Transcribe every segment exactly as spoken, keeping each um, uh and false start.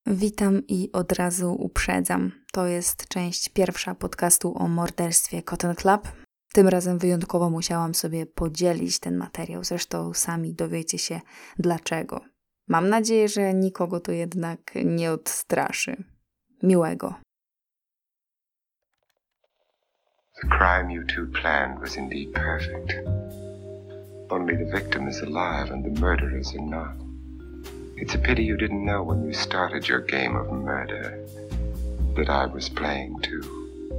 Witam i od razu uprzedzam. To jest część pierwsza podcastu o morderstwie Cotton Club. Tym razem wyjątkowo musiałam sobie podzielić ten materiał, zresztą sami dowiecie się dlaczego. Mam nadzieję, że nikogo to jednak nie odstraszy. Miłego. The crime you two planned was indeed perfect. Only the victim is alive and the murderers are not. It's a pity you didn't know when you started your game of murder that I was playing too.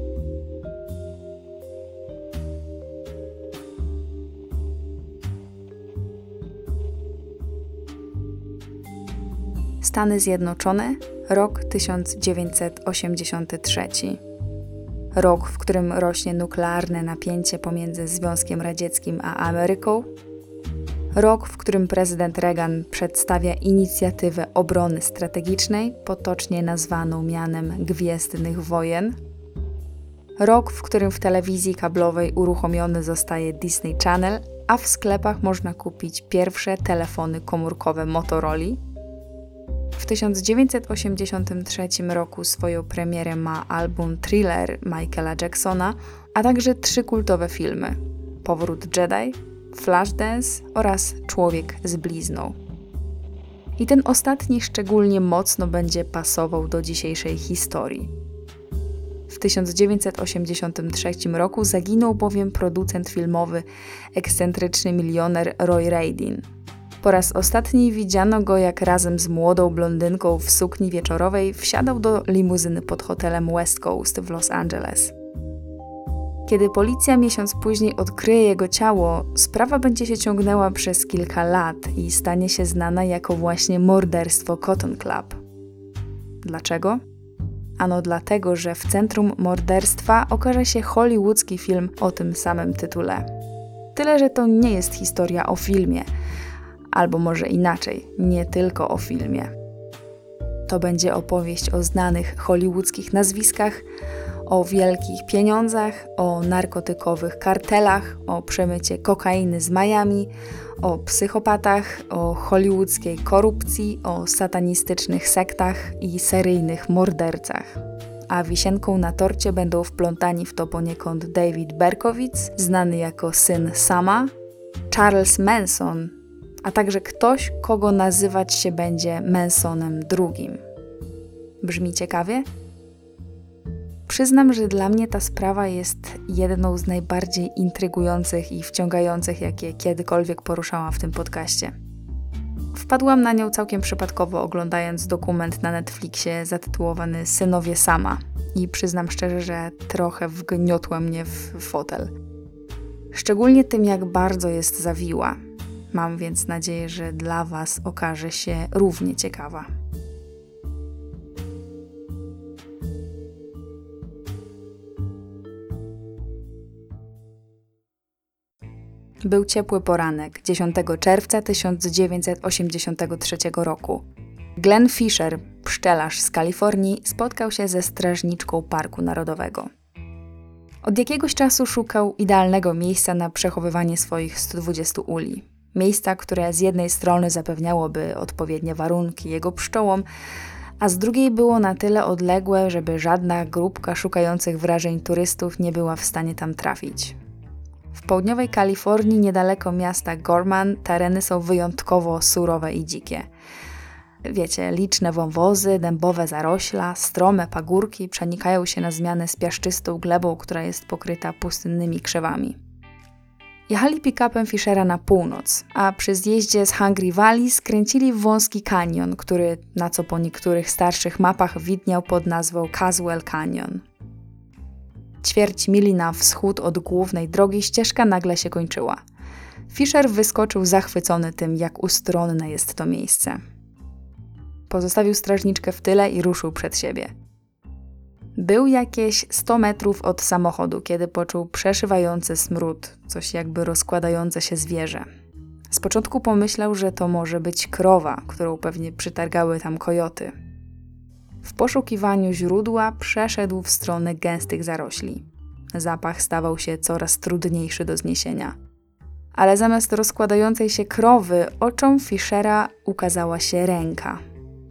Stany Zjednoczone, rok tysiąc dziewięćset osiemdziesiąty trzeci. Rok, w którym rośnie nuklearne napięcie pomiędzy Związkiem Radzieckim a Ameryką. Rok, w którym prezydent Reagan przedstawia inicjatywę obrony strategicznej, potocznie nazwaną mianem Gwiezdnych Wojen. Rok, w którym w telewizji kablowej uruchomiony zostaje Disney Channel, a w sklepach można kupić pierwsze telefony komórkowe Motorola. W tysiąc dziewięćset osiemdziesiątym trzecim roku swoją premierę ma album Thriller Michaela Jacksona, a także trzy kultowe filmy: Powrót Jedi, Flashdance oraz Człowiek z blizną. I ten ostatni szczególnie mocno będzie pasował do dzisiejszej historii. W tysiąc dziewięćset osiemdziesiątym trzecim roku zaginął bowiem producent filmowy, ekscentryczny milioner Roy Radin. Po raz ostatni widziano go, jak razem z młodą blondynką w sukni wieczorowej wsiadał do limuzyny pod hotelem West Coast w Los Angeles. Kiedy policja miesiąc później odkryje jego ciało, sprawa będzie się ciągnęła przez kilka lat i stanie się znana jako właśnie morderstwo Cotton Club. Dlaczego? Ano dlatego, że w centrum morderstwa okaże się hollywoodzki film o tym samym tytule. Tyle, że to nie jest historia o filmie, albo może inaczej, nie tylko o filmie. To będzie opowieść o znanych hollywoodzkich nazwiskach, o wielkich pieniądzach, o narkotykowych kartelach, o przemycie kokainy z Miami, o psychopatach, o hollywoodzkiej korupcji, o satanistycznych sektach i seryjnych mordercach. A wisienką na torcie będą wplątani w to poniekąd David Berkowitz, znany jako syn Sama, Charles Manson, a także ktoś, kogo nazywać się będzie Mansonem drugim. Brzmi ciekawie? Przyznam, że dla mnie ta sprawa jest jedną z najbardziej intrygujących i wciągających, jakie kiedykolwiek poruszałam w tym podcaście. Wpadłam na nią całkiem przypadkowo, oglądając dokument na Netflixie zatytułowany Synowie Sama i przyznam szczerze, że trochę wgniotła mnie w fotel. Szczególnie tym, jak bardzo jest zawiła. Mam więc nadzieję, że dla Was okaże się równie ciekawa. Był ciepły poranek, dziesiątego czerwca tysiąc dziewięćset osiemdziesiątego trzeciego roku. Glenn Fisher, pszczelarz z Kalifornii, spotkał się ze strażniczką Parku Narodowego. Od jakiegoś czasu szukał idealnego miejsca na przechowywanie swoich stu dwudziestu uli. Miejsca, które z jednej strony zapewniałoby odpowiednie warunki jego pszczołom, a z drugiej było na tyle odległe, żeby żadna grupka szukających wrażeń turystów nie była w stanie tam trafić. W południowej Kalifornii, niedaleko miasta Gorman, tereny są wyjątkowo surowe i dzikie. Wiecie, liczne wąwozy, dębowe zarośla, strome pagórki przenikają się na zmianę z piaszczystą glebą, która jest pokryta pustynnymi krzewami. Jechali pick-upem Fishera na północ, a przy zjeździe z Hungry Valley skręcili w wąski kanion, który, na co po niektórych starszych mapach widniał pod nazwą Caswell Canyon. Ćwierć mili na wschód od głównej drogi ścieżka nagle się kończyła. Fisher wyskoczył zachwycony tym, jak ustronne jest to miejsce. Pozostawił strażniczkę w tyle i ruszył przed siebie. Był jakieś sto metrów od samochodu, kiedy poczuł przeszywający smród, coś jakby rozkładające się zwierzę. Z początku pomyślał, że to może być krowa, którą pewnie przytargały tam kojoty. W poszukiwaniu źródła przeszedł w stronę gęstych zarośli. Zapach stawał się coraz trudniejszy do zniesienia. Ale zamiast rozkładającej się krowy, oczom Fishera ukazała się ręka.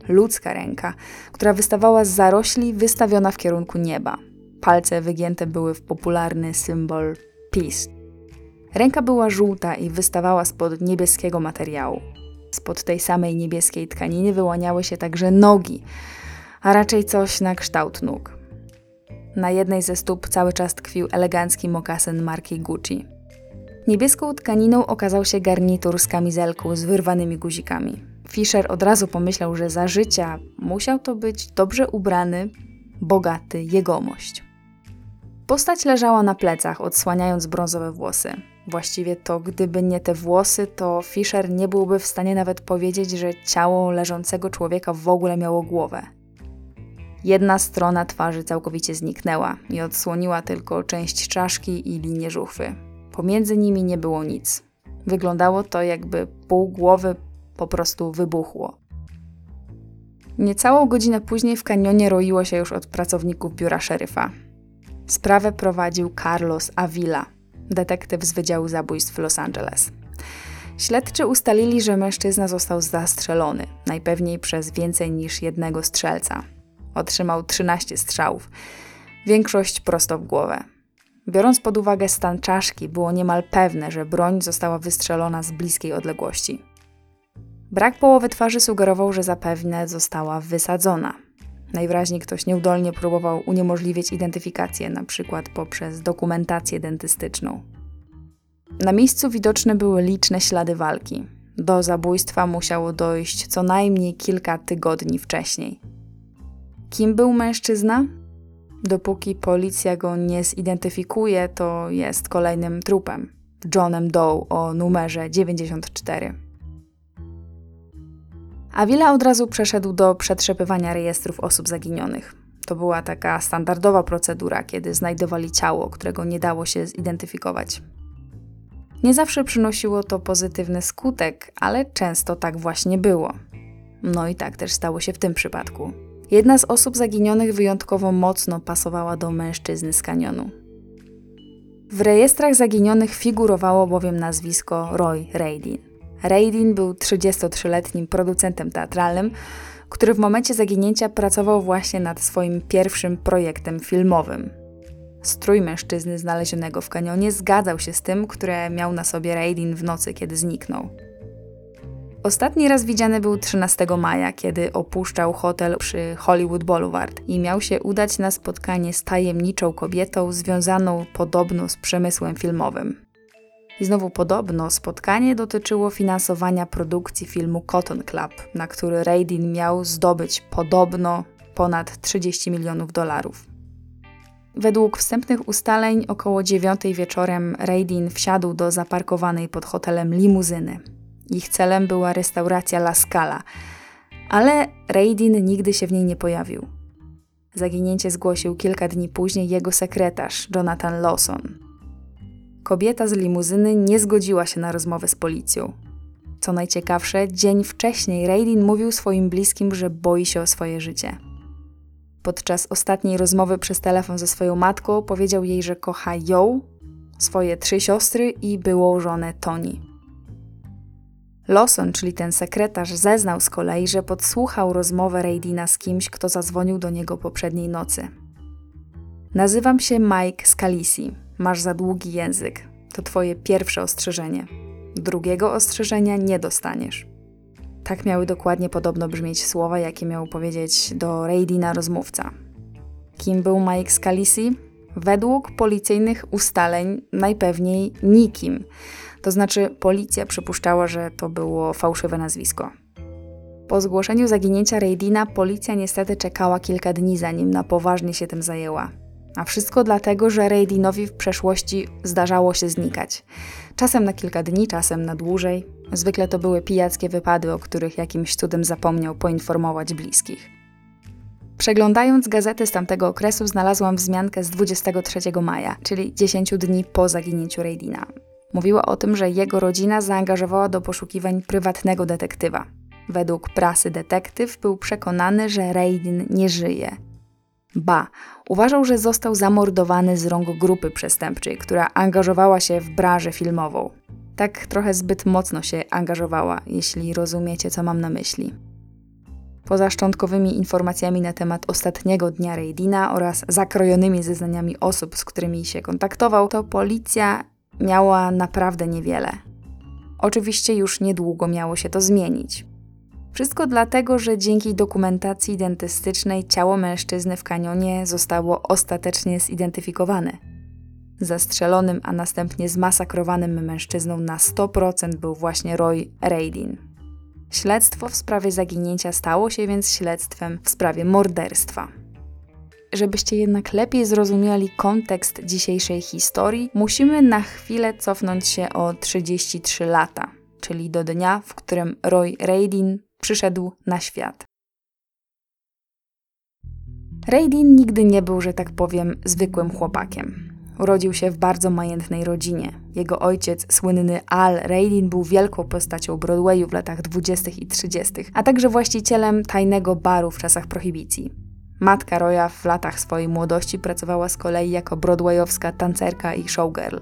ludzka ręka, która wystawała z zarośli wystawiona w kierunku nieba. Palce wygięte były w popularny symbol peace. Ręka była żółta i wystawała spod niebieskiego materiału. Spod tej samej niebieskiej tkaniny wyłaniały się także nogi, a raczej coś na kształt nóg. Na jednej ze stóp cały czas tkwił elegancki mokasyn marki Gucci. Niebieską tkaniną okazał się garnitur z kamizelką z wyrwanymi guzikami. Fisher od razu pomyślał, że za życia musiał to być dobrze ubrany, bogaty jegomość. Postać leżała na plecach, odsłaniając brązowe włosy. Właściwie to gdyby nie te włosy, to Fisher nie byłby w stanie nawet powiedzieć, że ciało leżącego człowieka w ogóle miało głowę. Jedna strona twarzy całkowicie zniknęła i odsłoniła tylko część czaszki i linię żuchwy. Pomiędzy nimi nie było nic. Wyglądało to, jakby pół głowy po prostu wybuchło. Niecałą godzinę później w kanionie roiło się już od pracowników biura szeryfa. Sprawę prowadził Carlos Avila, detektyw z Wydziału Zabójstw w Los Angeles. Śledczy ustalili, że mężczyzna został zastrzelony, najpewniej przez więcej niż jednego strzelca. Otrzymał trzynaście strzałów, większość prosto w głowę. Biorąc pod uwagę stan czaszki, było niemal pewne, że broń została wystrzelona z bliskiej odległości. Brak połowy twarzy sugerował, że zapewne została wysadzona. Najwyraźniej ktoś nieudolnie próbował uniemożliwić identyfikację, na przykład poprzez dokumentację dentystyczną. Na miejscu widoczne były liczne ślady walki. Do zabójstwa musiało dojść co najmniej kilka tygodni wcześniej. Kim był mężczyzna? Dopóki policja go nie zidentyfikuje, to jest kolejnym trupem. Johnem Doe o numerze dziewięćdziesiąt cztery. Avila od razu przeszedł do przetrzepywania rejestrów osób zaginionych. To była taka standardowa procedura, kiedy znajdowali ciało, którego nie dało się zidentyfikować. Nie zawsze przynosiło to pozytywny skutek, ale często tak właśnie było. No i tak też stało się w tym przypadku. Jedna z osób zaginionych wyjątkowo mocno pasowała do mężczyzny z kanionu. W rejestrach zaginionych figurowało bowiem nazwisko Roy Radin. Radin był trzydziestotrzyletnim producentem teatralnym, który w momencie zaginięcia pracował właśnie nad swoim pierwszym projektem filmowym. Strój mężczyzny znalezionego w kanionie zgadzał się z tym, które miał na sobie Radin w nocy, kiedy zniknął. Ostatni raz widziany był trzynastego maja, kiedy opuszczał hotel przy Hollywood Boulevard i miał się udać na spotkanie z tajemniczą kobietą związaną podobno z przemysłem filmowym. I znowu podobno spotkanie dotyczyło finansowania produkcji filmu Cotton Club, na który Radin miał zdobyć podobno ponad trzydzieści milionów dolarów. Według wstępnych ustaleń około dziewiątej wieczorem Radin wsiadł do zaparkowanej pod hotelem limuzyny. Ich celem była restauracja La Scala, ale Radin nigdy się w niej nie pojawił. Zaginięcie zgłosił kilka dni później jego sekretarz Jonathan Lawson. Kobieta z limuzyny nie zgodziła się na rozmowę z policją. Co najciekawsze, dzień wcześniej Radin mówił swoim bliskim, że boi się o swoje życie. Podczas ostatniej rozmowy przez telefon ze swoją matką powiedział jej, że kocha ją, swoje trzy siostry i byłą żonę Toni. Lawson, czyli ten sekretarz, zeznał z kolei, że podsłuchał rozmowę Radina z kimś, kto zadzwonił do niego poprzedniej nocy. Nazywam się Mike Scalisi. Masz za długi język. To twoje pierwsze ostrzeżenie. Drugiego ostrzeżenia nie dostaniesz. Tak miały dokładnie podobno brzmieć słowa, jakie miał powiedzieć do Radina rozmówca. Kim był Mike Scalisi? Według policyjnych ustaleń najpewniej nikim. To znaczy policja przypuszczała, że to było fałszywe nazwisko. Po zgłoszeniu zaginięcia Radina policja niestety czekała kilka dni, zanim na poważnie się tym zajęła. A wszystko dlatego, że Radinowi w przeszłości zdarzało się znikać. Czasem na kilka dni, czasem na dłużej. Zwykle to były pijackie wypady, o których jakimś cudem zapomniał poinformować bliskich. Przeglądając gazety z tamtego okresu, znalazłam wzmiankę z dwudziestego trzeciego maja, czyli dziesięć dni po zaginięciu Radina. Mówiła o tym, że jego rodzina zaangażowała do poszukiwań prywatnego detektywa. Według prasy detektyw był przekonany, że Radin nie żyje. Ba, uważał, że został zamordowany z rąk grupy przestępczej, która angażowała się w branżę filmową. Tak trochę zbyt mocno się angażowała, jeśli rozumiecie, co mam na myśli. Poza szczątkowymi informacjami na temat ostatniego dnia Radina oraz zakrojonymi zeznaniami osób, z którymi się kontaktował, to policja miała naprawdę niewiele. Oczywiście już niedługo miało się to zmienić. Wszystko dlatego, że dzięki dokumentacji dentystycznej ciało mężczyzny w kanionie zostało ostatecznie zidentyfikowane. Zastrzelonym, a następnie zmasakrowanym mężczyzną na sto procent był właśnie Roy Radin. Śledztwo w sprawie zaginięcia stało się więc śledztwem w sprawie morderstwa. Żebyście jednak lepiej zrozumieli kontekst dzisiejszej historii, musimy na chwilę cofnąć się o trzydzieści trzy lata, czyli do dnia, w którym Roy Radin przyszedł na świat. Radin nigdy nie był, że tak powiem, zwykłym chłopakiem. Urodził się w bardzo majętnej rodzinie. Jego ojciec, słynny Al Radin, był wielką postacią Broadwayu w latach dwudziestych i trzydziestych, a także właścicielem tajnego baru w czasach prohibicji. Matka Roya w latach swojej młodości pracowała z kolei jako broadwayowska tancerka i showgirl.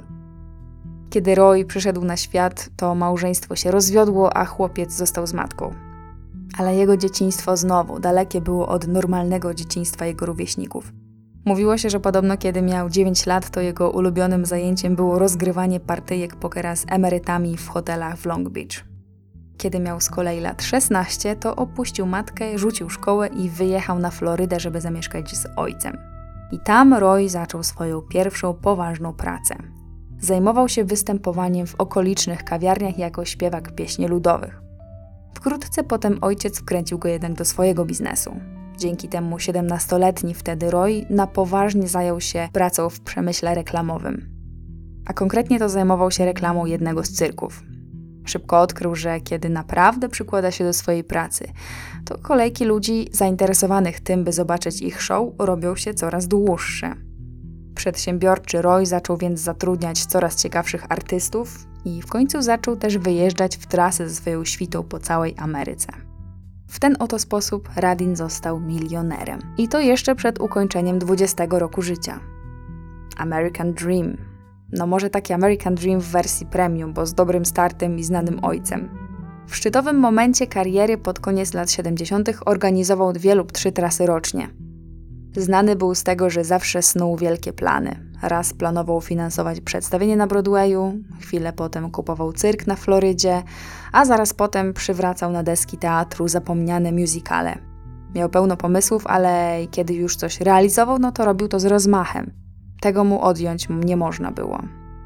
Kiedy Roy przyszedł na świat, to małżeństwo się rozwiodło, a chłopiec został z matką. Ale jego dzieciństwo znowu dalekie było od normalnego dzieciństwa jego rówieśników. Mówiło się, że podobno kiedy miał dziewięć lat, to jego ulubionym zajęciem było rozgrywanie partyjek pokera z emerytami w hotelach w Long Beach. Kiedy miał z kolei lat szesnaście, to opuścił matkę, rzucił szkołę i wyjechał na Florydę, żeby zamieszkać z ojcem. I tam Roy zaczął swoją pierwszą poważną pracę. Zajmował się występowaniem w okolicznych kawiarniach jako śpiewak pieśni ludowych. Wkrótce potem ojciec wkręcił go jednak do swojego biznesu. Dzięki temu siedemnastoletni wtedy Roy na poważnie zajął się pracą w przemyśle reklamowym. A konkretnie to zajmował się reklamą jednego z cyrków. Szybko odkrył, że kiedy naprawdę przykłada się do swojej pracy, to kolejki ludzi zainteresowanych tym, by zobaczyć ich show, robią się coraz dłuższe. Przedsiębiorczy Roy zaczął więc zatrudniać coraz ciekawszych artystów i w końcu zaczął też wyjeżdżać w trasy ze swoją świtą po całej Ameryce. W ten oto sposób Radin został milionerem. I to jeszcze przed ukończeniem dwudziestego roku życia. American Dream. No może taki American Dream w wersji premium, bo z dobrym startem i znanym ojcem. W szczytowym momencie kariery pod koniec lat siedemdziesiątych organizował dwie lub trzy trasy rocznie. Znany był z tego, że zawsze snuł wielkie plany. Raz planował finansować przedstawienie na Broadwayu, chwilę potem kupował cyrk na Florydzie, a zaraz potem przywracał na deski teatru zapomniane musicale. Miał pełno pomysłów, ale kiedy już coś realizował, no to robił to z rozmachem. Tego mu odjąć nie można było.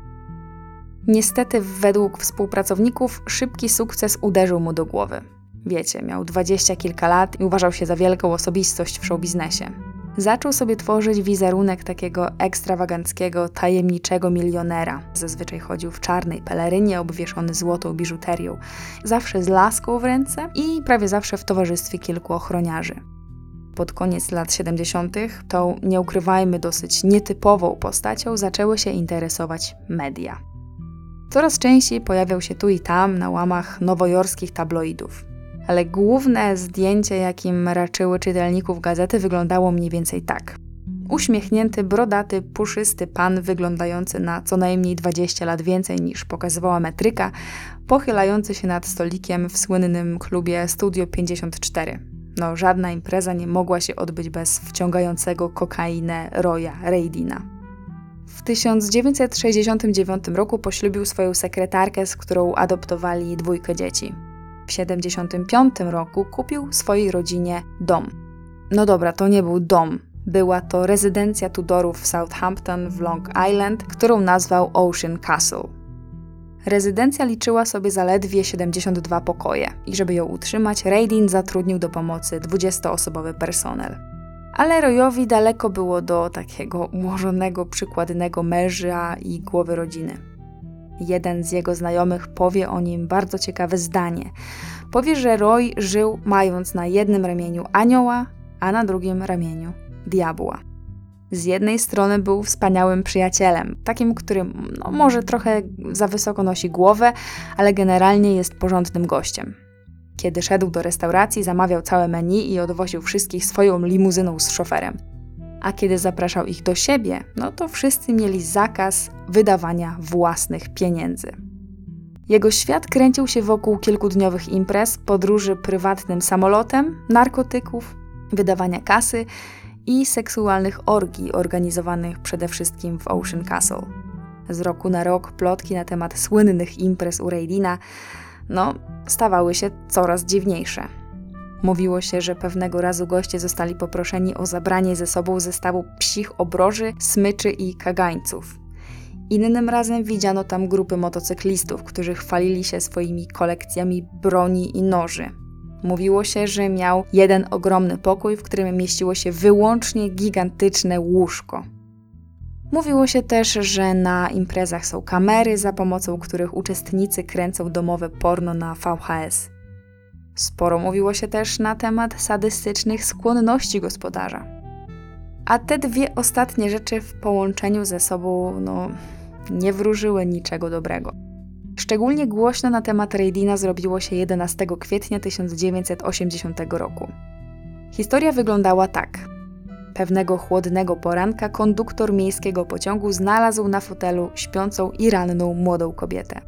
Niestety, według współpracowników, szybki sukces uderzył mu do głowy. Wiecie, miał dwadzieścia kilka lat i uważał się za wielką osobistość w showbiznesie. Zaczął sobie tworzyć wizerunek takiego ekstrawaganckiego, tajemniczego milionera. Zazwyczaj chodził w czarnej pelerynie, obwieszony złotą biżuterią, zawsze z laską w ręce i prawie zawsze w towarzystwie kilku ochroniarzy. Pod koniec lat siedemdziesiątych tą, nie ukrywajmy, dosyć nietypową postacią zaczęły się interesować media. Coraz częściej pojawiał się tu i tam na łamach nowojorskich tabloidów. Ale główne zdjęcie, jakim raczyły czytelników gazety, wyglądało mniej więcej tak. Uśmiechnięty, brodaty, puszysty pan, wyglądający na co najmniej dwadzieścia lat więcej niż pokazywała metryka, pochylający się nad stolikiem w słynnym klubie Studio pięćdziesiąt cztery. No, żadna impreza nie mogła się odbyć bez wciągającego kokainę Roya Radina. W tysiąc dziewięćset sześćdziesiątym dziewiątym roku poślubił swoją sekretarkę, z którą adoptowali dwójkę dzieci. W siedemdziesiątym piątym roku kupił swojej rodzinie dom. No dobra, to nie był dom. Była to rezydencja Tudorów w Southampton w Long Island, którą nazwał Ocean Castle. Rezydencja liczyła sobie zaledwie siedemdziesiąt dwa pokoje i żeby ją utrzymać, Radin zatrudnił do pomocy dwudziestoosobowy personel. Ale Royowi daleko było do takiego ułożonego, przykładnego męża i głowy rodziny. Jeden z jego znajomych powie o nim bardzo ciekawe zdanie. Powie, że Roy żył mając na jednym ramieniu anioła, a na drugim ramieniu diabła. Z jednej strony był wspaniałym przyjacielem, takim, który no, może trochę za wysoko nosi głowę, ale generalnie jest porządnym gościem. Kiedy szedł do restauracji, zamawiał całe menu i odwoził wszystkich swoją limuzyną z szoferem. A kiedy zapraszał ich do siebie, no to wszyscy mieli zakaz wydawania własnych pieniędzy. Jego świat kręcił się wokół kilkudniowych imprez, podróży prywatnym samolotem, narkotyków, wydawania kasy i seksualnych orgii organizowanych przede wszystkim w Ocean Castle. Z roku na rok plotki na temat słynnych imprez u Radina, no, stawały się coraz dziwniejsze. Mówiło się, że pewnego razu goście zostali poproszeni o zabranie ze sobą zestawu psich obroży, smyczy i kagańców. Innym razem widziano tam grupy motocyklistów, którzy chwalili się swoimi kolekcjami broni i noży. Mówiło się, że miał jeden ogromny pokój, w którym mieściło się wyłącznie gigantyczne łóżko. Mówiło się też, że na imprezach są kamery, za pomocą których uczestnicy kręcą domowe porno na V H S. Sporo mówiło się też na temat sadystycznych skłonności gospodarza. A te dwie ostatnie rzeczy w połączeniu ze sobą, no, nie wróżyły niczego dobrego. Szczególnie głośno na temat Radina zrobiło się jedenastego kwietnia tysiąc dziewięćset osiemdziesiątego roku. Historia wyglądała tak. Pewnego chłodnego poranka konduktor miejskiego pociągu znalazł na fotelu śpiącą i ranną młodą kobietę.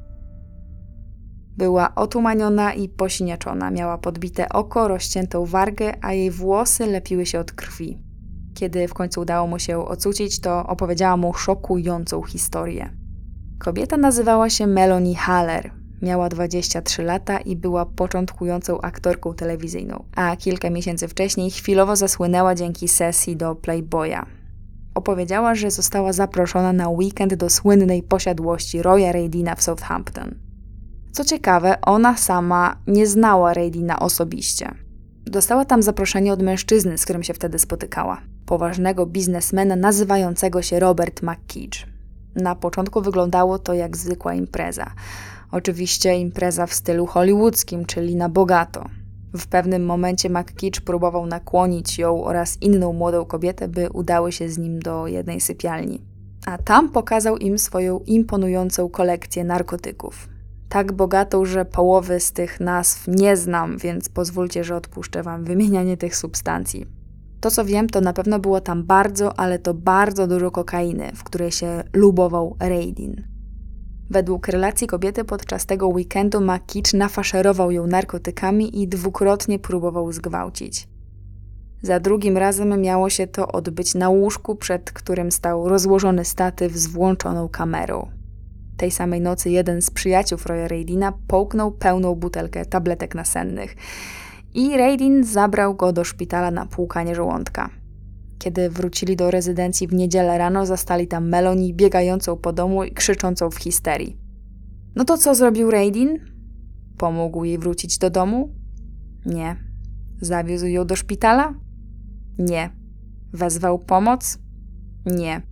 Była otumaniona i posiniaczona, miała podbite oko, rozciętą wargę, a jej włosy lepiły się od krwi. Kiedy w końcu udało mu się ocucić, to opowiedziała mu szokującą historię. Kobieta nazywała się Melanie Haller, miała dwadzieścia trzy lata i była początkującą aktorką telewizyjną, a kilka miesięcy wcześniej chwilowo zasłynęła dzięki sesji do Playboya. Opowiedziała, że została zaproszona na weekend do słynnej posiadłości Roya Radina w Southampton. Co ciekawe, ona sama nie znała Radina osobiście. Dostała tam zaproszenie od mężczyzny, z którym się wtedy spotykała. Poważnego biznesmena nazywającego się Robert McKeach. Na początku wyglądało to jak zwykła impreza. Oczywiście impreza w stylu hollywoodzkim, czyli na bogato. W pewnym momencie McKeach próbował nakłonić ją oraz inną młodą kobietę, by udały się z nim do jednej sypialni. A tam pokazał im swoją imponującą kolekcję narkotyków. Tak bogatą, że połowy z tych nazw nie znam, więc pozwólcie, że odpuszczę wam wymienianie tych substancji. To, co wiem, to na pewno było tam bardzo, ale to bardzo dużo kokainy, w której się lubował Radin. Według relacji kobiety podczas tego weekendu McKeach nafaszerował ją narkotykami i dwukrotnie próbował zgwałcić. Za drugim razem miało się to odbyć na łóżku, przed którym stał rozłożony statyw z włączoną kamerą. Tej samej nocy jeden z przyjaciół Roya Radina połknął pełną butelkę tabletek nasennych i Radin zabrał go do szpitala na płukanie żołądka. Kiedy wrócili do rezydencji w niedzielę rano, zastali tam Melanie biegającą po domu i krzyczącą w histerii. No to co zrobił Radin? Pomógł jej wrócić do domu? Nie. Zawiózł ją do szpitala? Nie. Wezwał pomoc? Nie.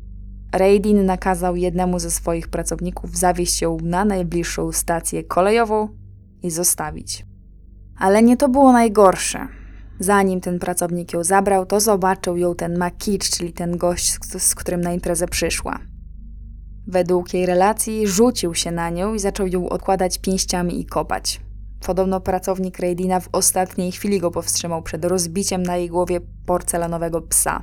Radin nakazał jednemu ze swoich pracowników zawieźć ją na najbliższą stację kolejową i zostawić. Ale nie to było najgorsze. Zanim ten pracownik ją zabrał, to zobaczył ją ten McKeach, czyli ten gość, z którym na imprezę przyszła. Według jej relacji rzucił się na nią i zaczął ją odkładać pięściami i kopać. Podobno pracownik Radina w ostatniej chwili go powstrzymał przed rozbiciem na jej głowie porcelanowego psa.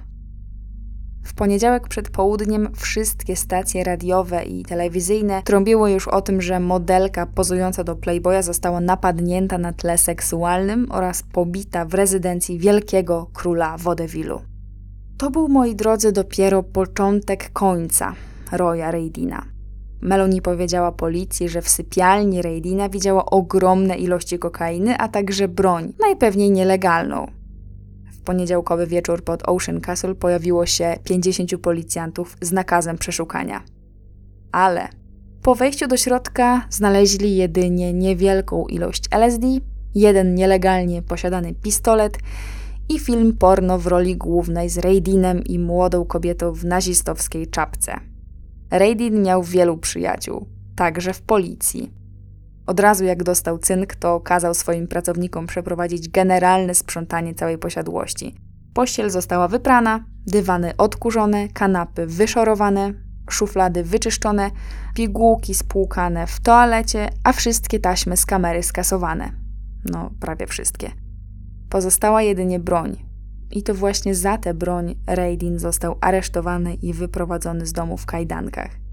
W poniedziałek przed południem wszystkie stacje radiowe i telewizyjne trąbiły już o tym, że modelka pozująca do Playboya została napadnięta na tle seksualnym oraz pobita w rezydencji wielkiego króla waudevillu. To był, moi drodzy, dopiero początek końca Roya Radina. Melanie powiedziała policji, że w sypialni Radina widziała ogromne ilości kokainy, a także broń, najpewniej nielegalną. W poniedziałkowy wieczór pod Ocean Castle pojawiło się pięćdziesięciu policjantów z nakazem przeszukania. Ale po wejściu do środka znaleźli jedynie niewielką ilość L S D, jeden nielegalnie posiadany pistolet i film porno w roli głównej z Radinem i młodą kobietą w nazistowskiej czapce. Radin miał wielu przyjaciół, także w policji. Od razu jak dostał cynk, to kazał swoim pracownikom przeprowadzić generalne sprzątanie całej posiadłości. Pościel została wyprana, dywany odkurzone, kanapy wyszorowane, szuflady wyczyszczone, pigułki spłukane w toalecie, a wszystkie taśmy z kamery skasowane. No, prawie wszystkie. Pozostała jedynie broń. I to właśnie za tę broń Radin został aresztowany i wyprowadzony z domu w kajdankach.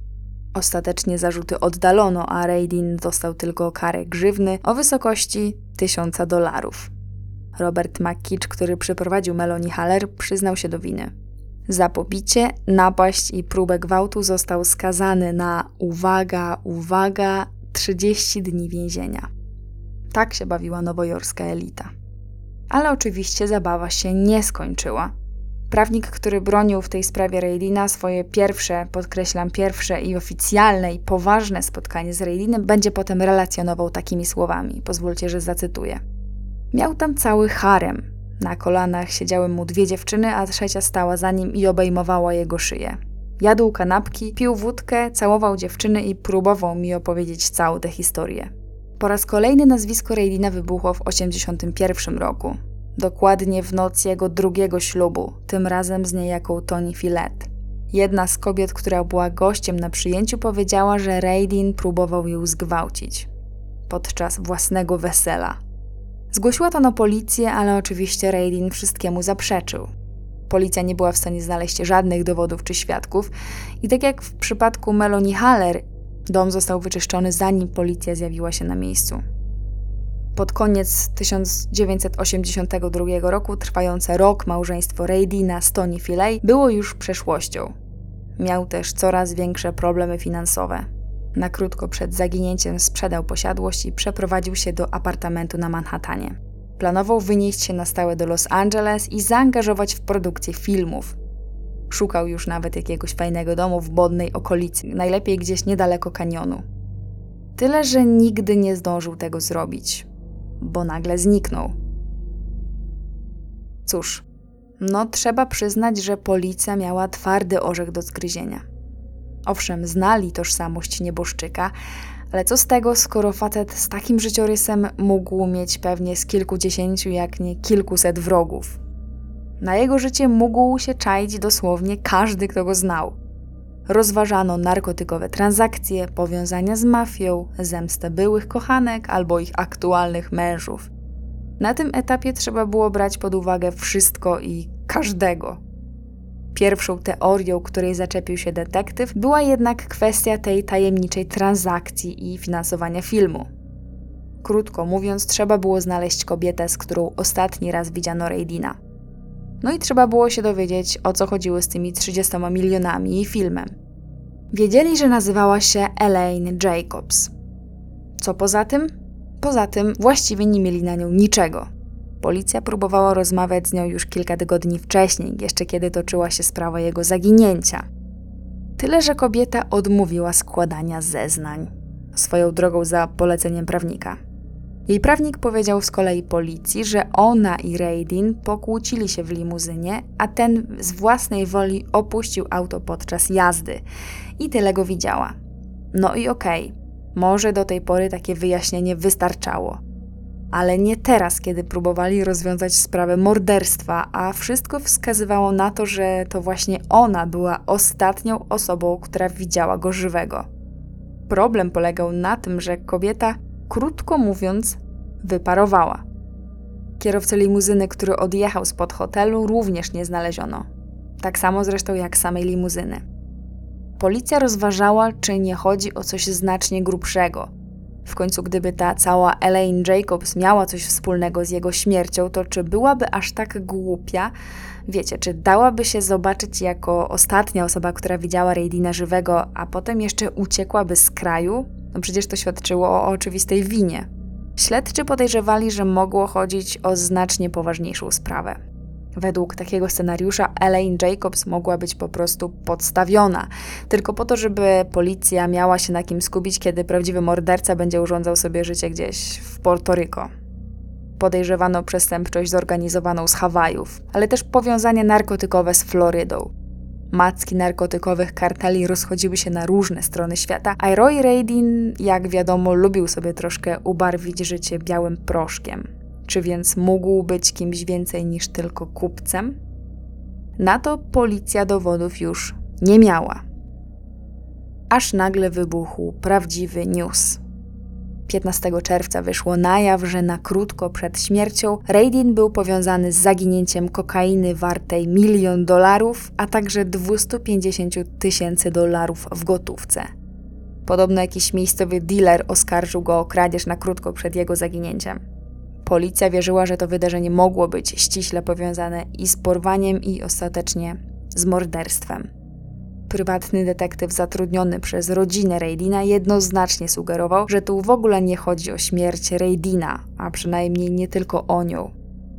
Ostatecznie zarzuty oddalono, a Radin dostał tylko karę grzywny o wysokości tysiąca dolarów. Robert McKitch, który przyprowadził Melanie Haller, przyznał się do winy. Za pobicie, napaść i próbę gwałtu został skazany na, uwaga, uwaga, trzydzieści dni więzienia. Tak się bawiła nowojorska elita. Ale oczywiście zabawa się nie skończyła. Prawnik, który bronił w tej sprawie Radina, swoje pierwsze, podkreślam pierwsze i oficjalne i poważne spotkanie z Radinem będzie potem relacjonował takimi słowami. Pozwólcie, że zacytuję. Miał tam cały harem. Na kolanach siedziały mu dwie dziewczyny, a trzecia stała za nim i obejmowała jego szyję. Jadł kanapki, pił wódkę, całował dziewczyny i próbował mi opowiedzieć całą tę historię. Po raz kolejny nazwisko Radina wybuchło w osiemdziesiątym pierwszym roku. Dokładnie w noc jego drugiego ślubu, tym razem z niejaką Toni Fillet. Jedna z kobiet, która była gościem na przyjęciu, powiedziała, że Radin próbował ją zgwałcić podczas własnego wesela. Zgłosiła to na policję, ale oczywiście Radin wszystkiemu zaprzeczył. Policja nie była w stanie znaleźć żadnych dowodów czy świadków i tak jak w przypadku Melanie Haller, dom został wyczyszczony, zanim policja zjawiła się na miejscu. Pod koniec tysiąc dziewięćset osiemdziesiątego drugiego roku trwające rok małżeństwo Radina z Toni Fillet było już przeszłością. Miał też coraz większe problemy finansowe. Na krótko przed zaginięciem sprzedał posiadłość i przeprowadził się do apartamentu na Manhattanie. Planował wynieść się na stałe do Los Angeles i zaangażować w produkcję filmów. Szukał już nawet jakiegoś fajnego domu w modnej okolicy, najlepiej gdzieś niedaleko kanionu. Tyle, że nigdy nie zdążył tego zrobić, bo nagle zniknął. Cóż, no trzeba przyznać, że policja miała twardy orzech do zgryzienia. Owszem, znali tożsamość nieboszczyka, ale co z tego, skoro facet z takim życiorysem mógł mieć pewnie z kilkudziesięciu, jak nie kilkuset wrogów. Na jego życie mógł się czaić dosłownie każdy, kto go znał. Rozważano narkotykowe transakcje, powiązania z mafią, zemstę byłych kochanek albo ich aktualnych mężów. Na tym etapie trzeba było brać pod uwagę wszystko i każdego. Pierwszą teorią, której zaczepił się detektyw, była jednak kwestia tej tajemniczej transakcji i finansowania filmu. Krótko mówiąc, trzeba było znaleźć kobietę, z którą ostatni raz widziano Radina. No i trzeba było się dowiedzieć, o co chodziło z tymi trzydziestoma milionami i filmem. Wiedzieli, że nazywała się Elaine Jacobs. Co poza tym? Poza tym właściwie nie mieli na nią niczego. Policja próbowała rozmawiać z nią już kilka tygodni wcześniej, jeszcze kiedy toczyła się sprawa jego zaginięcia. Tyle, że kobieta odmówiła składania zeznań, swoją drogą za poleceniem prawnika. Jej prawnik powiedział z kolei policji, że ona i Radin pokłócili się w limuzynie, a ten z własnej woli opuścił auto podczas jazdy i tyle go widziała. No i okej, okay, może do tej pory takie wyjaśnienie wystarczało. Ale nie teraz, kiedy próbowali rozwiązać sprawę morderstwa, a wszystko wskazywało na to, że to właśnie ona była ostatnią osobą, która widziała go żywego. Problem polegał na tym, że kobieta, krótko mówiąc, wyparowała. Kierowcę limuzyny, który odjechał spod hotelu, również nie znaleziono. Tak samo zresztą jak samej limuzyny. Policja rozważała, czy nie chodzi o coś znacznie grubszego. W końcu, gdyby ta cała Elaine Jacobs miała coś wspólnego z jego śmiercią, to czy byłaby aż tak głupia? Wiecie, czy dałaby się zobaczyć jako ostatnia osoba, która widziała Radina żywego, a potem jeszcze uciekłaby z kraju? No przecież to świadczyło o oczywistej winie. Śledczy podejrzewali, że mogło chodzić o znacznie poważniejszą sprawę. Według takiego scenariusza Elaine Jacobs mogła być po prostu podstawiona, tylko po to, żeby policja miała się na kim skupić, kiedy prawdziwy morderca będzie urządzał sobie życie gdzieś w Porto Rico. Podejrzewano przestępczość zorganizowaną z Hawajów, ale też powiązania narkotykowe z Florydą. Macki narkotykowych karteli rozchodziły się na różne strony świata, a Roy Radin, jak wiadomo, lubił sobie troszkę ubarwić życie białym proszkiem. Czy więc mógł być kimś więcej niż tylko kupcem? Na to policja dowodów już nie miała. Aż nagle wybuchł prawdziwy news. piętnastego czerwca wyszło na jaw, że na krótko przed śmiercią Radin był powiązany z zaginięciem kokainy wartej milion dolarów, a także dwieście pięćdziesiąt tysięcy dolarów w gotówce. Podobno jakiś miejscowy dealer oskarżył go o kradzież na krótko przed jego zaginięciem. Policja wierzyła, że to wydarzenie mogło być ściśle powiązane i z porwaniem, i ostatecznie z morderstwem. Prywatny detektyw zatrudniony przez rodzinę Radina jednoznacznie sugerował, że tu w ogóle nie chodzi o śmierć Radina, a przynajmniej nie tylko o nią.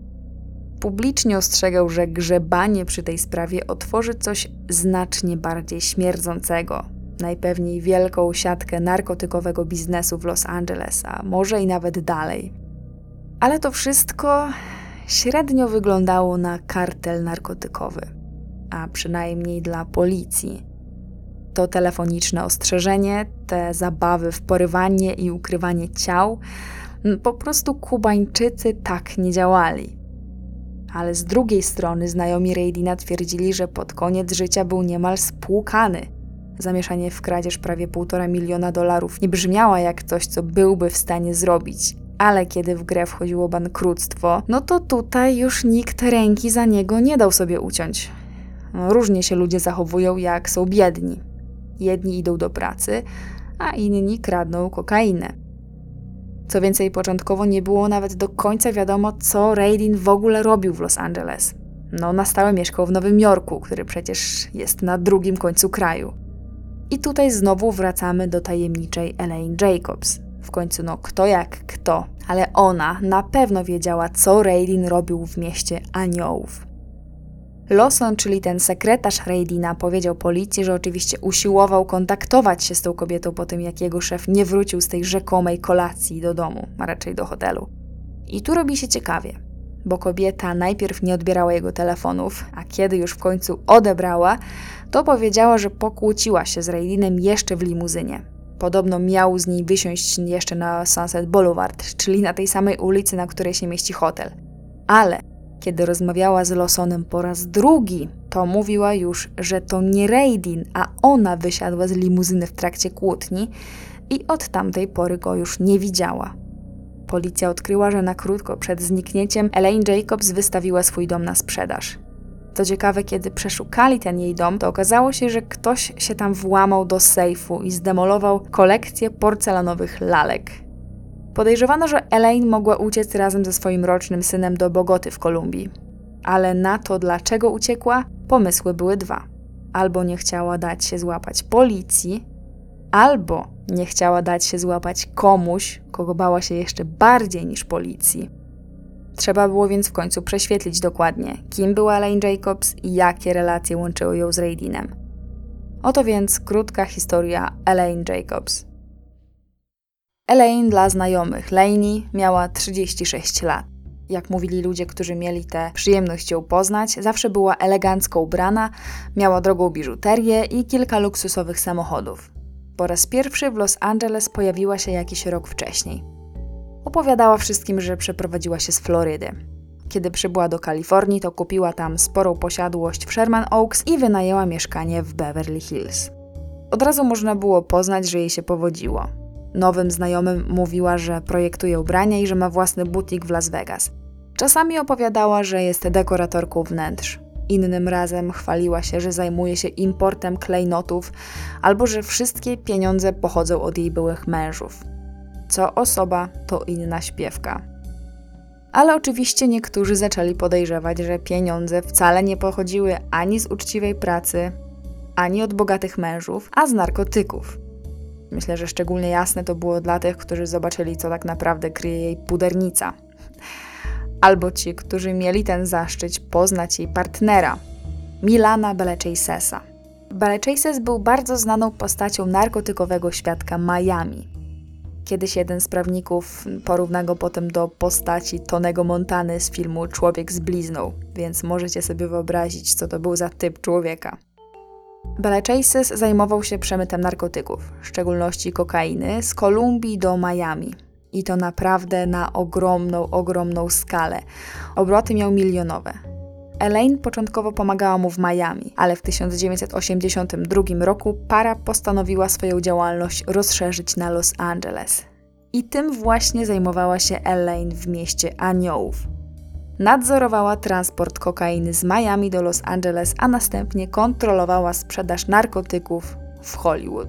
Publicznie ostrzegał, że grzebanie przy tej sprawie otworzy coś znacznie bardziej śmierdzącego. Najpewniej wielką siatkę narkotykowego biznesu w Los Angeles, a może i nawet dalej. Ale to wszystko średnio wyglądało na kartel narkotykowy, a przynajmniej dla policji. To telefoniczne ostrzeżenie, te zabawy w porywanie i ukrywanie ciał, po prostu Kubańczycy tak nie działali. Ale z drugiej strony znajomi Radina twierdzili, że pod koniec życia był niemal spłukany. Zamieszanie w kradzież prawie półtora miliona dolarów nie brzmiała jak coś, co byłby w stanie zrobić. Ale kiedy w grę wchodziło bankructwo, no to tutaj już nikt ręki za niego nie dał sobie uciąć. No, różnie się ludzie zachowują, jak są biedni. Jedni idą do pracy, a inni kradną kokainę. Co więcej, początkowo nie było nawet do końca wiadomo, co Radin w ogóle robił w Los Angeles. No, na stałe mieszkał w Nowym Jorku, który przecież jest na drugim końcu kraju. I tutaj znowu wracamy do tajemniczej Elaine Jacobs. W końcu no kto jak kto, ale ona na pewno wiedziała, co Radin robił w mieście aniołów. Lawson, czyli ten sekretarz Radina, powiedział policji, że oczywiście usiłował kontaktować się z tą kobietą po tym, jak jego szef nie wrócił z tej rzekomej kolacji do domu, a raczej do hotelu. I tu robi się ciekawie, bo kobieta najpierw nie odbierała jego telefonów, a kiedy już w końcu odebrała, to powiedziała, że pokłóciła się z Radinem jeszcze w limuzynie. Podobno miał z niej wysiąść jeszcze na Sunset Boulevard, czyli na tej samej ulicy, na której się mieści hotel. Ale kiedy rozmawiała z Lawsonem po raz drugi, to mówiła już, że to nie Radin, a ona wysiadła z limuzyny w trakcie kłótni i od tamtej pory go już nie widziała. Policja odkryła, że na krótko przed zniknięciem Elaine Jacobs wystawiła swój dom na sprzedaż. Co ciekawe, kiedy przeszukali ten jej dom, to okazało się, że ktoś się tam włamał do sejfu i zdemolował kolekcję porcelanowych lalek. Podejrzewano, że Elaine mogła uciec razem ze swoim rocznym synem do Bogoty w Kolumbii. Ale na to, dlaczego uciekła, pomysły były dwa. Albo nie chciała dać się złapać policji, albo nie chciała dać się złapać komuś, kogo bała się jeszcze bardziej niż policji. Trzeba było więc w końcu prześwietlić dokładnie, kim była Elaine Jacobs i jakie relacje łączyły ją z Radinem. Oto więc krótka historia Elaine Jacobs. Elaine dla znajomych Lainey miała trzydzieści sześć lat. Jak mówili ludzie, którzy mieli tę przyjemność ją poznać, zawsze była elegancko ubrana, miała drogą biżuterię i kilka luksusowych samochodów. Po raz pierwszy w Los Angeles pojawiła się jakiś rok wcześniej. Opowiadała wszystkim, że przeprowadziła się z Florydy. Kiedy przybyła do Kalifornii, to kupiła tam sporą posiadłość w Sherman Oaks i wynajęła mieszkanie w Beverly Hills. Od razu można było poznać, że jej się powodziło. Nowym znajomym mówiła, że projektuje ubrania i że ma własny butik w Las Vegas. Czasami opowiadała, że jest dekoratorką wnętrz. Innym razem chwaliła się, że zajmuje się importem klejnotów albo że wszystkie pieniądze pochodzą od jej byłych mężów. Co osoba, to inna śpiewka. Ale oczywiście niektórzy zaczęli podejrzewać, że pieniądze wcale nie pochodziły ani z uczciwej pracy, ani od bogatych mężów, a z narkotyków. Myślę, że szczególnie jasne to było dla tych, którzy zobaczyli, co tak naprawdę kryje jej pudernica. Albo ci, którzy mieli ten zaszczyt poznać jej partnera, Milana Belechasesa. Belechases był bardzo znaną postacią narkotykowego świadka Miami. Kiedyś jeden z prawników porównał go potem do postaci Tonego Montany z filmu Człowiek z blizną, więc możecie sobie wyobrazić, co to był za typ człowieka. Belechases zajmował się przemytem narkotyków, w szczególności kokainy, z Kolumbii do Miami. I to naprawdę na ogromną, ogromną skalę. Obroty miał milionowe. Elaine początkowo pomagała mu w Miami, ale w tysiąc dziewięćset osiemdziesiątym drugim roku para postanowiła swoją działalność rozszerzyć na Los Angeles. I tym właśnie zajmowała się Elaine w mieście aniołów. Nadzorowała transport kokainy z Miami do Los Angeles, a następnie kontrolowała sprzedaż narkotyków w Hollywood.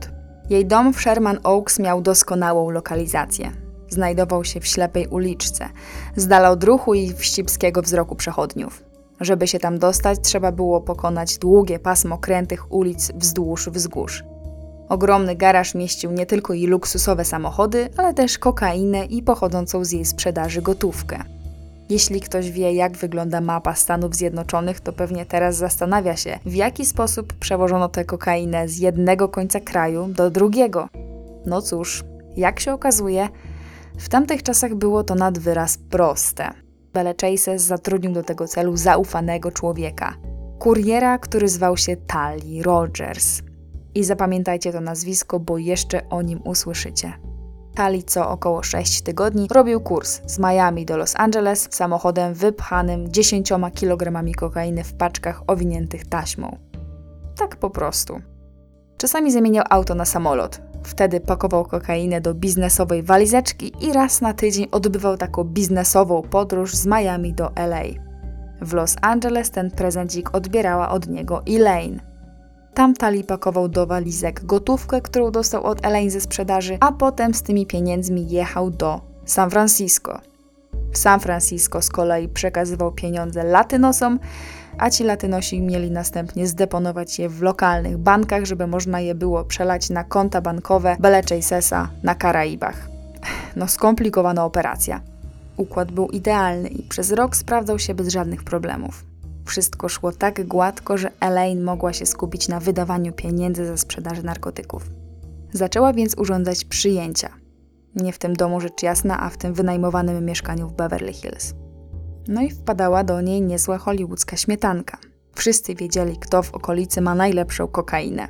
Jej dom w Sherman Oaks miał doskonałą lokalizację. Znajdował się w ślepej uliczce, z dala od ruchu i wścibskiego wzroku przechodniów. Żeby się tam dostać, trzeba było pokonać długie pasmo krętych ulic wzdłuż wzgórz. Ogromny garaż mieścił nie tylko jej luksusowe samochody, ale też kokainę i pochodzącą z jej sprzedaży gotówkę. Jeśli ktoś wie, jak wygląda mapa Stanów Zjednoczonych, to pewnie teraz zastanawia się, w jaki sposób przewożono tę kokainę z jednego końca kraju do drugiego. No cóż, jak się okazuje, w tamtych czasach było to nad wyraz proste. Belle Chases zatrudnił do tego celu zaufanego człowieka, kuriera, który zwał się Tali Rogers. I zapamiętajcie to nazwisko, bo jeszcze o nim usłyszycie. Tali co około sześć tygodni robił kurs z Miami do Los Angeles samochodem wypchanym dziesięcioma kilogramami kokainy w paczkach owiniętych taśmą. Tak po prostu. Czasami zamieniał auto na samolot. Wtedy pakował kokainę do biznesowej walizeczki i raz na tydzień odbywał taką biznesową podróż z Miami do L A. W Los Angeles ten prezencik odbierała od niego Elaine. Tam Tali pakował do walizek gotówkę, którą dostał od Elaine ze sprzedaży, a potem z tymi pieniędzmi jechał do San Francisco. W San Francisco z kolei przekazywał pieniądze latynosom, a ci latynosi mieli następnie zdeponować je w lokalnych bankach, żeby można je było przelać na konta bankowe Belle Chasesa na Karaibach. No skomplikowana operacja. Układ był idealny i przez rok sprawdzał się bez żadnych problemów. Wszystko szło tak gładko, że Elaine mogła się skupić na wydawaniu pieniędzy za sprzedaż narkotyków. Zaczęła więc urządzać przyjęcia. Nie w tym domu rzecz jasna, a w tym wynajmowanym mieszkaniu w Beverly Hills. No i wpadała do niej niezła hollywoodzka śmietanka. Wszyscy wiedzieli, kto w okolicy ma najlepszą kokainę.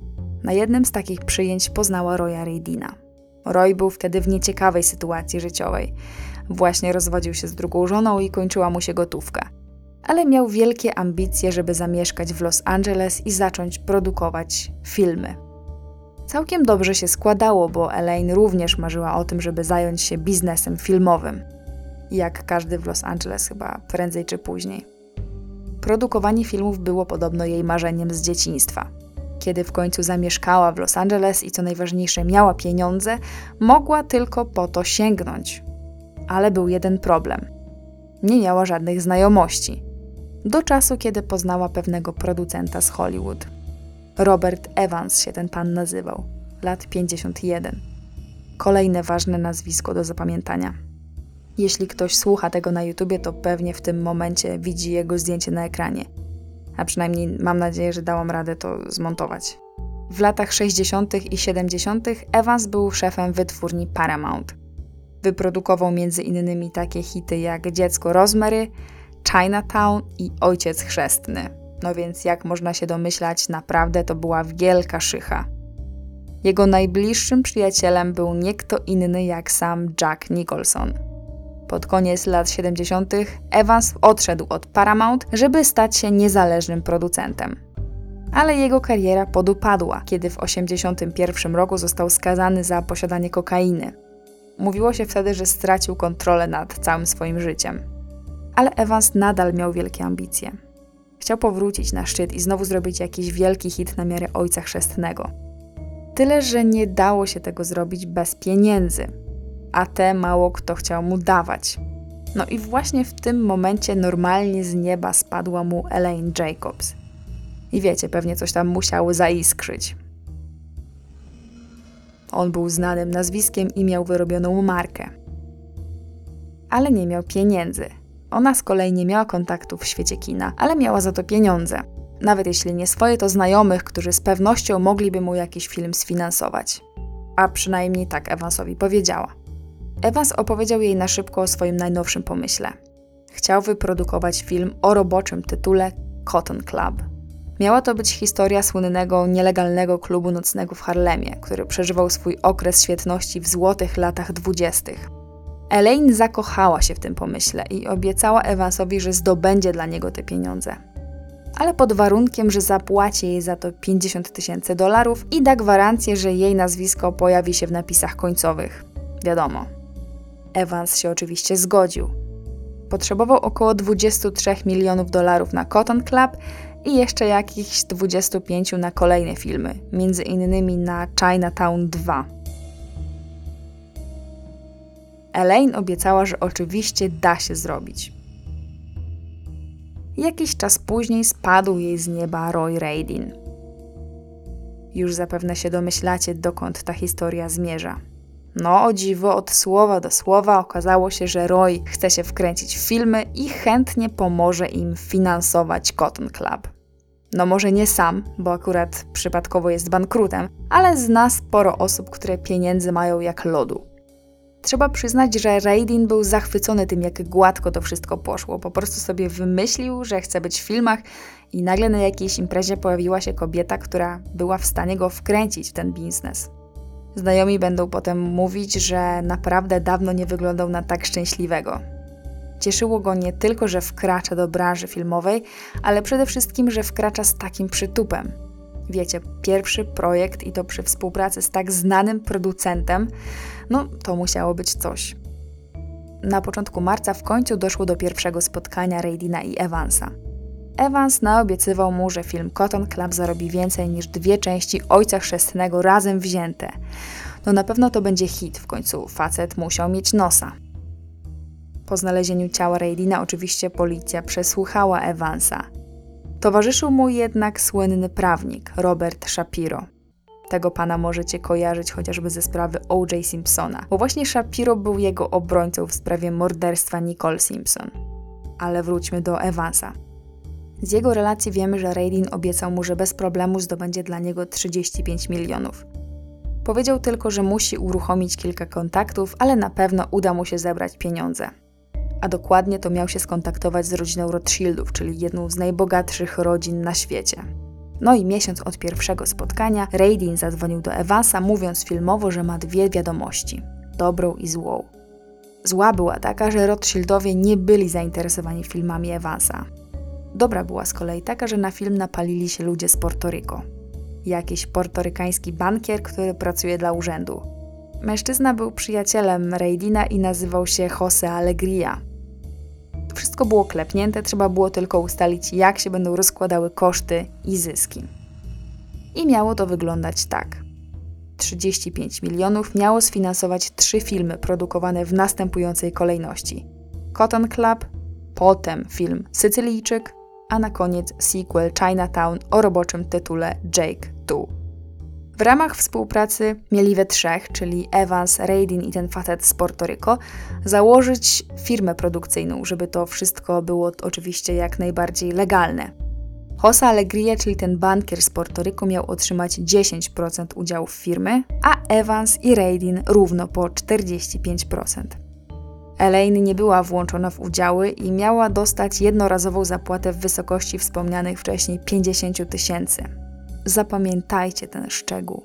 Na jednym z takich przyjęć poznała Roya Radina. Roy był wtedy w nieciekawej sytuacji życiowej. Właśnie rozwodził się z drugą żoną i kończyła mu się gotówka. Ale miał wielkie ambicje, żeby zamieszkać w Los Angeles i zacząć produkować filmy. Całkiem dobrze się składało, bo Elaine również marzyła o tym, żeby zająć się biznesem filmowym. Jak każdy w Los Angeles chyba prędzej czy później. Produkowanie filmów było podobno jej marzeniem z dzieciństwa. Kiedy w końcu zamieszkała w Los Angeles i co najważniejsze miała pieniądze, mogła tylko po to sięgnąć. Ale był jeden problem. Nie miała żadnych znajomości. Do czasu, kiedy poznała pewnego producenta z Hollywood. Robert Evans się ten pan nazywał. Lat pięćdziesiąt jeden. Kolejne ważne nazwisko do zapamiętania. Jeśli ktoś słucha tego na YouTubie, to pewnie w tym momencie widzi jego zdjęcie na ekranie. A przynajmniej mam nadzieję, że dałam radę to zmontować. W latach sześćdziesiątych i siedemdziesiątych Evans był szefem wytwórni Paramount. Wyprodukował między innymi takie hity jak Dziecko Rosemary, Chinatown i Ojciec Chrzestny. No więc jak można się domyślać, naprawdę to była wielka szycha. Jego najbliższym przyjacielem był nie kto inny jak sam Jack Nicholson. Pod koniec lat siedemdziesiątych Evans odszedł od Paramount, żeby stać się niezależnym producentem. Ale jego kariera podupadła, kiedy w osiemdziesiątym pierwszym roku został skazany za posiadanie kokainy. Mówiło się wtedy, że stracił kontrolę nad całym swoim życiem. Ale Evans nadal miał wielkie ambicje. Chciał powrócić na szczyt i znowu zrobić jakiś wielki hit na miarę Ojca Chrzestnego. Tyle, że nie dało się tego zrobić bez pieniędzy, a te mało kto chciał mu dawać. No i właśnie w tym momencie normalnie z nieba spadła mu Elaine Jacobs. I wiecie, pewnie coś tam musiało zaiskrzyć. On był znanym nazwiskiem i miał wyrobioną markę. Ale nie miał pieniędzy. Ona z kolei nie miała kontaktów w świecie kina, ale miała za to pieniądze. Nawet jeśli nie swoje, to znajomych, którzy z pewnością mogliby mu jakiś film sfinansować. A przynajmniej tak Evansowi powiedziała. Evans opowiedział jej na szybko o swoim najnowszym pomyśle. Chciał wyprodukować film o roboczym tytule Cotton Club. Miała to być historia słynnego, nielegalnego klubu nocnego w Harlemie, który przeżywał swój okres świetności w złotych latach dwudziestych. Elaine zakochała się w tym pomyśle i obiecała Evansowi, że zdobędzie dla niego te pieniądze. Ale pod warunkiem, że zapłaci jej za to pięćdziesiąt tysięcy dolarów i da gwarancję, że jej nazwisko pojawi się w napisach końcowych. Wiadomo. Evans się oczywiście zgodził. Potrzebował około dwadzieścia trzy milionów dolarów na Cotton Club i jeszcze jakichś dwudziestu pięciu na kolejne filmy, między innymi na Chinatown dwa. Elaine obiecała, że oczywiście da się zrobić. Jakiś czas później spadł jej z nieba Roy Radin. Już zapewne się domyślacie, dokąd ta historia zmierza. No, o dziwo, od słowa do słowa okazało się, że Roy chce się wkręcić w filmy i chętnie pomoże im finansować Cotton Club. No może nie sam, bo akurat przypadkowo jest bankrutem, ale zna sporo osób, które pieniędzy mają jak lodu. Trzeba przyznać, że Radin był zachwycony tym, jak gładko to wszystko poszło. Po prostu sobie wymyślił, że chce być w filmach i nagle na jakiejś imprezie pojawiła się kobieta, która była w stanie go wkręcić w ten biznes. Znajomi będą potem mówić, że naprawdę dawno nie wyglądał na tak szczęśliwego. Cieszyło go nie tylko, że wkracza do branży filmowej, ale przede wszystkim, że wkracza z takim przytupem. Wiecie, pierwszy projekt i to przy współpracy z tak znanym producentem, no to musiało być coś. Na początku marca w końcu doszło do pierwszego spotkania Radina i Evansa. Evans naobiecywał mu, że film Cotton Club zarobi więcej niż dwie części Ojca Chrzestnego razem wzięte. No na pewno to będzie hit, w końcu facet musiał mieć nosa. Po znalezieniu ciała Radina oczywiście policja przesłuchała Evansa. Towarzyszył mu jednak słynny prawnik Robert Shapiro. Tego pana możecie kojarzyć chociażby ze sprawy O J Simpsona, bo właśnie Shapiro był jego obrońcą w sprawie morderstwa Nicole Simpson. Ale wróćmy do Evansa. Z jego relacji wiemy, że Radin obiecał mu, że bez problemu zdobędzie dla niego trzydzieści pięć milionów. Powiedział tylko, że musi uruchomić kilka kontaktów, ale na pewno uda mu się zebrać pieniądze. A dokładnie to miał się skontaktować z rodziną Rothschildów, czyli jedną z najbogatszych rodzin na świecie. No i miesiąc od pierwszego spotkania Radin zadzwonił do Evansa, mówiąc filmowo, że ma dwie wiadomości – dobrą i złą. Zła była taka, że Rothschildowie nie byli zainteresowani filmami Evansa. Dobra była z kolei taka, że na film napalili się ludzie z Porto-Rico. Jakiś portorykański bankier, który pracuje dla urzędu. Mężczyzna był przyjacielem Radina i nazywał się Jose Alegria. Wszystko było klepnięte, trzeba było tylko ustalić, jak się będą rozkładały koszty i zyski. I miało to wyglądać tak. trzydzieści pięć milionów miało sfinansować trzy filmy produkowane w następującej kolejności. Cotton Club, potem film Sycylijczyk, a na koniec sequel Chinatown o roboczym tytule Jake dwa. W ramach współpracy mieli we trzech, czyli Evans, Radin i ten facet z Porto-Rico, założyć firmę produkcyjną, żeby to wszystko było oczywiście jak najbardziej legalne. Jose Alegria, czyli ten bankier z Porto-Rico, miał otrzymać dziesięć procent udziałów firmy, a Evans i Radin równo po czterdzieści pięć procent. Elaine nie była włączona w udziały i miała dostać jednorazową zapłatę w wysokości wspomnianych wcześniej pięćdziesiąt tysięcy. Zapamiętajcie ten szczegół.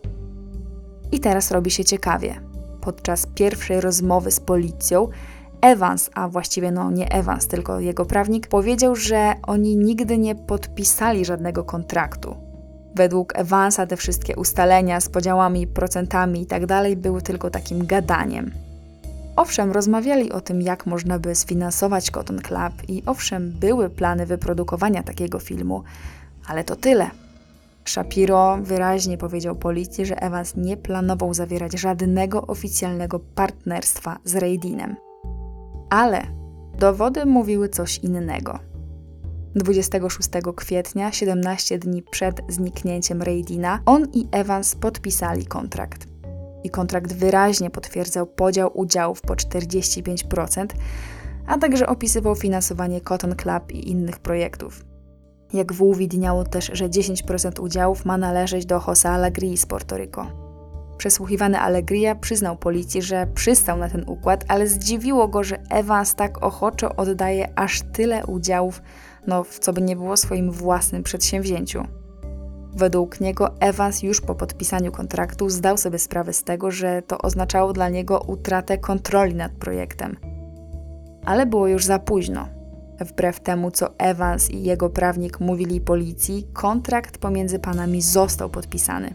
I teraz robi się ciekawie. Podczas pierwszej rozmowy z policją Evans, a właściwie no nie Evans, tylko jego prawnik, powiedział, że oni nigdy nie podpisali żadnego kontraktu. Według Evansa te wszystkie ustalenia z podziałami, procentami i tak dalej były tylko takim gadaniem. Owszem, rozmawiali o tym, jak można by sfinansować Cotton Club i owszem, były plany wyprodukowania takiego filmu, ale to tyle. Shapiro wyraźnie powiedział policji, że Evans nie planował zawierać żadnego oficjalnego partnerstwa z Radinem. Ale dowody mówiły coś innego. dwudziestego szóstego kwietnia, siedemnaście dni przed zniknięciem Radina, on i Evans podpisali kontrakt. I kontrakt wyraźnie potwierdzał podział udziałów po czterdzieści pięć procent, a także opisywał finansowanie Cotton Club i innych projektów. Jak wół widniało też, że dziesięć procent udziałów ma należeć do Jose Alegrii z Porto-Rico. Przesłuchiwany Alegria przyznał policji, że przystał na ten układ, ale zdziwiło go, że Evans tak ochoczo oddaje aż tyle udziałów, no w co by nie było swoim własnym przedsięwzięciu. Według niego Evans już po podpisaniu kontraktu zdał sobie sprawę z tego, że to oznaczało dla niego utratę kontroli nad projektem. Ale było już za późno. Wbrew temu, co Evans i jego prawnik mówili policji, kontrakt pomiędzy panami został podpisany.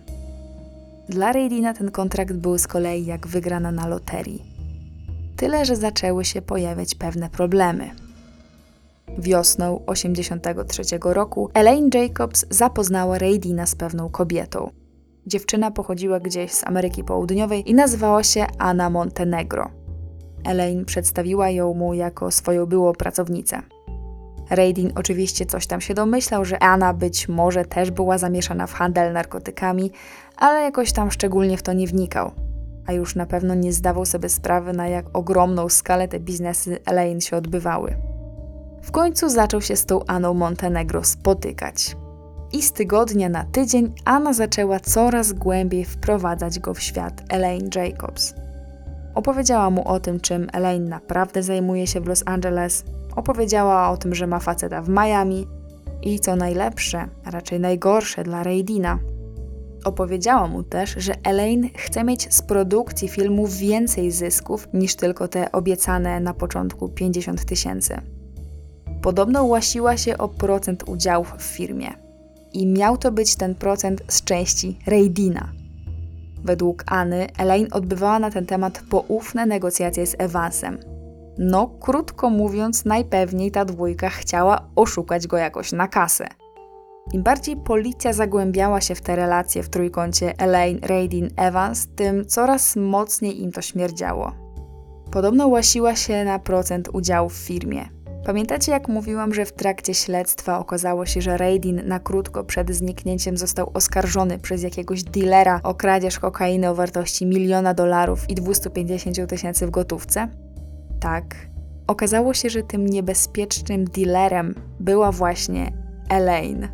Dla Radina ten kontrakt był z kolei jak wygrana na loterii. Tyle, że zaczęły się pojawiać pewne problemy. Wiosną osiemdziesiątego trzeciego roku Elaine Jacobs zapoznała Ray Deana z pewną kobietą. Dziewczyna pochodziła gdzieś z Ameryki Południowej i nazywała się Anna Montenegro. Elaine przedstawiła ją mu jako swoją byłą pracownicę. Ray Dean oczywiście coś tam się domyślał, że Anna być może też była zamieszana w handel narkotykami, ale jakoś tam szczególnie w to nie wnikał. A już na pewno nie zdawał sobie sprawy, na jak ogromną skalę te biznesy Elaine się odbywały. W końcu zaczął się z tą Anną Montenegro spotykać. I z tygodnia na tydzień Anna zaczęła coraz głębiej wprowadzać go w świat Elaine Jacobs. Opowiedziała mu o tym, czym Elaine naprawdę zajmuje się w Los Angeles, opowiedziała o tym, że ma faceta w Miami i co najlepsze, a raczej najgorsze dla Ray Deana. Opowiedziała mu też, że Elaine chce mieć z produkcji filmu więcej zysków niż tylko te obiecane na początku pięćdziesiąt tysięcy. Podobno łasiła się o procent udziałów w firmie. I miał to być ten procent z części Ray Deana. Według Anny, Elaine odbywała na ten temat poufne negocjacje z Evansem. No, krótko mówiąc, najpewniej ta dwójka chciała oszukać go jakoś na kasę. Im bardziej policja zagłębiała się w te relacje w trójkącie Elaine, Ray Dean, Evans, tym coraz mocniej im to śmierdziało. Podobno łasiła się na procent udziału w firmie. Pamiętacie, jak mówiłam, że w trakcie śledztwa okazało się, że Ray Dean na krótko przed zniknięciem został oskarżony przez jakiegoś dealera o kradzież kokainy o wartości miliona dolarów i dwieście pięćdziesiąt tysięcy w gotówce? Tak. Okazało się, że tym niebezpiecznym dealerem była właśnie Elaine.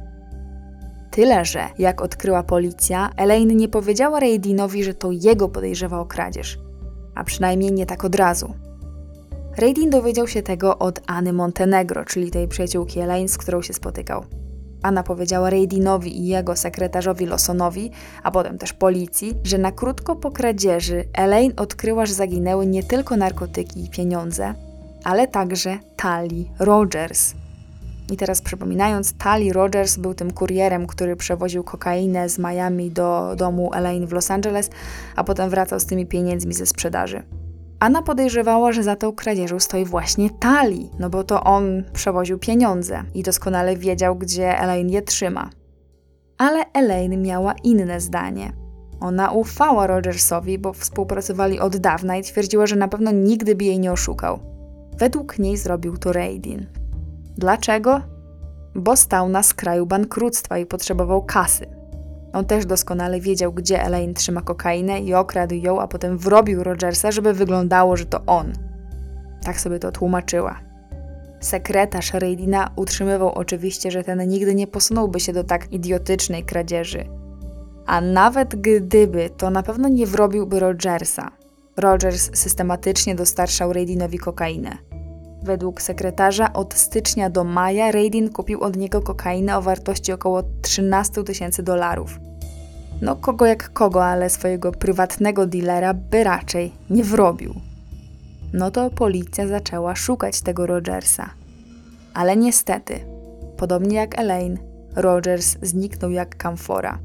Tyle, że, jak odkryła policja, Elaine nie powiedziała Ray Deanowi, że to jego podejrzewa o kradzież. A przynajmniej nie tak od razu. Ray Dean dowiedział się tego od Anny Montenegro, czyli tej przyjaciółki Elaine, z którą się spotykał. Anna powiedziała Ray Deanowi i jego sekretarzowi Lawsonowi, a potem też policji, że na krótko po kradzieży Elaine odkryła, że zaginęły nie tylko narkotyki i pieniądze, ale także Tali Rogers. I teraz przypominając, Tali Rogers był tym kurierem, który przewoził kokainę z Miami do domu Elaine w Los Angeles, a potem wracał z tymi pieniędzmi ze sprzedaży. Anna podejrzewała, że za tą kradzieżą stoi właśnie Tali, no bo to on przewoził pieniądze i doskonale wiedział, gdzie Elaine je trzyma. Ale Elaine miała inne zdanie. Ona ufała Rogersowi, bo współpracowali od dawna i twierdziła, że na pewno nigdy by jej nie oszukał. Według niej zrobił to Ray Dean. Dlaczego? Bo stał na skraju bankructwa i potrzebował kasy. On też doskonale wiedział, gdzie Elaine trzyma kokainę i okradł ją, a potem wrobił Rogersa, żeby wyglądało, że to on. Tak sobie to tłumaczyła. Sekretarz Ray Deana utrzymywał oczywiście, że ten nigdy nie posunąłby się do tak idiotycznej kradzieży. A nawet gdyby, to na pewno nie wrobiłby Rogersa. Rogers systematycznie dostarczał Ray Deanowi kokainę. Według sekretarza od stycznia do maja Ray Dean kupił od niego kokainę o wartości około trzynaście tysięcy dolarów. No kogo jak kogo, ale swojego prywatnego dealera by raczej nie wrobił. No to policja zaczęła szukać tego Rogersa. Ale niestety, podobnie jak Elaine, Rogers zniknął jak kamfora.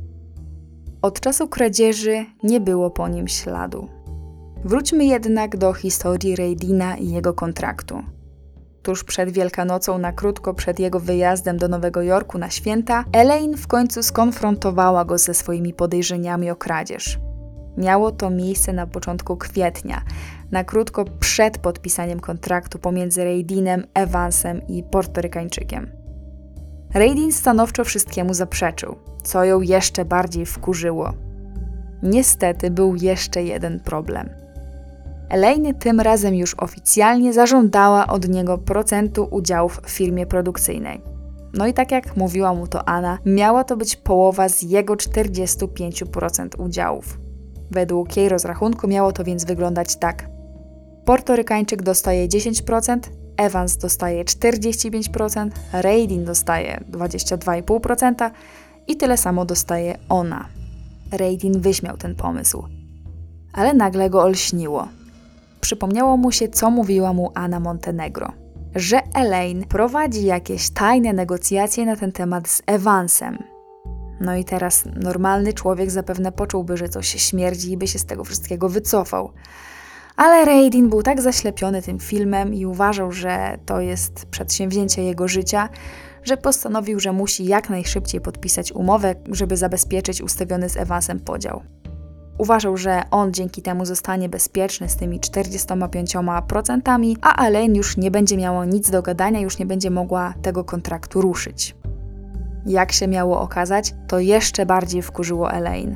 Od czasu kradzieży nie było po nim śladu. Wróćmy jednak do historii Ray Deana i jego kontraktu. Tuż przed Wielkanocą, na krótko przed jego wyjazdem do Nowego Jorku na święta, Elaine w końcu skonfrontowała go ze swoimi podejrzeniami o kradzież. Miało to miejsce na początku kwietnia, na krótko przed podpisaniem kontraktu pomiędzy Ray Deanem, Evansem i Portorykańczykiem. Ray Dean stanowczo wszystkiemu zaprzeczył, co ją jeszcze bardziej wkurzyło. Niestety był jeszcze jeden problem. Elaine tym razem już oficjalnie zażądała od niego procentu udziałów w firmie produkcyjnej. No i tak jak mówiła mu to Anna, miała to być połowa z jego czterdzieści pięć procent udziałów. Według jej rozrachunku miało to więc wyglądać tak. Portorykańczyk dostaje dziesięć procent, Evans dostaje czterdzieści pięć procent, Ray Dean dostaje dwadzieścia dwa i pół procent i tyle samo dostaje ona. Ray Dean wyśmiał ten pomysł. Ale nagle go olśniło. Przypomniało mu się, co mówiła mu Anna Montenegro. Że Elaine prowadzi jakieś tajne negocjacje na ten temat z Evansem. No i teraz normalny człowiek zapewne poczułby, że coś śmierdzi i by się z tego wszystkiego wycofał. Ale Radin był tak zaślepiony tym filmem i uważał, że to jest przedsięwzięcie jego życia, że postanowił, że musi jak najszybciej podpisać umowę, żeby zabezpieczyć ustawiony z Evansem podział. Uważał, że on dzięki temu zostanie bezpieczny z tymi czterdziestoma pięcioma procentami, a Elaine już nie będzie miała nic do gadania, już nie będzie mogła tego kontraktu ruszyć. Jak się miało okazać, to jeszcze bardziej wkurzyło Elaine.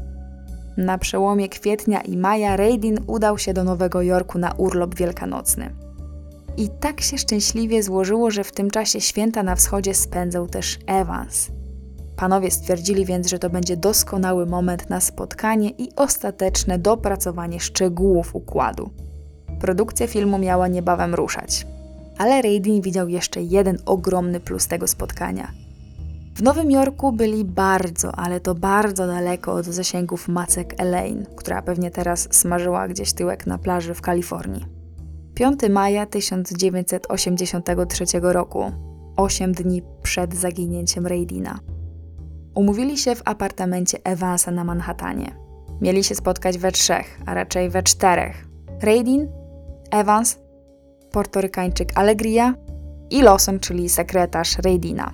Na przełomie kwietnia i maja Radin udał się do Nowego Jorku na urlop wielkanocny. I tak się szczęśliwie złożyło, że w tym czasie święta na wschodzie spędzał też Evans. Panowie stwierdzili więc, że to będzie doskonały moment na spotkanie i ostateczne dopracowanie szczegółów układu. Produkcja filmu miała niebawem ruszać. Ale Radin widział jeszcze jeden ogromny plus tego spotkania. W Nowym Jorku byli bardzo, ale to bardzo daleko od zasięgów macek Elaine, która pewnie teraz smażyła gdzieś tyłek na plaży w Kalifornii. piątego maja tysiąc dziewięćset osiemdziesiątego trzeciego roku, osiem dni przed zaginięciem Radina. Umówili się w apartamencie Evansa na Manhattanie. Mieli się spotkać we trzech, a raczej we czterech. Radin, Evans, Portorykańczyk Alegria i Lawson, czyli sekretarz Radina.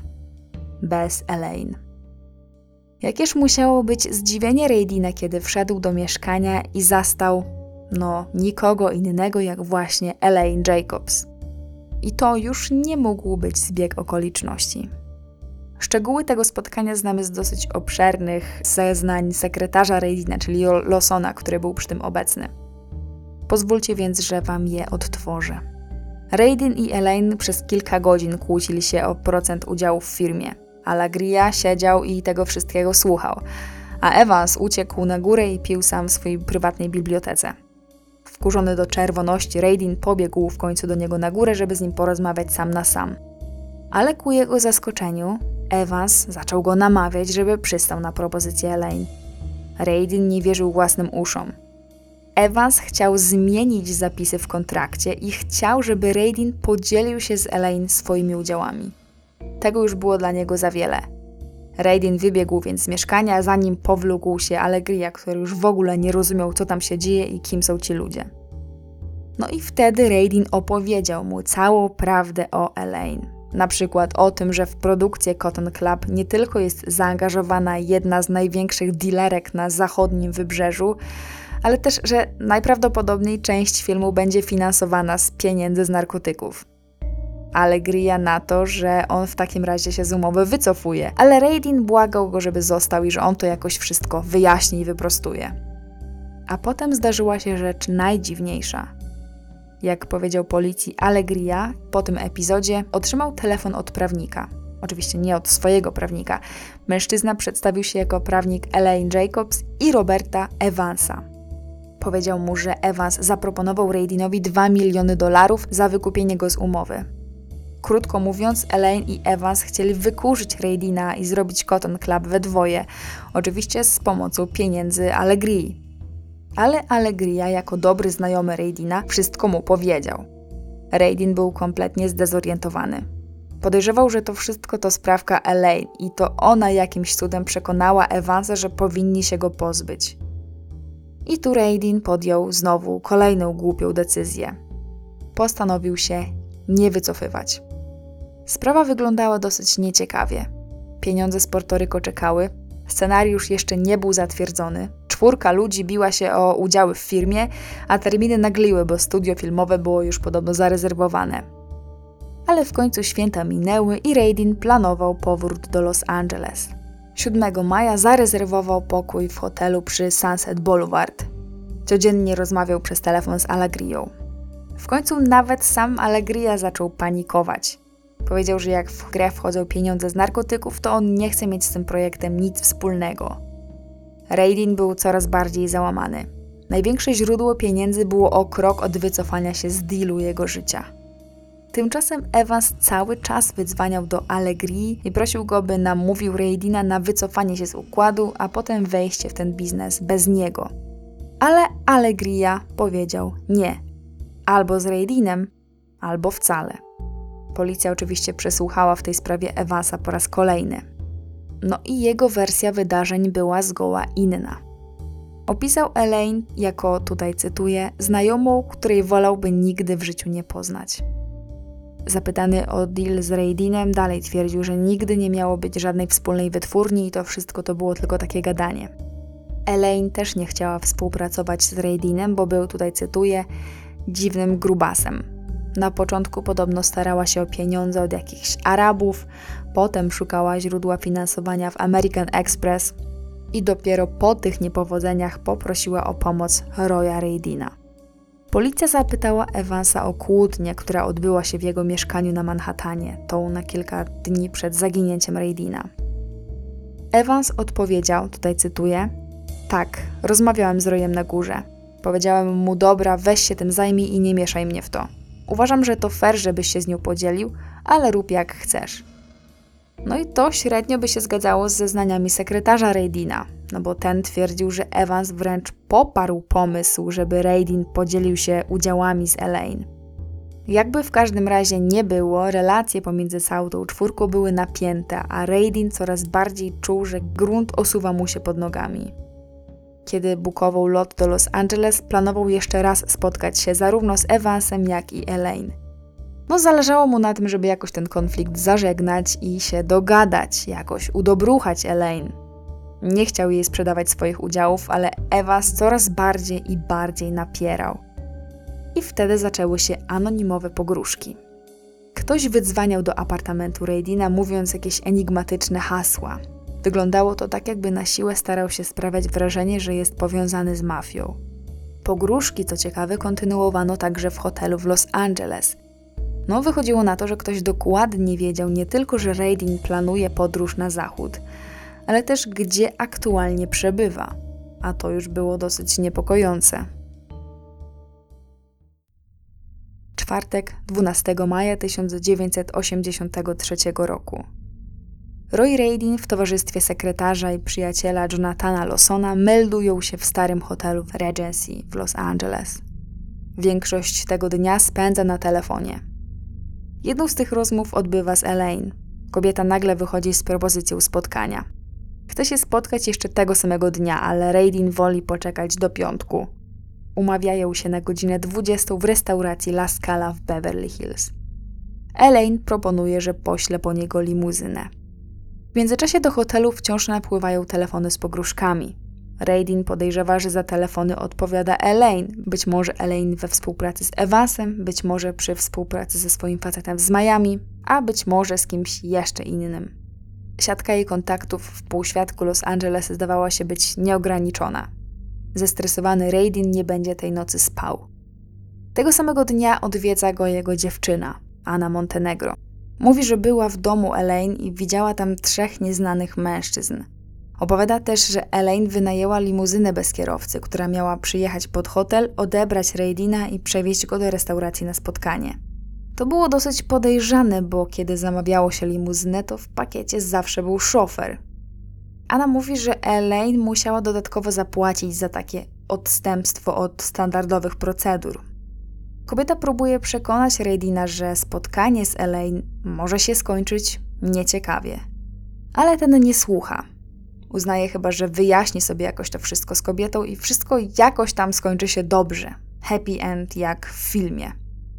Bez Elaine. Jakież musiało być zdziwienie Radina, kiedy wszedł do mieszkania i zastał, no, nikogo innego jak właśnie Elaine Jacobs. I to już nie mógł być zbieg okoliczności. Szczegóły tego spotkania znamy z dosyć obszernych zeznań sekretarza Radina, czyli Lawsona, który był przy tym obecny. Pozwólcie więc, że wam je odtworzę. Radin i Elaine przez kilka godzin kłócili się o procent udziału w firmie. Alegria siedział i tego wszystkiego słuchał, a Evans uciekł na górę i pił sam w swojej prywatnej bibliotece. Wkurzony do czerwoności, Radin pobiegł w końcu do niego na górę, żeby z nim porozmawiać sam na sam. Ale ku jego zaskoczeniu Evans zaczął go namawiać, żeby przystał na propozycję Elaine. Radin nie wierzył własnym uszom. Evans chciał zmienić zapisy w kontrakcie i chciał, żeby Radin podzielił się z Elaine swoimi udziałami. Tego już było dla niego za wiele. Radin wybiegł więc z mieszkania, za nim powlókł się Alegria, który już w ogóle nie rozumiał, co tam się dzieje i kim są ci ludzie. No i wtedy Radin opowiedział mu całą prawdę o Elaine. Na przykład o tym, że w produkcję Cotton Club nie tylko jest zaangażowana jedna z największych dealerek na zachodnim wybrzeżu, ale też, że najprawdopodobniej część filmu będzie finansowana z pieniędzy z narkotyków. Alegria na to, że on w takim razie się z umowy wycofuje, ale Radin błagał go, żeby został i że on to jakoś wszystko wyjaśni i wyprostuje. A potem zdarzyła się rzecz najdziwniejsza. Jak powiedział policji Alegria, po tym epizodzie otrzymał telefon od prawnika. Oczywiście nie od swojego prawnika. Mężczyzna przedstawił się jako prawnik Elaine Jacobs i Roberta Evansa. Powiedział mu, że Evans zaproponował Radinowi dwa miliony dolarów za wykupienie go z umowy. Krótko mówiąc, Elaine i Evans chcieli wykurzyć Radina i zrobić Cotton Club we dwoje, oczywiście z pomocą pieniędzy Alegrii. Ale Alegria, jako dobry znajomy Radina, wszystko mu powiedział. Radin był kompletnie zdezorientowany. Podejrzewał, że to wszystko to sprawka Elaine i to ona jakimś cudem przekonała Evansa, że powinni się go pozbyć. I tu Radin podjął znowu kolejną głupią decyzję. Postanowił się nie wycofywać. Sprawa wyglądała dosyć nieciekawie. Pieniądze z Portoryko czekały, scenariusz jeszcze nie był zatwierdzony, czwórka ludzi biła się o udziały w firmie, a terminy nagliły, bo studio filmowe było już podobno zarezerwowane. Ale w końcu święta minęły i Radin planował powrót do Los Angeles. siódmego maja zarezerwował pokój w hotelu przy Sunset Boulevard. Codziennie rozmawiał przez telefon z Alegrią. W końcu nawet sam Alegria zaczął panikować. Powiedział, że jak w grę wchodzą pieniądze z narkotyków, to on nie chce mieć z tym projektem nic wspólnego. Radin był coraz bardziej załamany. Największe źródło pieniędzy było o krok od wycofania się z dealu jego życia. Tymczasem Evans cały czas wydzwaniał do Alegrii i prosił go, by namówił Radina na wycofanie się z układu, a potem wejście w ten biznes bez niego. Ale Alegria powiedział nie. Albo z Radinem, albo wcale. Policja oczywiście przesłuchała w tej sprawie Evansa po raz kolejny. No i jego wersja wydarzeń była zgoła inna. Opisał Elaine jako, tutaj cytuję, znajomą, której wolałby nigdy w życiu nie poznać. Zapytany o deal z Ray Deanem, dalej twierdził, że nigdy nie miało być żadnej wspólnej wytwórni i to wszystko to było tylko takie gadanie. Elaine też nie chciała współpracować z Ray Deanem, bo był, tutaj cytuję, dziwnym grubasem. Na początku podobno starała się o pieniądze od jakichś Arabów, potem szukała źródła finansowania w American Express i dopiero po tych niepowodzeniach poprosiła o pomoc Roya Ray Deana. Policja zapytała Evansa o kłótnię, która odbyła się w jego mieszkaniu na Manhattanie, tą na kilka dni przed zaginięciem Ray Deana. Evans odpowiedział, tutaj cytuję, tak, rozmawiałem z Royem na górze. Powiedziałem mu, dobra, weź się tym zajmij i nie mieszaj mnie w to. Uważam, że to fair, żebyś się z nią podzielił, ale rób jak chcesz. No i to średnio by się zgadzało z zeznaniami sekretarza Ray Deana, no bo ten twierdził, że Evans wręcz poparł pomysł, żeby Ray Dean podzielił się udziałami z Elaine. Jakby w każdym razie nie było, relacje pomiędzy całą tą czwórką były napięte, a Ray Dean coraz bardziej czuł, że grunt osuwa mu się pod nogami. Kiedy bukował lot do Los Angeles, planował jeszcze raz spotkać się zarówno z Evansem, jak i Elaine. No zależało mu na tym, żeby jakoś ten konflikt zażegnać i się dogadać, jakoś udobruchać Elaine. Nie chciał jej sprzedawać swoich udziałów, ale Evans coraz bardziej i bardziej napierał. I wtedy zaczęły się anonimowe pogróżki. Ktoś wydzwaniał do apartamentu Ray Deana, mówiąc jakieś enigmatyczne hasła. Wyglądało to tak, jakby na siłę starał się sprawiać wrażenie, że jest powiązany z mafią. Pogróżki, co ciekawe, kontynuowano także w hotelu w Los Angeles. No, wychodziło na to, że ktoś dokładnie wiedział nie tylko, że Ray Dean planuje podróż na zachód, ale też gdzie aktualnie przebywa. A to już było dosyć niepokojące. Czwartek, dwunastego maja tysiąc dziewięćset osiemdziesiątego trzeciego roku. Roy Ray Dean w towarzystwie sekretarza i przyjaciela Jonathana Lawsona meldują się w starym hotelu w Regency w Los Angeles. Większość tego dnia spędza na telefonie. Jedną z tych rozmów odbywa z Elaine. Kobieta nagle wychodzi z propozycją spotkania. Chce się spotkać jeszcze tego samego dnia, ale Ray Dean woli poczekać do piątku. Umawiają się na godzinę dwudziestą w restauracji La Scala w Beverly Hills. Elaine proponuje, że pośle po niego limuzynę. W międzyczasie do hotelu wciąż napływają telefony z pogróżkami. Ray Dean podejrzewa, że za telefony odpowiada Elaine. Być może Elaine we współpracy z Evansem, być może przy współpracy ze swoim facetem z Miami, a być może z kimś jeszcze innym. Siatka jej kontaktów w półświadku Los Angeles zdawała się być nieograniczona. Zestresowany Ray Dean nie będzie tej nocy spał. Tego samego dnia odwiedza go jego dziewczyna, Anna Montenegro. Mówi, że była w domu Elaine i widziała tam trzech nieznanych mężczyzn. Opowiada też, że Elaine wynajęła limuzynę bez kierowcy, która miała przyjechać pod hotel, odebrać Ray Deana i przewieźć go do restauracji na spotkanie. To było dosyć podejrzane, bo kiedy zamawiało się limuzynę, to w pakiecie zawsze był szofer. Anna mówi, że Elaine musiała dodatkowo zapłacić za takie odstępstwo od standardowych procedur. Kobieta próbuje przekonać Ray Deana, że spotkanie z Elaine może się skończyć nieciekawie. Ale ten nie słucha. Uznaje chyba, że wyjaśni sobie jakoś to wszystko z kobietą i wszystko jakoś tam skończy się dobrze. Happy end jak w filmie.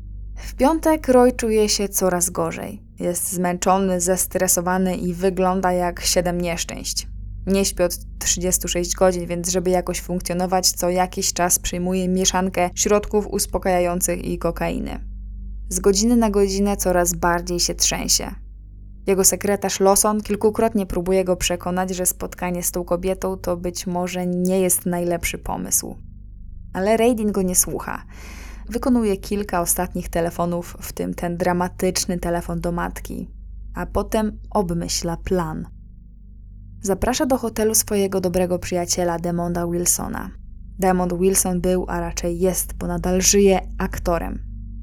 W piątek Roy czuje się coraz gorzej. Jest zmęczony, zestresowany i wygląda jak siedem nieszczęść. Nie śpi od trzydziestu sześciu godzin, więc żeby jakoś funkcjonować, co jakiś czas przyjmuje mieszankę środków uspokajających i kokainy. Z godziny na godzinę coraz bardziej się trzęsie. Jego sekretarz Lawson kilkukrotnie próbuje go przekonać, że spotkanie z tą kobietą to być może nie jest najlepszy pomysł. Ale Ray Dean go nie słucha. Wykonuje kilka ostatnich telefonów, w tym ten dramatyczny telefon do matki, a potem obmyśla plan. Zaprasza do hotelu swojego dobrego przyjaciela Demonda Wilsona. Demond Wilson był, a raczej jest, bo nadal żyje, aktorem.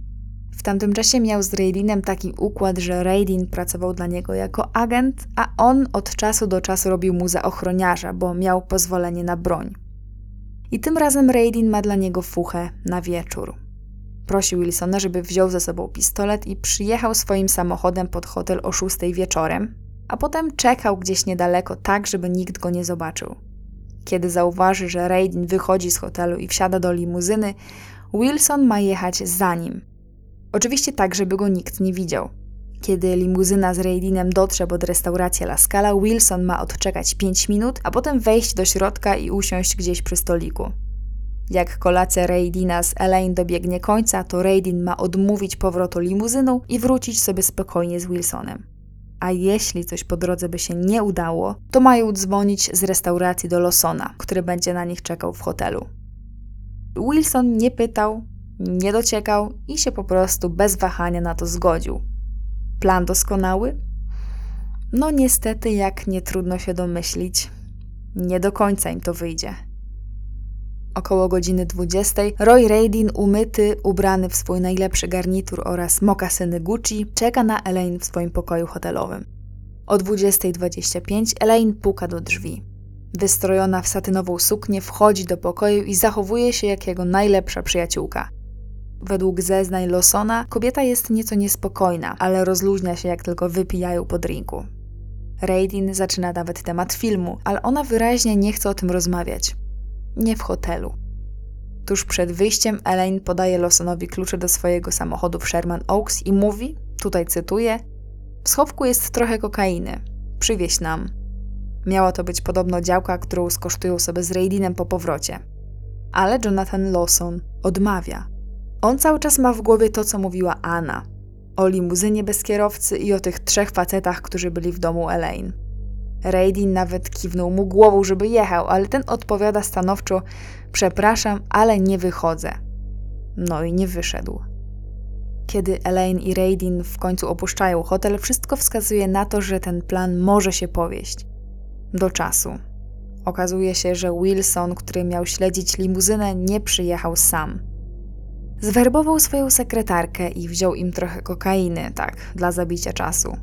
W tamtym czasie miał z Ray Deanem taki układ, że Ray Dean pracował dla niego jako agent, a on od czasu do czasu robił mu za ochroniarza, bo miał pozwolenie na broń. I tym razem Ray Dean ma dla niego fuchę na wieczór. Prosi Wilsona, żeby wziął ze sobą pistolet i przyjechał swoim samochodem pod hotel o szóstej wieczorem, a potem czekał gdzieś niedaleko tak, żeby nikt go nie zobaczył. Kiedy zauważy, że Raydin wychodzi z hotelu i wsiada do limuzyny, Wilson ma jechać za nim. Oczywiście tak, żeby go nikt nie widział. Kiedy limuzyna z Raydinem dotrze pod restaurację La Scala, Wilson ma odczekać pięć minut, a potem wejść do środka i usiąść gdzieś przy stoliku. Jak kolacja Raydina z Elaine dobiegnie końca, to Raydin ma odmówić powrotu limuzyną i wrócić sobie spokojnie z Wilsonem. A jeśli coś po drodze by się nie udało, to mają dzwonić z restauracji do Lawsona, który będzie na nich czekał w hotelu. Wilson nie pytał, nie dociekał i się po prostu bez wahania na to zgodził. Plan doskonały? No niestety, jak nie trudno się domyślić, nie do końca im to wyjdzie. Około godziny dwudziestej Roy Raydin, umyty, ubrany w swój najlepszy garnitur oraz mokasyny Gucci, czeka na Elaine w swoim pokoju hotelowym. O dwudziestej dwadzieścia pięć Elaine puka do drzwi. Wystrojona w satynową suknię wchodzi do pokoju i zachowuje się jak jego najlepsza przyjaciółka. Według zeznań Lawsona kobieta jest nieco niespokojna, ale rozluźnia się jak tylko wypijają po drinku. Raydin zaczyna nawet temat filmu, ale ona wyraźnie nie chce o tym rozmawiać. Nie w hotelu. Tuż przed wyjściem Elaine podaje Lawsonowi klucze do swojego samochodu w Sherman Oaks i mówi, tutaj cytuję: w schowku jest trochę kokainy. Przywieź nam. Miała to być podobno działka, którą skosztują sobie z Raydinem po powrocie. Ale Jonathan Lawson odmawia. On cały czas ma w głowie to, co mówiła Anna. O limuzynie bez kierowcy i o tych trzech facetach, którzy byli w domu Elaine. Raydin nawet kiwnął mu głową, żeby jechał, ale ten odpowiada stanowczo: przepraszam, ale nie wychodzę. No i nie wyszedł. Kiedy Elaine i Raydin w końcu opuszczają hotel, wszystko wskazuje na to, że ten plan może się powieść. Do czasu. Okazuje się, że Wilson, który miał śledzić limuzynę, nie przyjechał sam. Zwerbował swoją sekretarkę i wziął im trochę kokainy, tak, dla zabicia czasu.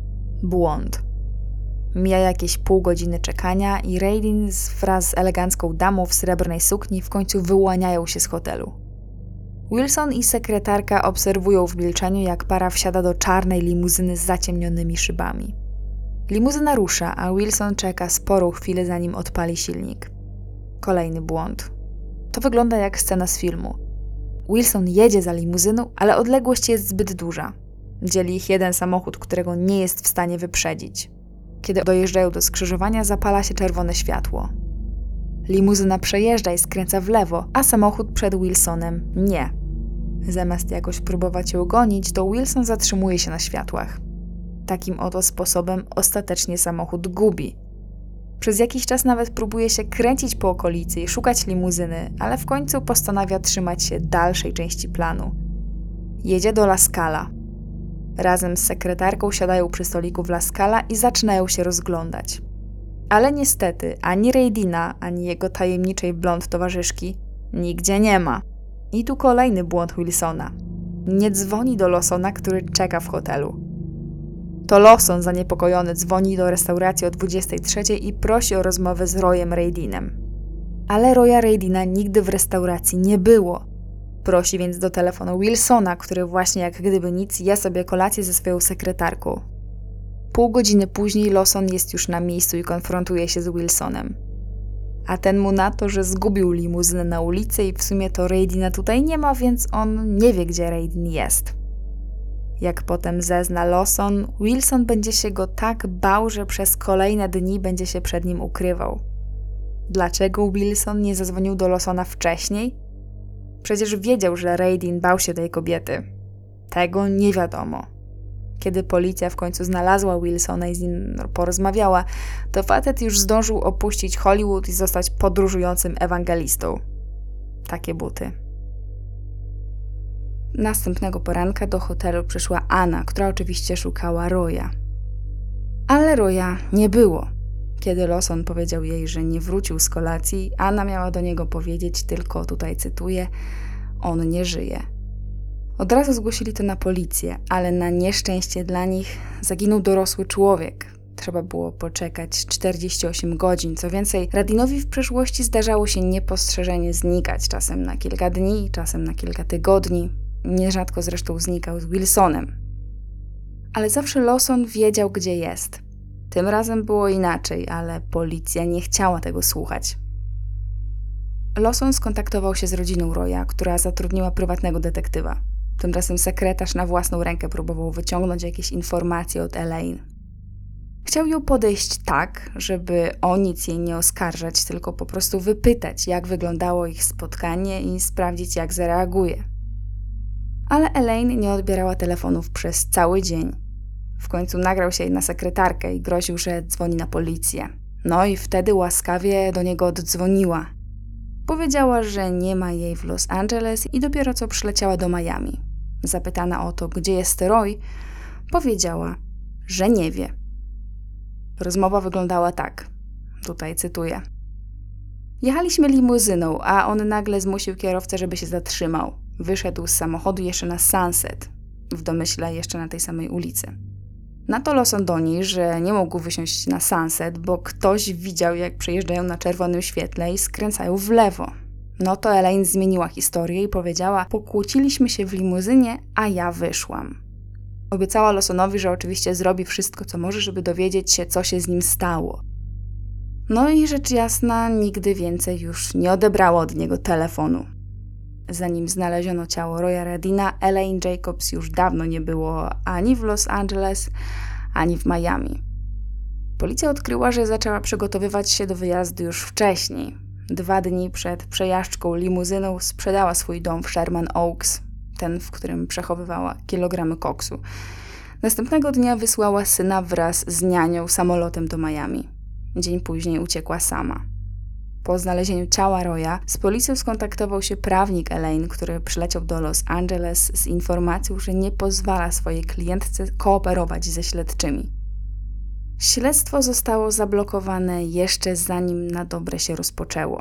Błąd. Mija jakieś pół godziny czekania i Raydin wraz z elegancką damą w srebrnej sukni w końcu wyłaniają się z hotelu. Wilson i sekretarka obserwują w milczeniu, jak para wsiada do czarnej limuzyny z zaciemnionymi szybami. Limuzyna rusza, a Wilson czeka sporą chwilę, zanim odpali silnik. Kolejny błąd. To wygląda jak scena z filmu. Wilson jedzie za limuzyną, ale odległość jest zbyt duża. Dzieli ich jeden samochód, którego nie jest w stanie wyprzedzić. Kiedy dojeżdżają do skrzyżowania, zapala się czerwone światło. Limuzyna przejeżdża i skręca w lewo, a samochód przed Wilsonem nie. Zamiast jakoś próbować ją gonić, to Wilson zatrzymuje się na światłach. Takim oto sposobem ostatecznie samochód gubi. Przez jakiś czas nawet próbuje się kręcić po okolicy i szukać limuzyny, ale w końcu postanawia trzymać się dalszej części planu. Jedzie do La Scala. Razem z sekretarką siadają przy stoliku w La Scala i zaczynają się rozglądać. Ale niestety ani Raydina, ani jego tajemniczej blond towarzyszki nigdzie nie ma. I tu kolejny błąd Wilsona. Nie dzwoni do Lawsona, który czeka w hotelu. To Lawson zaniepokojony dzwoni do restauracji o dwudziestej trzeciej i prosi o rozmowę z Royem Raydinem. Ale Roya Raydina nigdy w restauracji nie było. Prosi więc do telefonu Wilsona, który właśnie jak gdyby nic je sobie kolację ze swoją sekretarką. Pół godziny później Lawson jest już na miejscu i konfrontuje się z Wilsonem. A ten mu na to, że zgubił limuzynę na ulicy i w sumie to Raydina tutaj nie ma, więc on nie wie, gdzie Raydin jest. Jak potem zezna Lawson, Wilson będzie się go tak bał, że przez kolejne dni będzie się przed nim ukrywał. Dlaczego Wilson nie zadzwonił do Lawsona wcześniej? Przecież wiedział, że Raydin bał się tej kobiety. Tego nie wiadomo. Kiedy policja w końcu znalazła Wilsona i z nim porozmawiała, to facet już zdążył opuścić Hollywood i zostać podróżującym ewangelistą. Takie buty. Następnego poranka do hotelu przyszła Anna, która oczywiście szukała Roya. Ale Roya nie było. Kiedy Lawson powiedział jej, że nie wrócił z kolacji, Anna miała do niego powiedzieć tylko, tutaj cytuję, on nie żyje. Od razu zgłosili to na policję, ale na nieszczęście dla nich zaginął dorosły człowiek. Trzeba było poczekać czterdzieści osiem godzin. Co więcej, Raydinowi w przeszłości zdarzało się niepostrzeżenie znikać, czasem na kilka dni, czasem na kilka tygodni. Nierzadko zresztą znikał z Wilsonem. Ale zawsze Lawson wiedział, gdzie jest. Tym razem było inaczej, ale policja nie chciała tego słuchać. Lawson skontaktował się z rodziną Roya, która zatrudniła prywatnego detektywa. Tymczasem sekretarz na własną rękę próbował wyciągnąć jakieś informacje od Elaine. Chciał ją podejść tak, żeby o nic jej nie oskarżać, tylko po prostu wypytać, jak wyglądało ich spotkanie i sprawdzić, jak zareaguje. Ale Elaine nie odbierała telefonów przez cały dzień. W końcu nagrał się jej na sekretarkę i groził, że dzwoni na policję. No i wtedy łaskawie do niego oddzwoniła. Powiedziała, że nie ma jej w Los Angeles i dopiero co przyleciała do Miami. Zapytana o to, gdzie jest Roy, powiedziała, że nie wie. Rozmowa wyglądała tak. Tutaj cytuję. Jechaliśmy limuzyną, a on nagle zmusił kierowcę, żeby się zatrzymał. Wyszedł z samochodu jeszcze na Sunset. W domyśle jeszcze na tej samej ulicy. Na to Lawson do niej, że nie mógł wysiąść na Sunset, bo ktoś widział, jak przejeżdżają na czerwonym świetle i skręcają w lewo. No to Elaine zmieniła historię i powiedziała, pokłóciliśmy się w limuzynie, a ja wyszłam. Obiecała Lawsonowi, że oczywiście zrobi wszystko, co może, żeby dowiedzieć się, co się z nim stało. No i rzecz jasna, nigdy więcej już nie odebrała od niego telefonu. Zanim znaleziono ciało Roya Radina, Elaine Jacobs już dawno nie było ani w Los Angeles, ani w Miami. Policja odkryła, że zaczęła przygotowywać się do wyjazdu już wcześniej. Dwa dni przed przejażdżką limuzyną sprzedała swój dom w Sherman Oaks, ten, w którym przechowywała kilogramy koksu. Następnego dnia wysłała syna wraz z nianią samolotem do Miami. Dzień później uciekła sama. Po znalezieniu ciała Roya z policją skontaktował się prawnik Elaine, który przyleciał do Los Angeles z informacją, że nie pozwala swojej klientce kooperować ze śledczymi. Śledztwo zostało zablokowane jeszcze zanim na dobre się rozpoczęło.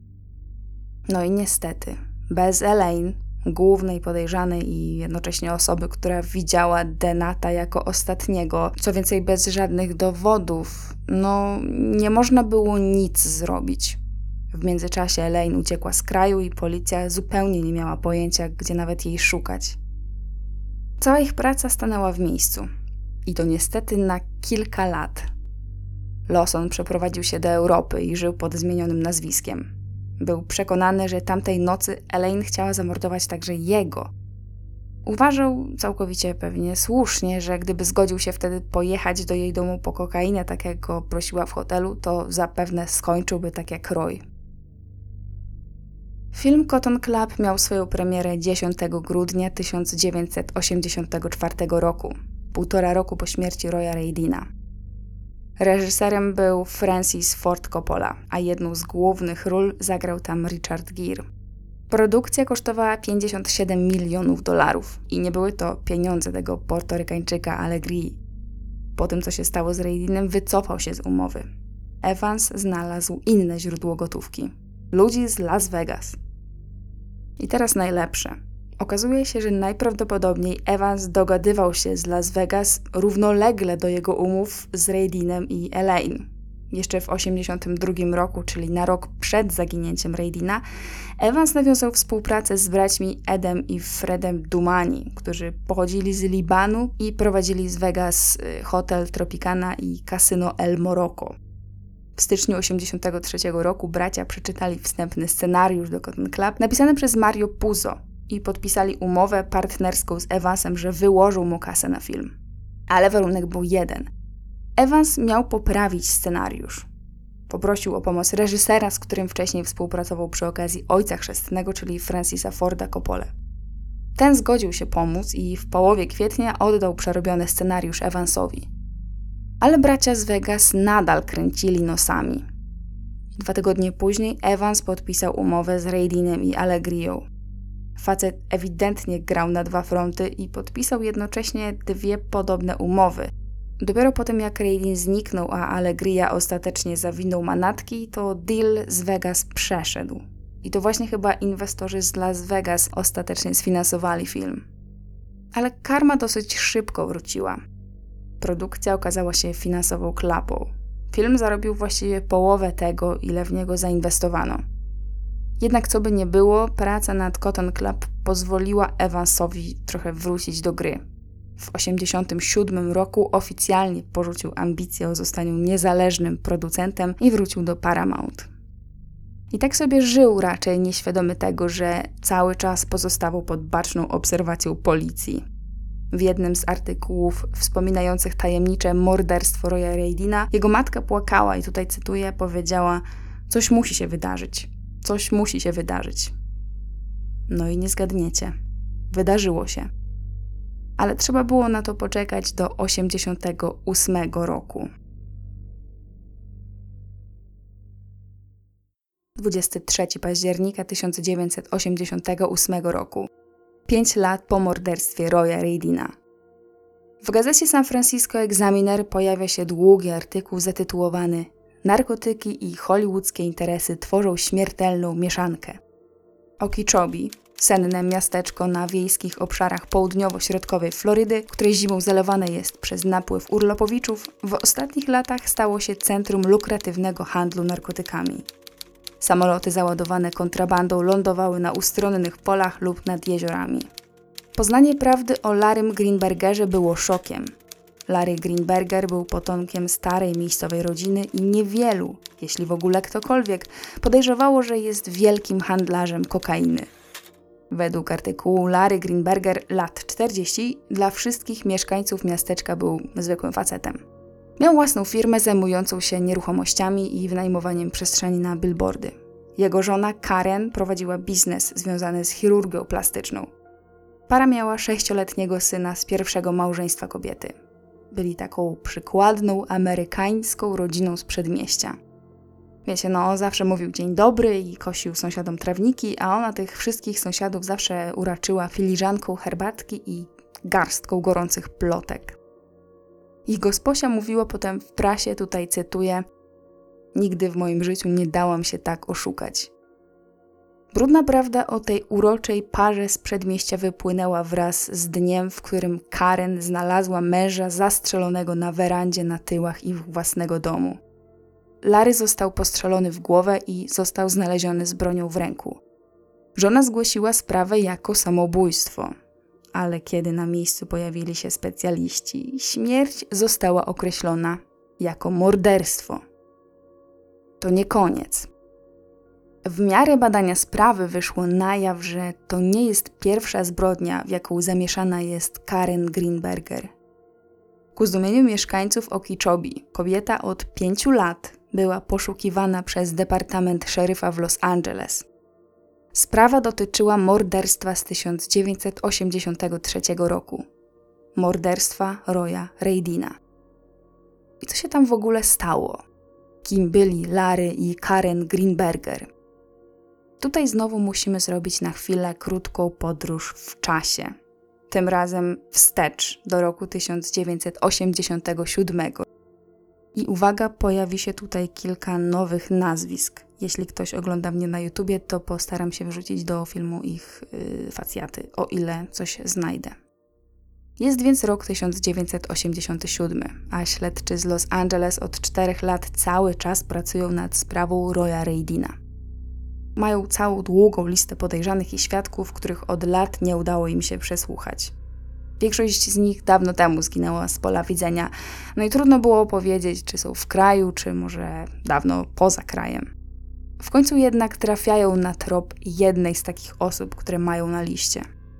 No i niestety, bez Elaine, głównej podejrzanej i jednocześnie osoby, która widziała Denata jako ostatniego, co więcej bez żadnych dowodów, no nie można było nic zrobić. W międzyczasie Elaine uciekła z kraju i policja zupełnie nie miała pojęcia, gdzie nawet jej szukać. Cała ich praca stanęła w miejscu. I to niestety na kilka lat. Lawson przeprowadził się do Europy i żył pod zmienionym nazwiskiem. Był przekonany, że tamtej nocy Elaine chciała zamordować także jego. Uważał całkowicie pewnie słusznie, że gdyby zgodził się wtedy pojechać do jej domu po kokainę, tak jak go prosiła w hotelu, to zapewne skończyłby tak jak Roy. Film Cotton Club miał swoją premierę dziesiątego grudnia tysiąc dziewięćset osiemdziesiątego czwartego roku, półtora roku po śmierci Roya Radina. Reżyserem był Francis Ford Coppola, a jedną z głównych ról zagrał tam Richard Gere. Produkcja kosztowała pięćdziesiąt siedem milionów dolarów i nie były to pieniądze tego Portorykańczyka Allegrii. Po tym, co się stało z Radinem, wycofał się z umowy. Evans znalazł inne źródło gotówki. Ludzi z Las Vegas. I teraz najlepsze. Okazuje się, że najprawdopodobniej Evans dogadywał się z Las Vegas równolegle do jego umów z Radinem i Elaine. Jeszcze w osiemdziesiątym drugim roku, czyli na rok przed zaginięciem Radina, Evans nawiązał współpracę z braćmi Edem i Fredem Dumani, którzy pochodzili z Libanu i prowadzili z Vegas hotel Tropicana i kasyno El Morocco. W styczniu osiemdziesiątego trzeciego roku bracia przeczytali wstępny scenariusz do Cotton Club napisany przez Mario Puzo i podpisali umowę partnerską z Evansem, że wyłożył mu kasę na film. Ale warunek był jeden. Evans miał poprawić scenariusz. Poprosił o pomoc reżysera, z którym wcześniej współpracował przy okazji Ojca Chrzestnego, czyli Francisa Forda Coppole. Ten zgodził się pomóc i w połowie kwietnia oddał przerobiony scenariusz Evansowi. Ale bracia z Vegas nadal kręcili nosami. Dwa tygodnie później Evans podpisał umowę z Radinem i Allegrią. Facet ewidentnie grał na dwa fronty i podpisał jednocześnie dwie podobne umowy. Dopiero po tym, jak Radin zniknął, a Allegria ostatecznie zawinął manatki, to deal z Vegas przeszedł. I to właśnie chyba inwestorzy z Las Vegas ostatecznie sfinansowali film. Ale karma dosyć szybko wróciła. Produkcja okazała się finansową klapą. Film zarobił właściwie połowę tego, ile w niego zainwestowano. Jednak co by nie było, praca nad Cotton Club pozwoliła Evansowi trochę wrócić do gry. W osiemdziesiątym siódmym roku oficjalnie porzucił ambicję o zostaniu niezależnym producentem i wrócił do Paramount. I tak sobie żył raczej nieświadomy tego, że cały czas pozostawał pod baczną obserwacją policji. W jednym z artykułów wspominających tajemnicze morderstwo Roya Radina jego matka płakała i tutaj cytuję, powiedziała: coś musi się wydarzyć, coś musi się wydarzyć. No i nie zgadniecie. Wydarzyło się. Ale trzeba było na to poczekać do osiemdziesiątego ósmego roku. dwudziestego trzeciego października tysiąc dziewięćset osiemdziesiątego ósmego roku. Pięć lat po morderstwie Roya Radina. W gazecie San Francisco Examiner pojawia się długi artykuł zatytułowany Narkotyki i hollywoodzkie interesy tworzą śmiertelną mieszankę. Okeechobee, senne miasteczko na wiejskich obszarach południowo-środkowej Florydy, które zimą zalewane jest przez napływ urlopowiczów, w ostatnich latach stało się centrum lukratywnego handlu narkotykami. Samoloty załadowane kontrabandą lądowały na ustronnych polach lub nad jeziorami. Poznanie prawdy o Larrym Greenbergerze było szokiem. Larry Greenberger był potomkiem starej miejscowej rodziny i niewielu, jeśli w ogóle ktokolwiek, podejrzewało, że jest wielkim handlarzem kokainy. Według artykułu Larry Greenberger, lat czterdzieści, dla wszystkich mieszkańców miasteczka był zwykłym facetem. Miał własną firmę zajmującą się nieruchomościami i wynajmowaniem przestrzeni na billboardy. Jego żona Karen prowadziła biznes związany z chirurgią plastyczną. Para miała sześcioletniego syna z pierwszego małżeństwa kobiety. Byli taką przykładną, amerykańską rodziną z przedmieścia. Wiecie, no zawsze mówił dzień dobry i kosił sąsiadom trawniki, a ona tych wszystkich sąsiadów zawsze uraczyła filiżanką herbatki i garstką gorących plotek. Ich gosposia mówiła potem w prasie, tutaj cytuję: nigdy w moim życiu nie dałam się tak oszukać. Brudna prawda o tej uroczej parze z przedmieścia wypłynęła wraz z dniem, w którym Karen znalazła męża zastrzelonego na werandzie na tyłach ich własnego domu. Larry został postrzelony w głowę i został znaleziony z bronią w ręku. Żona zgłosiła sprawę jako samobójstwo, ale kiedy na miejscu pojawili się specjaliści, śmierć została określona jako morderstwo. To nie koniec. W miarę badania sprawy wyszło na jaw, że to nie jest pierwsza zbrodnia, w jaką zamieszana jest Karen Greenberger. Ku zdumieniu mieszkańców Okeechobee, kobieta od pięciu lat była poszukiwana przez Departament Szeryfa w Los Angeles. Sprawa dotyczyła morderstwa z tysiąc dziewięćset osiemdziesiątego trzeciego roku. Morderstwa Roya Radina. I co się tam w ogóle stało? Kim byli Larry i Karen Greenberger? Tutaj znowu musimy zrobić na chwilę krótką podróż w czasie. Tym razem wstecz do roku tysiąc dziewięćset osiemdziesiątego siódmego. I uwaga, pojawi się tutaj kilka nowych nazwisk. Jeśli ktoś ogląda mnie na YouTubie, to postaram się wrzucić do filmu ich yy, facjaty, o ile coś znajdę. Jest więc rok tysiąc dziewięćset osiemdziesiąty siódmy, a śledczy z Los Angeles od czterech lat cały czas pracują nad sprawą Roya Radina. Mają całą długą listę podejrzanych i świadków, których od lat nie udało im się przesłuchać. Większość z nich dawno temu zginęła z pola widzenia, no i trudno było powiedzieć, czy są w kraju, czy może dawno poza krajem. W końcu jednak trafiają na trop jednej z takich osób, które mają na liście.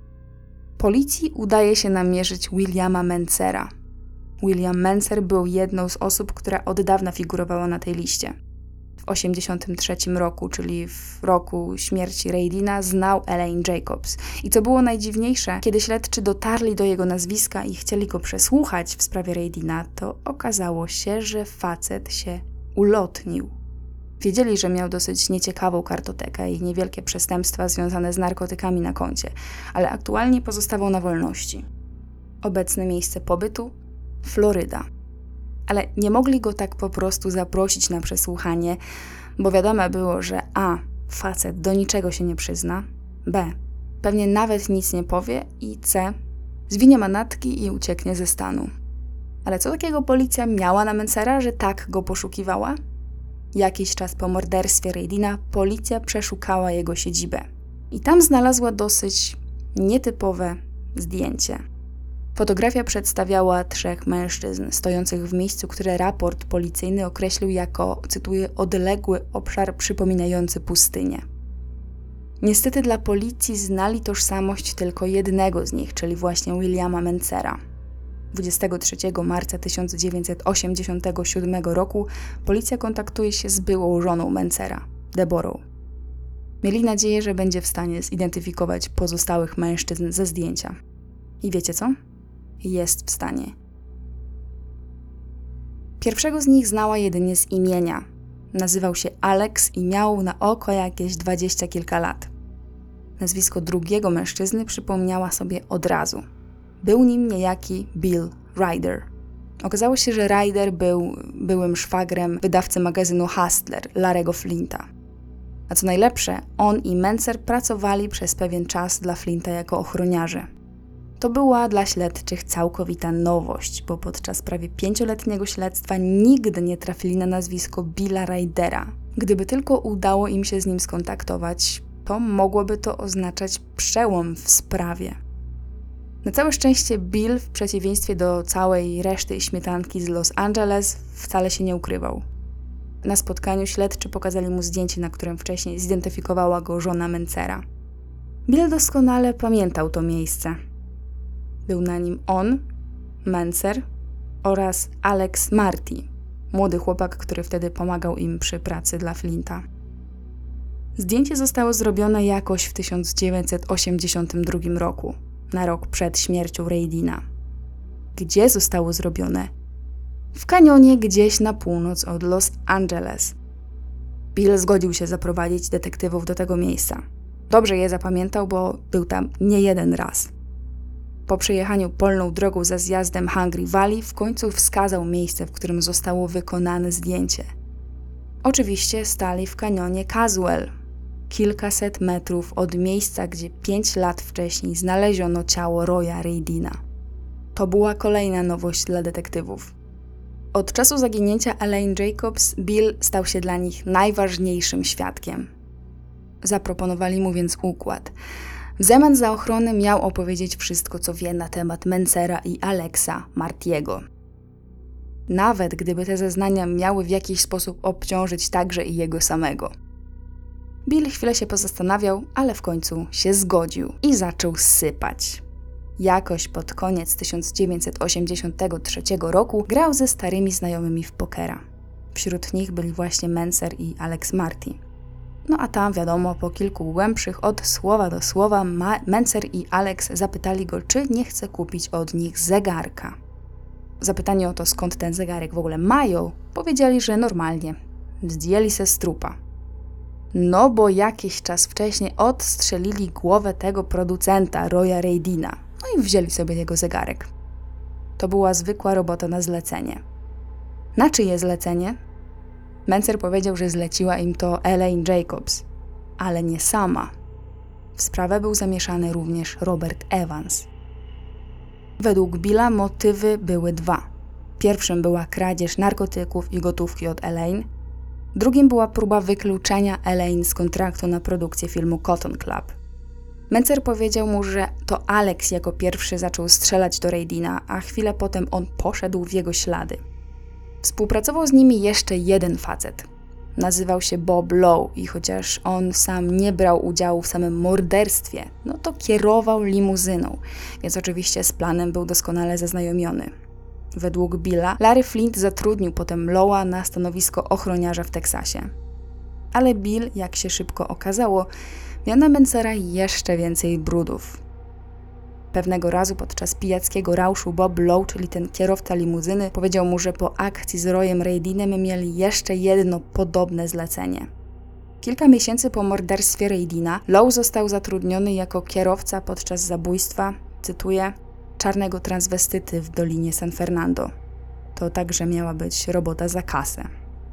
Policji udaje się namierzyć Williama Mencera. William Mencer był jedną z osób, która od dawna figurowała na tej liście. W osiemdziesiątym trzecim roku, czyli w roku śmierci Radina, znał Elaine Jacobs. I co było najdziwniejsze, kiedy śledczy dotarli do jego nazwiska i chcieli go przesłuchać w sprawie Radina, to okazało się, że facet się ulotnił. Wiedzieli, że miał dosyć nieciekawą kartotekę i niewielkie przestępstwa związane z narkotykami na koncie, ale aktualnie pozostawał na wolności. Obecne miejsce pobytu? Floryda. Ale nie mogli go tak po prostu zaprosić na przesłuchanie, bo wiadomo było, że a. facet do niczego się nie przyzna, b. pewnie nawet nic nie powie i c. zwinie manatki i ucieknie ze stanu. Ale co takiego policja miała na Mencera, że tak go poszukiwała? Jakiś czas po morderstwie Radina policja przeszukała jego siedzibę i tam znalazła dosyć nietypowe zdjęcie. Fotografia przedstawiała trzech mężczyzn stojących w miejscu, które raport policyjny określił jako, cytuję, odległy obszar przypominający pustynię. Niestety dla policji znali tożsamość tylko jednego z nich, czyli właśnie Williama Mencera. dwudziestego trzeciego marca tysiąc dziewięćset osiemdziesiątego siódmego roku policja kontaktuje się z byłą żoną Mencera, Deborah. Mieli nadzieję, że będzie w stanie zidentyfikować pozostałych mężczyzn ze zdjęcia. I wiecie co? Jest w stanie. Pierwszego z nich znała jedynie z imienia. Nazywał się Alex i miał na oko jakieś dwadzieścia kilka lat. Nazwisko drugiego mężczyzny przypomniała sobie od razu. Był nim niejaki Bill Ryder. Okazało się, że Ryder był byłym szwagrem wydawcy magazynu Hustler, Larry'ego Flinta. A co najlepsze, on i Mencer pracowali przez pewien czas dla Flinta jako ochroniarze. To była dla śledczych całkowita nowość, bo podczas prawie pięcioletniego śledztwa nigdy nie trafili na nazwisko Billa Rydera. Gdyby tylko udało im się z nim skontaktować, to mogłoby to oznaczać przełom w sprawie. Na całe szczęście Bill, w przeciwieństwie do całej reszty śmietanki z Los Angeles, wcale się nie ukrywał. Na spotkaniu śledczy pokazali mu zdjęcie, na którym wcześniej zidentyfikowała go żona Mencera. Bill doskonale pamiętał to miejsce. Był na nim on, Mencer oraz Alex Marty, młody chłopak, który wtedy pomagał im przy pracy dla Flinta. Zdjęcie zostało zrobione jakoś w tysiąc dziewięćset osiemdziesiątym drugim roku, na rok przed śmiercią Raydina. Gdzie zostało zrobione? W kanionie gdzieś na północ od Los Angeles. Bill zgodził się zaprowadzić detektywów do tego miejsca. Dobrze je zapamiętał, bo był tam nie jeden raz. Po przejechaniu polną drogą za zjazdem Hungry Valley w końcu wskazał miejsce, w którym zostało wykonane zdjęcie. Oczywiście stali w kanionie Caswell, kilkaset metrów od miejsca, gdzie pięć lat wcześniej znaleziono ciało Roya Raydina. To była kolejna nowość dla detektywów. Od czasu zaginięcia Elaine Jacobs Bill stał się dla nich najważniejszym świadkiem. Zaproponowali mu więc układ. W zamian za ochronę miał opowiedzieć wszystko, co wie na temat Mencera i Alexa Martiego. Nawet gdyby te zeznania miały w jakiś sposób obciążyć także i jego samego. Bill chwilę się pozastanawiał, ale w końcu się zgodził i zaczął sypać. Jakoś pod koniec tysiąc dziewięćset osiemdziesiątego trzeciego roku grał ze starymi znajomymi w pokera. Wśród nich byli właśnie Mencer i Alex Marty. No a tam, wiadomo, po kilku głębszych od słowa do słowa Ma- Mencer i Alex zapytali go, czy nie chce kupić od nich zegarka. Zapytani o to, skąd ten zegarek w ogóle mają, powiedzieli, że normalnie. Zdjęli se z trupa. No bo jakiś czas wcześniej odstrzelili głowę tego producenta, Roya Raydina. No i wzięli sobie jego zegarek. To była zwykła robota na zlecenie. Na czyje zlecenie? Mencer powiedział, że zleciła im to Elaine Jacobs, ale nie sama. W sprawę był zamieszany również Robert Evans. Według Billa motywy były dwa. Pierwszym była kradzież narkotyków i gotówki od Elaine, drugim była próba wykluczenia Elaine z kontraktu na produkcję filmu Cotton Club. Mencer powiedział mu, że to Alex jako pierwszy zaczął strzelać do Raydina, a chwilę potem on poszedł w jego ślady. Współpracował z nimi jeszcze jeden facet. Nazywał się Bob Lowe i chociaż on sam nie brał udziału w samym morderstwie, no to kierował limuzyną, więc oczywiście z planem był doskonale zaznajomiony. Według Billa, Larry Flint zatrudnił potem Lowe'a na stanowisko ochroniarza w Teksasie. Ale Bill, jak się szybko okazało, miał na Mencera jeszcze więcej brudów. Pewnego razu podczas pijackiego rauszu Bob Lowe, czyli ten kierowca limuzyny, powiedział mu, że po akcji z Royem Raydinem mieli jeszcze jedno podobne zlecenie. Kilka miesięcy po morderstwie Raydina Lowe został zatrudniony jako kierowca podczas zabójstwa, cytuję, czarnego transwestyty w Dolinie San Fernando. To także miała być robota za kasę.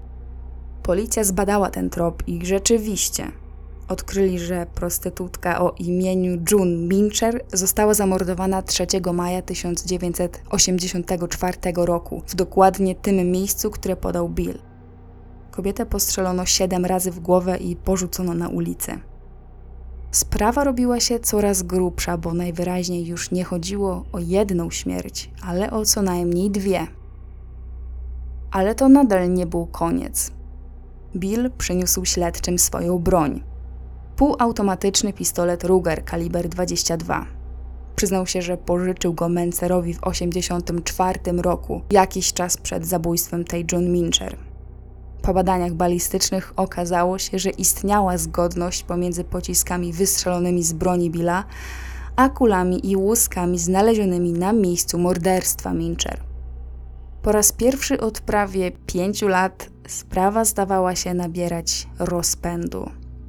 Policja zbadała ten trop i rzeczywiście odkryli, że prostytutka o imieniu June Mincher została zamordowana trzeciego maja tysiąc dziewięćset osiemdziesiątego czwartego roku w dokładnie tym miejscu, które podał Bill. Kobietę postrzelono siedem razy w głowę i porzucono na ulicy. Sprawa robiła się coraz grubsza, bo najwyraźniej już nie chodziło o jedną śmierć, ale o co najmniej dwie. Ale to nadal nie był koniec. Bill przyniósł śledczym swoją broń. Półautomatyczny pistolet Ruger kaliber dwadzieścia dwa. Przyznał się, że pożyczył go Mencerowi w osiemdziesiątym czwartym roku, jakiś czas przed zabójstwem tej June Mincher. Po badaniach balistycznych okazało się, że istniała zgodność pomiędzy pociskami wystrzelonymi z broni Billa, a kulami i łuskami znalezionymi na miejscu morderstwa Mincher. Po raz pierwszy od prawie pięciu lat sprawa zdawała się nabierać rozpędu.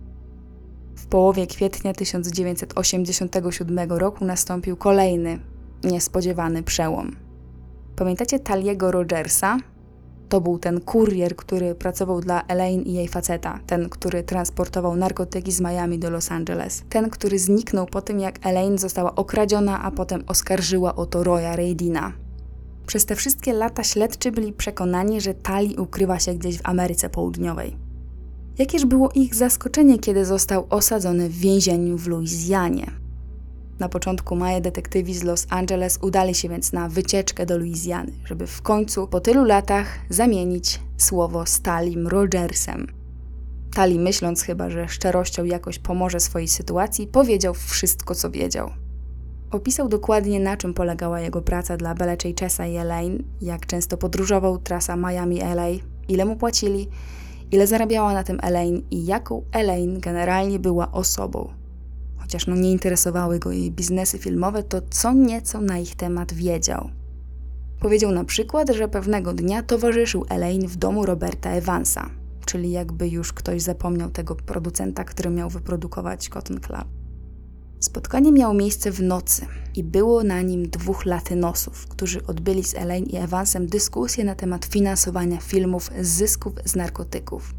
W połowie kwietnia tysiąc dziewięćset osiemdziesiątego siódmego roku nastąpił kolejny, niespodziewany przełom. Pamiętacie Taliego Rogersa? To był ten kurier, który pracował dla Elaine i jej faceta, ten, który transportował narkotyki z Miami do Los Angeles, ten, który zniknął po tym, jak Elaine została okradziona, a potem oskarżyła o to Roya Radina. Przez te wszystkie lata śledczy byli przekonani, że Tali ukrywa się gdzieś w Ameryce Południowej. Jakież było ich zaskoczenie, kiedy został osadzony w więzieniu w Luizjanie. Na początku maja detektywi z Los Angeles udali się więc na wycieczkę do Luizjany, żeby w końcu po tylu latach zamienić słowo z Talim Rogersem. Tali, myśląc chyba, że szczerością jakoś pomoże swojej sytuacji, powiedział wszystko, co wiedział. Opisał dokładnie, na czym polegała jego praca dla Bella Chasesa i Elaine, jak często podróżował trasa Miami-L A, ile mu płacili, ile zarabiała na tym Elaine i jaką Elaine generalnie była osobą. Chociaż no nie interesowały go jej biznesy filmowe, to co nieco na ich temat wiedział. Powiedział na przykład, że pewnego dnia towarzyszył Elaine w domu Roberta Evansa, czyli jakby już ktoś zapomniał tego producenta, który miał wyprodukować Cotton Club. Spotkanie miało miejsce w nocy i było na nim dwóch latynosów, którzy odbyli z Elaine i Evansem dyskusję na temat finansowania filmów z zysków z narkotyków.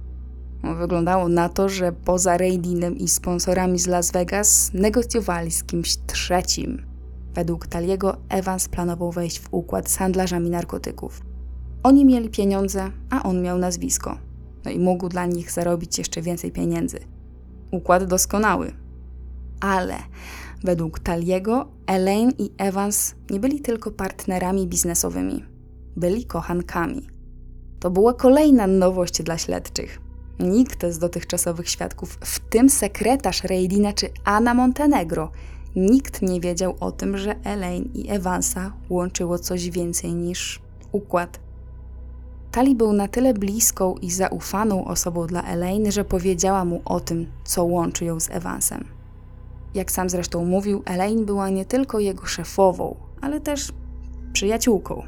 Wyglądało na to, że poza Radinem i sponsorami z Las Vegas negocjowali z kimś trzecim. Według Taliego Evans planował wejść w układ z handlarzami narkotyków. Oni mieli pieniądze, a on miał nazwisko. No i mógł dla nich zarobić jeszcze więcej pieniędzy. Układ doskonały. Ale według Taliego Elaine i Evans nie byli tylko partnerami biznesowymi. Byli kochankami. To była kolejna nowość dla śledczych. Nikt z dotychczasowych świadków, w tym sekretarz Radina czy Anna Montenegro, nikt nie wiedział o tym, że Elaine i Evansa łączyło coś więcej niż układ. Tali był na tyle bliską i zaufaną osobą dla Elaine, że powiedziała mu o tym, co łączy ją z Evansem. Jak sam zresztą mówił, Elaine była nie tylko jego szefową, ale też przyjaciółką.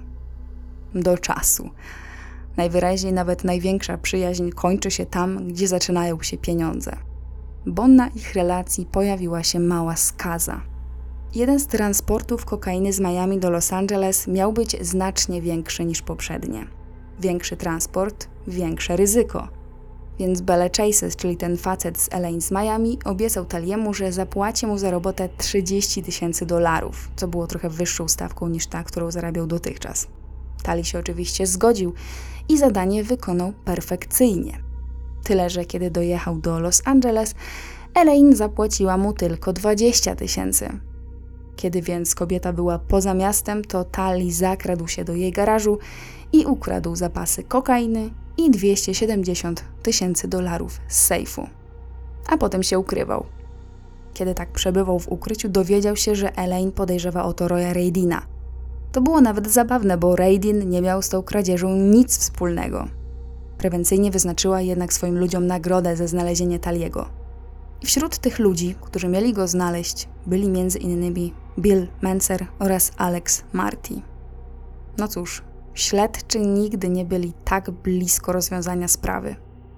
Do czasu. Najwyraźniej nawet największa przyjaźń kończy się tam, gdzie zaczynają się pieniądze. Bo na ich relacji pojawiła się mała skaza. Jeden z transportów kokainy z Miami do Los Angeles miał być znacznie większy niż poprzednie. Większy transport, większe ryzyko. Więc Bella Chases, czyli ten facet z Elaine z Miami, obiecał Taliemu, że zapłaci mu za robotę trzydzieści tysięcy dolarów, co było trochę wyższą stawką niż ta, którą zarabiał dotychczas. Tali się oczywiście zgodził i zadanie wykonał perfekcyjnie. Tyle, że kiedy dojechał do Los Angeles, Elaine zapłaciła mu tylko dwadzieścia tysięcy. Kiedy więc kobieta była poza miastem, to Tali zakradł się do jej garażu i ukradł zapasy kokainy i dwieście siedemdziesiąt tysięcy dolarów z sejfu. A potem się ukrywał. Kiedy tak przebywał w ukryciu, dowiedział się, że Elaine podejrzewa o to Roya Radina. To było nawet zabawne, bo Radin nie miał z tą kradzieżą nic wspólnego. Prewencyjnie wyznaczyła jednak swoim ludziom nagrodę za znalezienie Taliego. I wśród tych ludzi, którzy mieli go znaleźć, byli między innymi Bill Mencer oraz Alex Marty. No cóż, śledczy nigdy nie byli tak blisko rozwiązania sprawy.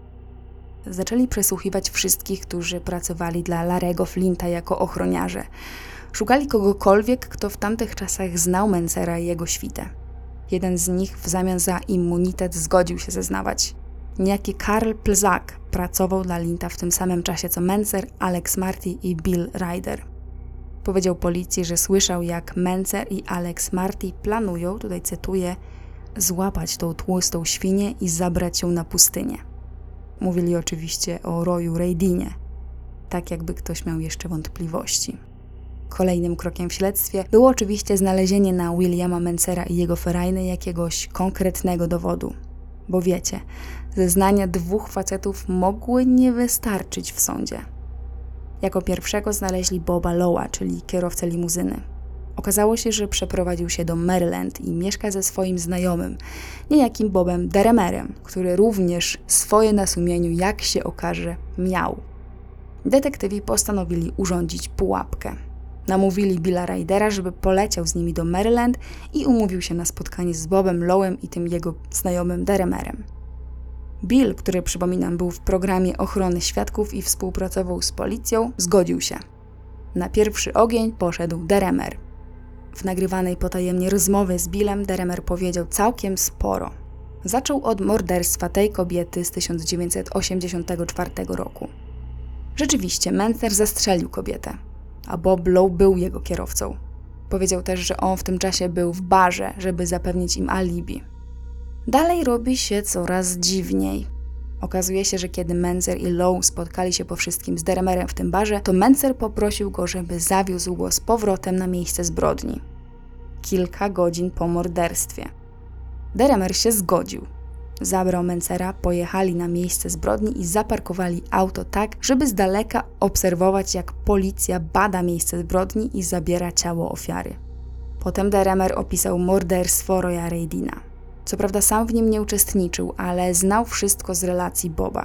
Zaczęli przesłuchiwać wszystkich, którzy pracowali dla Larego Flinta jako ochroniarze. Szukali kogokolwiek, kto w tamtych czasach znał Mencera i jego świtę. Jeden z nich w zamian za immunitet zgodził się zeznawać. Niejaki Karl Plzak pracował dla Linta w tym samym czasie co Mencer, Alex Marty i Bill Ryder. Powiedział policji, że słyszał, jak Mencer i Alex Marty planują, tutaj cytuję, złapać tą tłustą świnię i zabrać ją na pustynię. Mówili oczywiście o Royu Radinie. tak jakby ktoś miał jeszcze wątpliwości. Kolejnym krokiem w śledztwie było oczywiście znalezienie na Williama Mencera i jego ferajny jakiegoś konkretnego dowodu. Bo wiecie, zeznania dwóch facetów mogły nie wystarczyć w sądzie. Jako pierwszego znaleźli Boba Lowa, czyli kierowcę limuzyny. Okazało się, że przeprowadził się do Maryland i mieszka ze swoim znajomym, niejakim Bobem Deremerem, który również swoje na sumieniu, jak się okaże, miał. Detektywi postanowili urządzić pułapkę. Namówili Billa Rydera, żeby poleciał z nimi do Maryland i umówił się na spotkanie z Bobem Lowem i tym jego znajomym Deremerem. Bill, który przypominam był w programie ochrony świadków i współpracował z policją, zgodził się. Na pierwszy ogień poszedł Deremer. W nagrywanej potajemnie rozmowie z Billem Deremer powiedział całkiem sporo. Zaczął od morderstwa tej kobiety z tysiąc dziewięćset osiemdziesiątego czwartego roku. Rzeczywiście, Mencer zastrzelił kobietę, a Bob Lowe był jego kierowcą. Powiedział też, że on w tym czasie był w barze, żeby zapewnić im alibi. Dalej robi się coraz dziwniej. Okazuje się, że kiedy Mencer i Lowe spotkali się po wszystkim z Deremerem w tym barze, to Mencer poprosił go, żeby zawiózł go z powrotem na miejsce zbrodni. Kilka godzin po morderstwie. Deremer się zgodził. Zabrał Mencera, pojechali na miejsce zbrodni i zaparkowali auto tak, żeby z daleka obserwować, jak policja bada miejsce zbrodni i zabiera ciało ofiary. Potem Deremer opisał morderstwo Roya Radina. Co prawda sam w nim nie uczestniczył, ale znał wszystko z relacji Boba.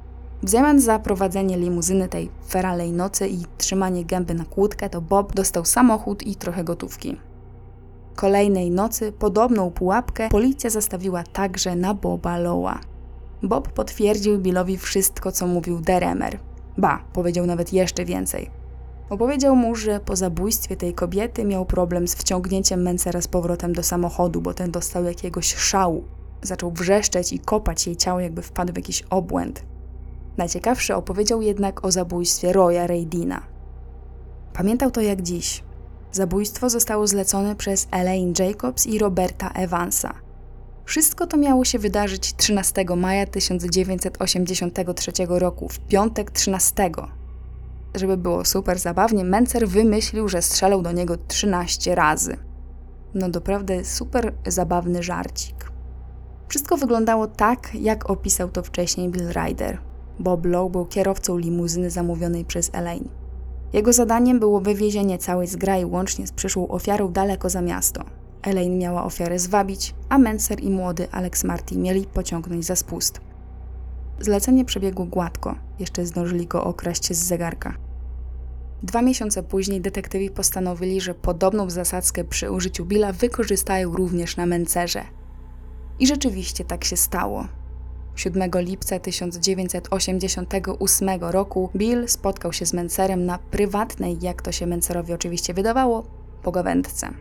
W zamian za prowadzenie limuzyny tej feralej nocy i trzymanie gęby na kłódkę, to Bob dostał samochód i trochę gotówki. Kolejnej nocy podobną pułapkę policja zastawiła także na Boba Lowa. Bob potwierdził Billowi wszystko, co mówił Deremer. Ba, powiedział nawet jeszcze więcej. Opowiedział mu, że po zabójstwie tej kobiety miał problem z wciągnięciem Mencera z powrotem do samochodu, bo ten dostał jakiegoś szału. Zaczął wrzeszczeć i kopać jej ciało, jakby wpadł w jakiś obłęd. Najciekawsze opowiedział jednak o zabójstwie Roya Radina. Pamiętał to jak dziś. Zabójstwo zostało zlecone przez Elaine Jacobs i Roberta Evansa. Wszystko to miało się wydarzyć trzynastego maja tysiąc dziewięćset osiemdziesiątego trzeciego roku, w piątek trzynastego. Żeby było super zabawnie, Mencer wymyślił, że strzelał do niego trzynaście razy. No doprawdy super zabawny żarcik. Wszystko wyglądało tak, jak opisał to wcześniej Bill Ryder. Bob Lowe był kierowcą limuzyny zamówionej przez Elaine. Jego zadaniem było wywiezienie całej zgrai łącznie z przyszłą ofiarą daleko za miasto. Elaine miała ofiarę zwabić, a Mencer i młody Alex Marty mieli pociągnąć za spust. Zlecenie przebiegło gładko, jeszcze zdążyli go okraść z zegarka. Dwa miesiące później detektywi postanowili, że podobną zasadzkę przy użyciu Billa wykorzystają również na Mencerze. I rzeczywiście tak się stało. siódmego lipca tysiąc dziewięćset osiemdziesiątego ósmego roku Bill spotkał się z Mencerem na prywatnej, jak to się Mencerowi oczywiście wydawało, pogawędce.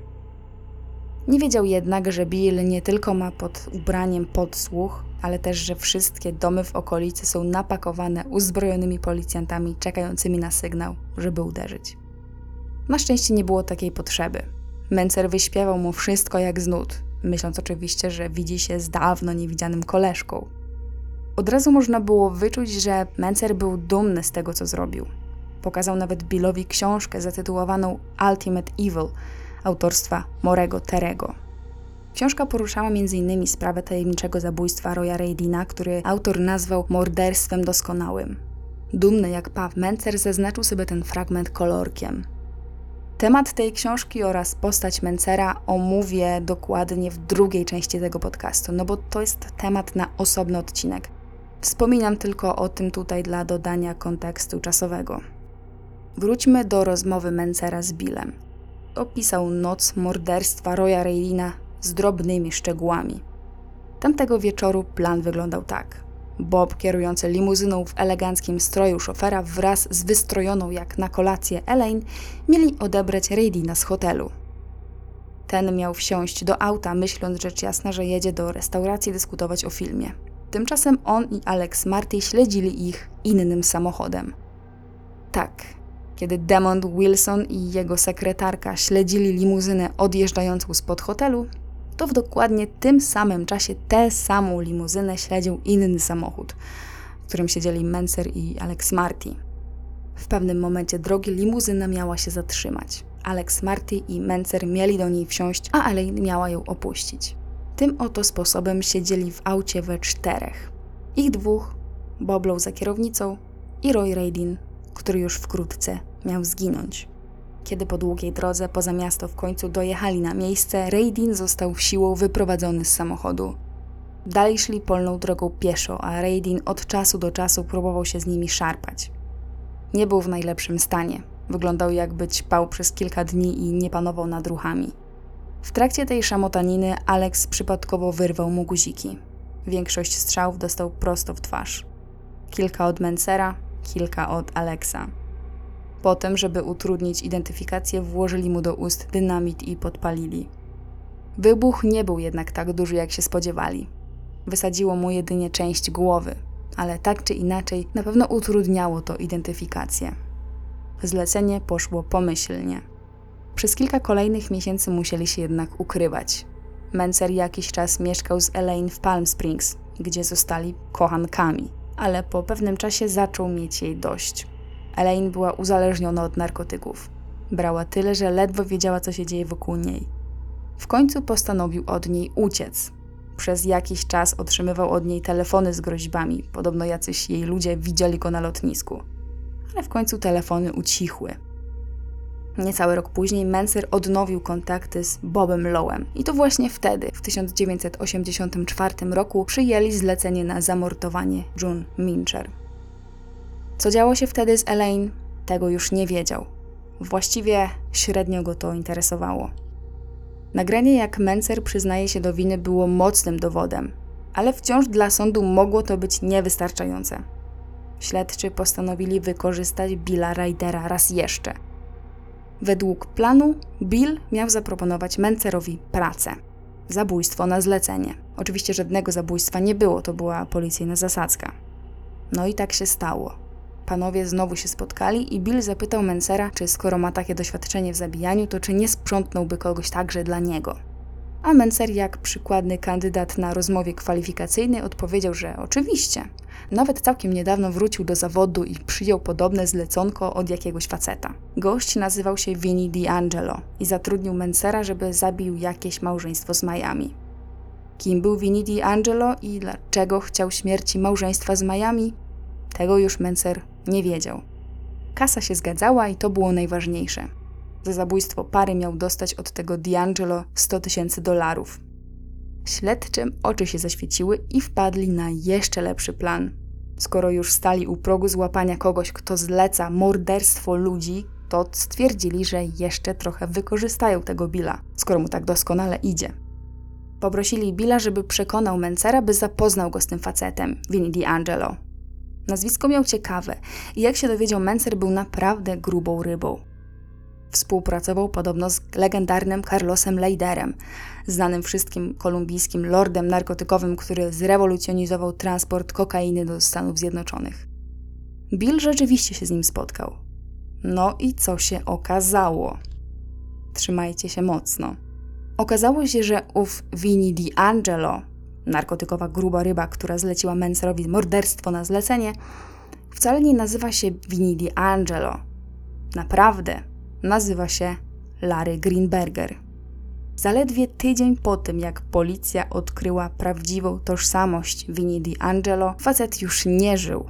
Nie wiedział jednak, że Bill nie tylko ma pod ubraniem podsłuch, ale też, że wszystkie domy w okolicy są napakowane uzbrojonymi policjantami czekającymi na sygnał, żeby uderzyć. Na szczęście nie było takiej potrzeby. Mencer wyśpiewał mu wszystko jak z nut, myśląc oczywiście, że widzi się z dawno niewidzianym koleżką. Od razu można było wyczuć, że Mencer był dumny z tego, co zrobił. Pokazał nawet Billowi książkę zatytułowaną Ultimate Evil autorstwa Morego Terego. Książka poruszała między innymi sprawę tajemniczego zabójstwa Roya Radina, który autor nazwał morderstwem doskonałym. Dumny jak paw, Mencer zaznaczył sobie ten fragment kolorkiem. Temat tej książki oraz postać Mencera omówię dokładnie w drugiej części tego podcastu, no bo to jest temat na osobny odcinek. Wspominam tylko o tym tutaj dla dodania kontekstu czasowego. Wróćmy do rozmowy Mencera z Billem. Opisał noc morderstwa Roya Radina z drobnymi szczegółami. Tamtego wieczoru plan wyglądał tak. Bob, kierujący limuzyną w eleganckim stroju szofera wraz z wystrojoną jak na kolację Elaine, mieli odebrać Radina z hotelu. Ten miał wsiąść do auta, myśląc rzecz jasna, że jedzie do restauracji dyskutować o filmie. Tymczasem on i Alex Marty śledzili ich innym samochodem. Tak, kiedy Demond Wilson i jego sekretarka śledzili limuzynę odjeżdżającą spod hotelu, to w dokładnie tym samym czasie tę samą limuzynę śledził inny samochód, w którym siedzieli Mencer i Alex Marty. W pewnym momencie drogi limuzyna miała się zatrzymać. Alex Marty i Mencer mieli do niej wsiąść, a Elaine miała ją opuścić. Tym oto sposobem siedzieli w aucie we czterech. Ich dwóch, Bob Lowe za kierownicą i Roy Radin, który już wkrótce miał zginąć. Kiedy po długiej drodze poza miasto w końcu dojechali na miejsce, Radin został siłą wyprowadzony z samochodu. Dalej szli polną drogą pieszo, a Radin od czasu do czasu próbował się z nimi szarpać. Nie był w najlepszym stanie. Wyglądał, jakby ćpał przez kilka dni i nie panował nad ruchami. W trakcie tej szamotaniny Alex przypadkowo wyrwał mu guziki. Większość strzałów dostał prosto w twarz. Kilka od Mencera, kilka od Alexa. Potem, żeby utrudnić identyfikację, włożyli mu do ust dynamit i podpalili. Wybuch nie był jednak tak duży, jak się spodziewali. Wysadziło mu jedynie część głowy, ale tak czy inaczej na pewno utrudniało to identyfikację. Zlecenie poszło pomyślnie. Przez kilka kolejnych miesięcy musieli się jednak ukrywać. Mencer jakiś czas mieszkał z Elaine w Palm Springs, gdzie zostali kochankami, ale po pewnym czasie zaczął mieć jej dość. Elaine była uzależniona od narkotyków. Brała tyle, że ledwo wiedziała, co się dzieje wokół niej. W końcu postanowił od niej uciec. Przez jakiś czas otrzymywał od niej telefony z groźbami. Podobno jacyś jej ludzie widzieli go na lotnisku. Ale w końcu telefony ucichły. Niecały rok później Mencer odnowił kontakty z Bobem Lowem. I to właśnie wtedy, w tysiąc dziewięćset osiemdziesiątym czwartym roku, przyjęli zlecenie na zamordowanie June Mincher. Co działo się wtedy z Elaine, tego już nie wiedział. Właściwie średnio go to interesowało. Nagranie, jak Mencer przyznaje się do winy, było mocnym dowodem, ale wciąż dla sądu mogło to być niewystarczające. Śledczy postanowili wykorzystać Billa Rydera raz jeszcze. Według planu Bill miał zaproponować Mencerowi pracę. Zabójstwo na zlecenie. Oczywiście żadnego zabójstwa nie było, to była policyjna zasadzka. No i tak się stało. Panowie znowu się spotkali i Bill zapytał Mencera, czy skoro ma takie doświadczenie w zabijaniu, to czy nie sprzątnąłby kogoś także dla niego. A Mencer, jak przykładny kandydat na rozmowie kwalifikacyjnej, odpowiedział, że oczywiście. Nawet całkiem niedawno wrócił do zawodu i przyjął podobne zleconko od jakiegoś faceta. Gość nazywał się Vinnie D'Angelo i zatrudnił Mencera, żeby zabił jakieś małżeństwo z Miami. Kim był Vinnie D'Angelo i dlaczego chciał śmierci małżeństwa z Miami? Tego już Mencer nie wiedział. Kasa się zgadzała i to było najważniejsze. Za zabójstwo pary miał dostać od tego D'Angelo sto tysięcy dolarów. Śledczym oczy się zaświeciły i wpadli na jeszcze lepszy plan. Skoro już stali u progu złapania kogoś, kto zleca morderstwo ludzi, to stwierdzili, że jeszcze trochę wykorzystają tego Billa, skoro mu tak doskonale idzie. Poprosili Billa, żeby przekonał Mencera, by zapoznał go z tym facetem, Vinnie D'Angelo. Nazwisko miał ciekawe i jak się dowiedział, Mencer był naprawdę grubą rybą. Współpracował podobno z legendarnym Carlosem Leiderem, znanym wszystkim kolumbijskim lordem narkotykowym, który zrewolucjonizował transport kokainy do Stanów Zjednoczonych. Bill rzeczywiście się z nim spotkał. No i co się okazało? Trzymajcie się mocno. Okazało się, że ów Vinnie D'Angelo, narkotykowa gruba ryba, która zleciła Mencerowi morderstwo na zlecenie, wcale nie nazywa się Vinnie D'Angelo. Naprawdę nazywa się Larry Greenberger. Zaledwie tydzień po tym, jak policja odkryła prawdziwą tożsamość Vinnie D'Angelo, facet już nie żył.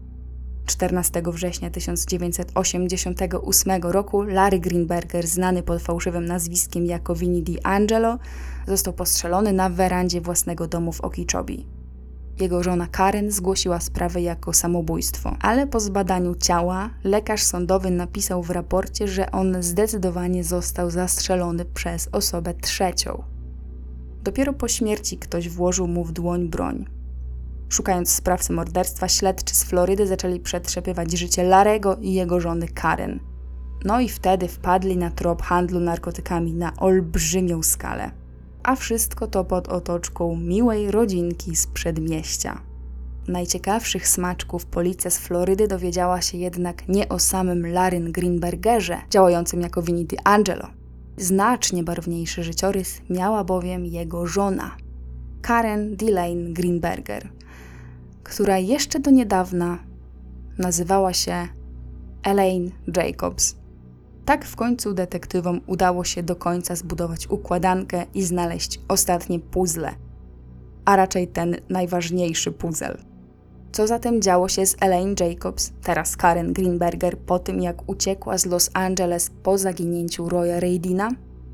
czternastego września tysiąc dziewięćset osiemdziesiątego ósmego roku Larry Greenberger, znany pod fałszywym nazwiskiem jako Vinnie D'Angelo, został postrzelony na werandzie własnego domu w Okeechobee. Jego żona Karen zgłosiła sprawę jako samobójstwo, ale po zbadaniu ciała lekarz sądowy napisał w raporcie, że on zdecydowanie został zastrzelony przez osobę trzecią. Dopiero po śmierci ktoś włożył mu w dłoń broń. Szukając sprawcy morderstwa, śledczy z Florydy zaczęli przetrzepywać życie Larego i jego żony Karen. No i wtedy wpadli na trop handlu narkotykami na olbrzymią skalę. A wszystko to pod otoczką miłej rodzinki z przedmieścia. Najciekawszych smaczków policja z Florydy dowiedziała się jednak nie o samym Larrym Greenbergerze, działającym jako Vinnie D'Angelo. Znacznie barwniejszy życiorys miała bowiem jego żona, Karen Delane Greenberger, która jeszcze do niedawna nazywała się Elaine Jacobs. Tak w końcu detektywom udało się do końca zbudować układankę i znaleźć ostatnie puzzle, a raczej ten najważniejszy puzzle. Co zatem działo się z Elaine Jacobs, teraz Karen Greenberger, po tym jak uciekła z Los Angeles po zaginięciu Roya Radina?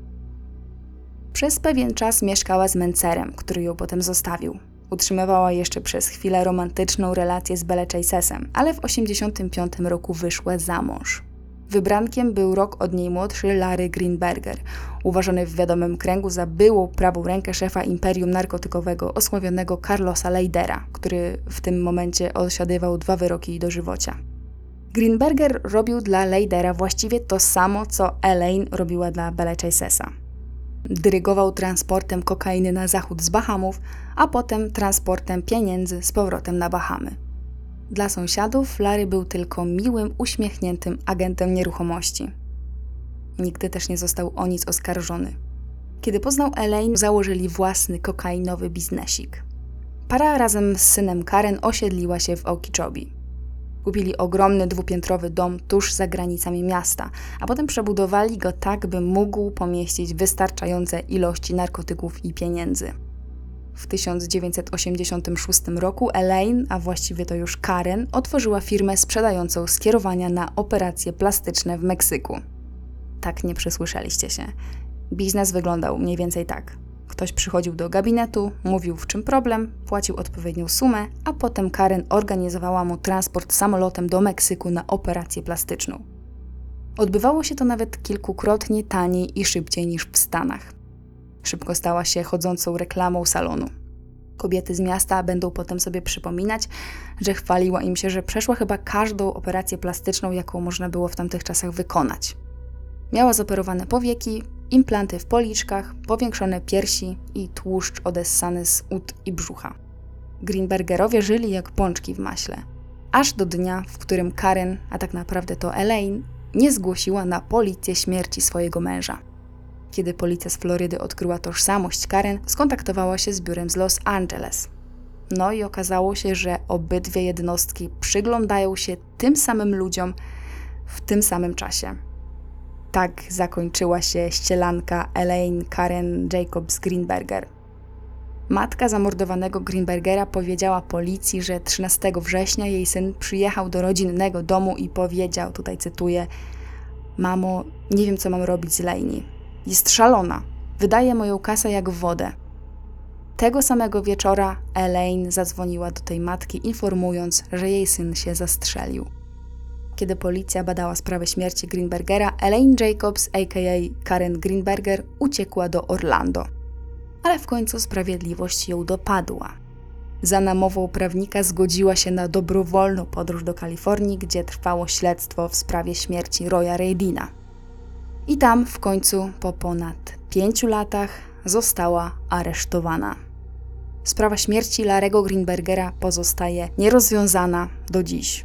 Przez pewien czas mieszkała z Mencerem, który ją potem zostawił. Utrzymywała jeszcze przez chwilę romantyczną relację z Belle Chasesem, ale w osiemdziesiątym piątym roku wyszła za mąż. Wybrankiem był rok od niej młodszy Larry Greenberger, uważany w wiadomym kręgu za byłą prawą rękę szefa imperium narkotykowego osławionego Carlosa Leydera, który w tym momencie odsiadywał dwa wyroki dożywocia. Greenberger robił dla Leydera właściwie to samo, co Elaine robiła dla Belle Chasesa. Dyrygował transportem kokainy na zachód z Bahamów, a potem transportem pieniędzy z powrotem na Bahamy. Dla sąsiadów Larry był tylko miłym, uśmiechniętym agentem nieruchomości. Nigdy też nie został o nic oskarżony. Kiedy poznał Elaine, założyli własny kokainowy biznesik. Para razem z synem Karen osiedliła się w Okeechobee. Kupili ogromny dwupiętrowy dom tuż za granicami miasta, a potem przebudowali go tak, by mógł pomieścić wystarczające ilości narkotyków i pieniędzy. W tysiąc dziewięćset osiemdziesiątym szóstym roku Elaine, a właściwie to już Karen, otworzyła firmę sprzedającą skierowania na operacje plastyczne w Meksyku. Tak, nie przesłyszeliście się. Biznes wyglądał mniej więcej tak. Ktoś przychodził do gabinetu, mówił w czym problem, płacił odpowiednią sumę, a potem Karen organizowała mu transport samolotem do Meksyku na operację plastyczną. Odbywało się to nawet kilkukrotnie taniej i szybciej niż w Stanach. Szybko stała się chodzącą reklamą salonu. Kobiety z miasta będą potem sobie przypominać, że chwaliła im się, że przeszła chyba każdą operację plastyczną, jaką można było w tamtych czasach wykonać. Miała zoperowane powieki, implanty w policzkach, powiększone piersi i tłuszcz odessany z ud i brzucha. Greenbergerowie żyli jak pączki w maśle. Aż do dnia, w którym Karen, a tak naprawdę to Elaine, nie zgłosiła na policję śmierci swojego męża. Kiedy policja z Florydy odkryła tożsamość Karen, skontaktowała się z biurem z Los Angeles. No i okazało się, że obydwie jednostki przyglądają się tym samym ludziom w tym samym czasie. Tak zakończyła się ścielanka Elaine Karen Jacobs Greenberger. Matka zamordowanego Greenbergera powiedziała policji, że trzynastego września jej syn przyjechał do rodzinnego domu i powiedział, tutaj cytuję: „Mamo, nie wiem co mam robić z Lainey. Jest szalona. Wydaje moją kasę jak w wodę”. Tego samego wieczora Elaine zadzwoniła do tej matki, informując, że jej syn się zastrzelił. Kiedy policja badała sprawę śmierci Greenbergera, Elaine Jacobs, a k a. Karen Greenberger, uciekła do Orlando. Ale w końcu sprawiedliwość ją dopadła. Za namową prawnika zgodziła się na dobrowolną podróż do Kalifornii, gdzie trwało śledztwo w sprawie śmierci Roya Radina. I tam w końcu, po ponad pięciu latach, została aresztowana. Sprawa śmierci Larry'ego Greenbergera pozostaje nierozwiązana do dziś.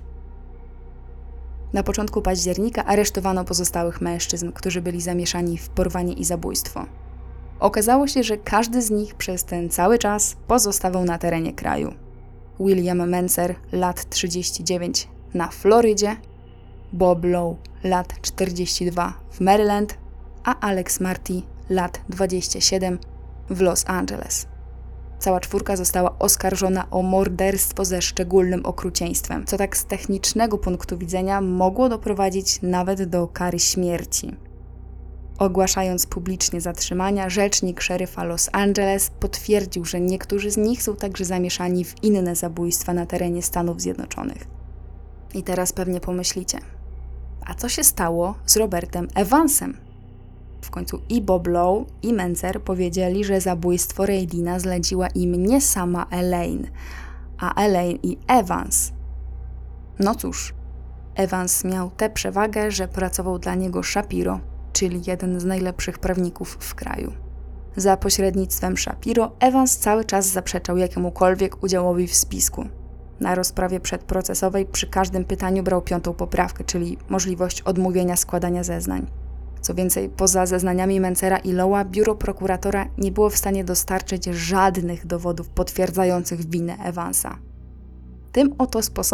Na początku października aresztowano pozostałych mężczyzn, którzy byli zamieszani w porwanie i zabójstwo. Okazało się, że każdy z nich przez ten cały czas pozostawał na terenie kraju. William Mencer, lat trzydzieści dziewięć, na Florydzie, Bob Lowe, lat czterdzieści dwa, w Maryland, a Alex Marty, lat dwadzieścia siedem, w Los Angeles. Cała czwórka została oskarżona o morderstwo ze szczególnym okrucieństwem, co tak z technicznego punktu widzenia mogło doprowadzić nawet do kary śmierci. Ogłaszając publicznie zatrzymania, rzecznik szeryfa Los Angeles potwierdził, że niektórzy z nich są także zamieszani w inne zabójstwa na terenie Stanów Zjednoczonych. I teraz pewnie pomyślicie, a co się stało z Robertem Evansem? W końcu i Bob Lowe, i Mencer powiedzieli, że zabójstwo Radina zleciła im nie sama Elaine, a Elaine i Evans. No cóż, Evans miał tę przewagę, że pracował dla niego Shapiro, czyli jeden z najlepszych prawników w kraju. Za pośrednictwem Shapiro Evans cały czas zaprzeczał jakiemukolwiek udziałowi w spisku. Na rozprawie przedprocesowej przy każdym pytaniu brał piątą poprawkę, czyli możliwość odmówienia składania zeznań. Co więcej, poza zeznaniami Mencera i Lowe'a, biuro prokuratora nie było w stanie dostarczyć żadnych dowodów potwierdzających winę Evansa. Tym oto sposobem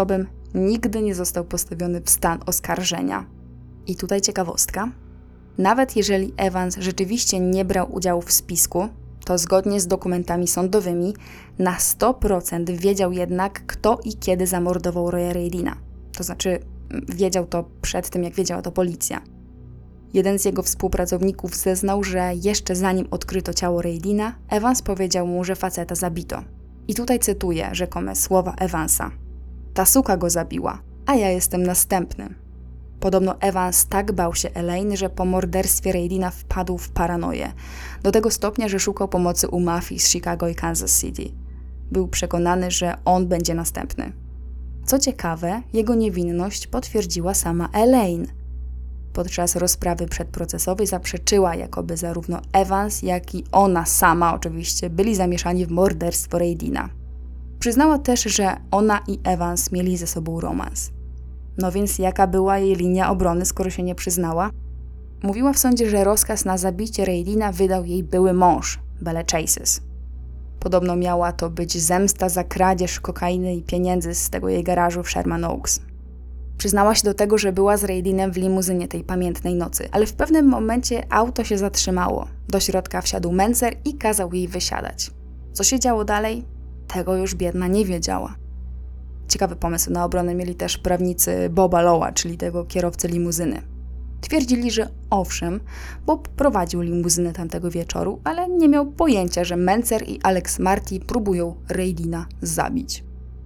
nigdy nie został postawiony w stan oskarżenia. I tutaj ciekawostka. Nawet jeżeli Evans rzeczywiście nie brał udziału w spisku, to zgodnie z dokumentami sądowymi na sto procent wiedział jednak, kto i kiedy zamordował Roya Radina. To znaczy, wiedział to przed tym, jak wiedziała to policja. Jeden z jego współpracowników zeznał, że jeszcze zanim odkryto ciało Radina, Evans powiedział mu, że faceta zabito. I tutaj cytuję rzekome słowa Evansa. Ta suka go zabiła, a ja jestem następny. Podobno Evans tak bał się Elaine, że po morderstwie Radina wpadł w paranoję. Do tego stopnia, że szukał pomocy u mafii z Chicago i Kansas City. Był przekonany, że on będzie następny. Co ciekawe, jego niewinność potwierdziła sama Elaine. Podczas rozprawy przedprocesowej zaprzeczyła, jakoby zarówno Evans, jak i ona sama oczywiście byli zamieszani w morderstwo Radina. Przyznała też, że ona i Evans mieli ze sobą romans. No więc jaka była jej linia obrony, skoro się nie przyznała? Mówiła w sądzie, że rozkaz na zabicie Radina wydał jej były mąż, Belle Chases. Podobno miała to być zemsta za kradzież kokainy i pieniędzy z tego jej garażu w Sherman Oaks. Przyznała się do tego, że była z Radinem w limuzynie tej pamiętnej nocy, ale w pewnym momencie auto się zatrzymało. Do środka wsiadł Mencer i kazał jej wysiadać. Co się działo dalej? Tego już biedna nie wiedziała. Ciekawy pomysł na obronę mieli też prawnicy Boba Lowa, czyli tego kierowcy limuzyny. Twierdzili, że owszem, Bob prowadził limuzynę tamtego wieczoru, ale nie miał pojęcia, że Mencer i Alex Marty próbują Radina zabić.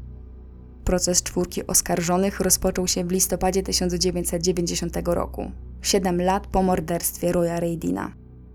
Proces czwórki oskarżonych rozpoczął się w listopadzie tysiąc dziewięćset dziewięćdziesiątego roku, siedem lat po morderstwie Roya Radina.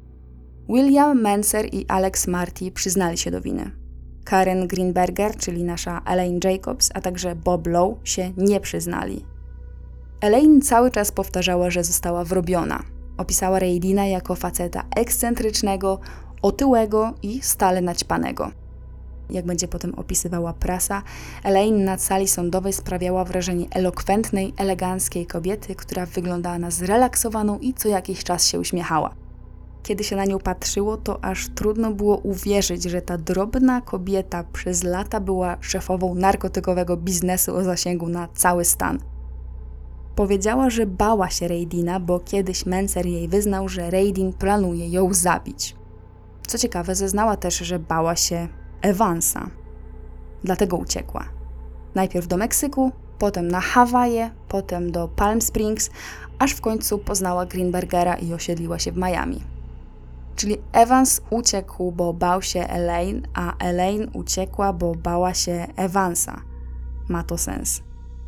William Mencer i Alex Marty przyznali się do winy. Karen Greenberger, czyli nasza Elaine Jacobs, a także Bob Lowe się nie przyznali. Elaine cały czas powtarzała, że została wrobiona. Opisała Radina jako faceta ekscentrycznego, otyłego i stale naćpanego. Jak będzie potem opisywała prasa, Elaine na sali sądowej sprawiała wrażenie elokwentnej, eleganckiej kobiety, która wyglądała na zrelaksowaną i co jakiś czas się uśmiechała. Kiedy się na nią patrzyło, to aż trudno było uwierzyć, że ta drobna kobieta przez lata była szefową narkotykowego biznesu o zasięgu na cały stan. Powiedziała, że bała się Radina, bo kiedyś Mencer jej wyznał, że Radin planuje ją zabić. Co ciekawe, zeznała też, że bała się Evansa. Dlatego uciekła. Najpierw do Meksyku, potem na Hawaje, potem do Palm Springs, aż w końcu poznała Greenbergera i osiedliła się w Miami. Czyli Evans uciekł, bo bał się Elaine, a Elaine uciekła, bo bała się Evansa. Ma to sens.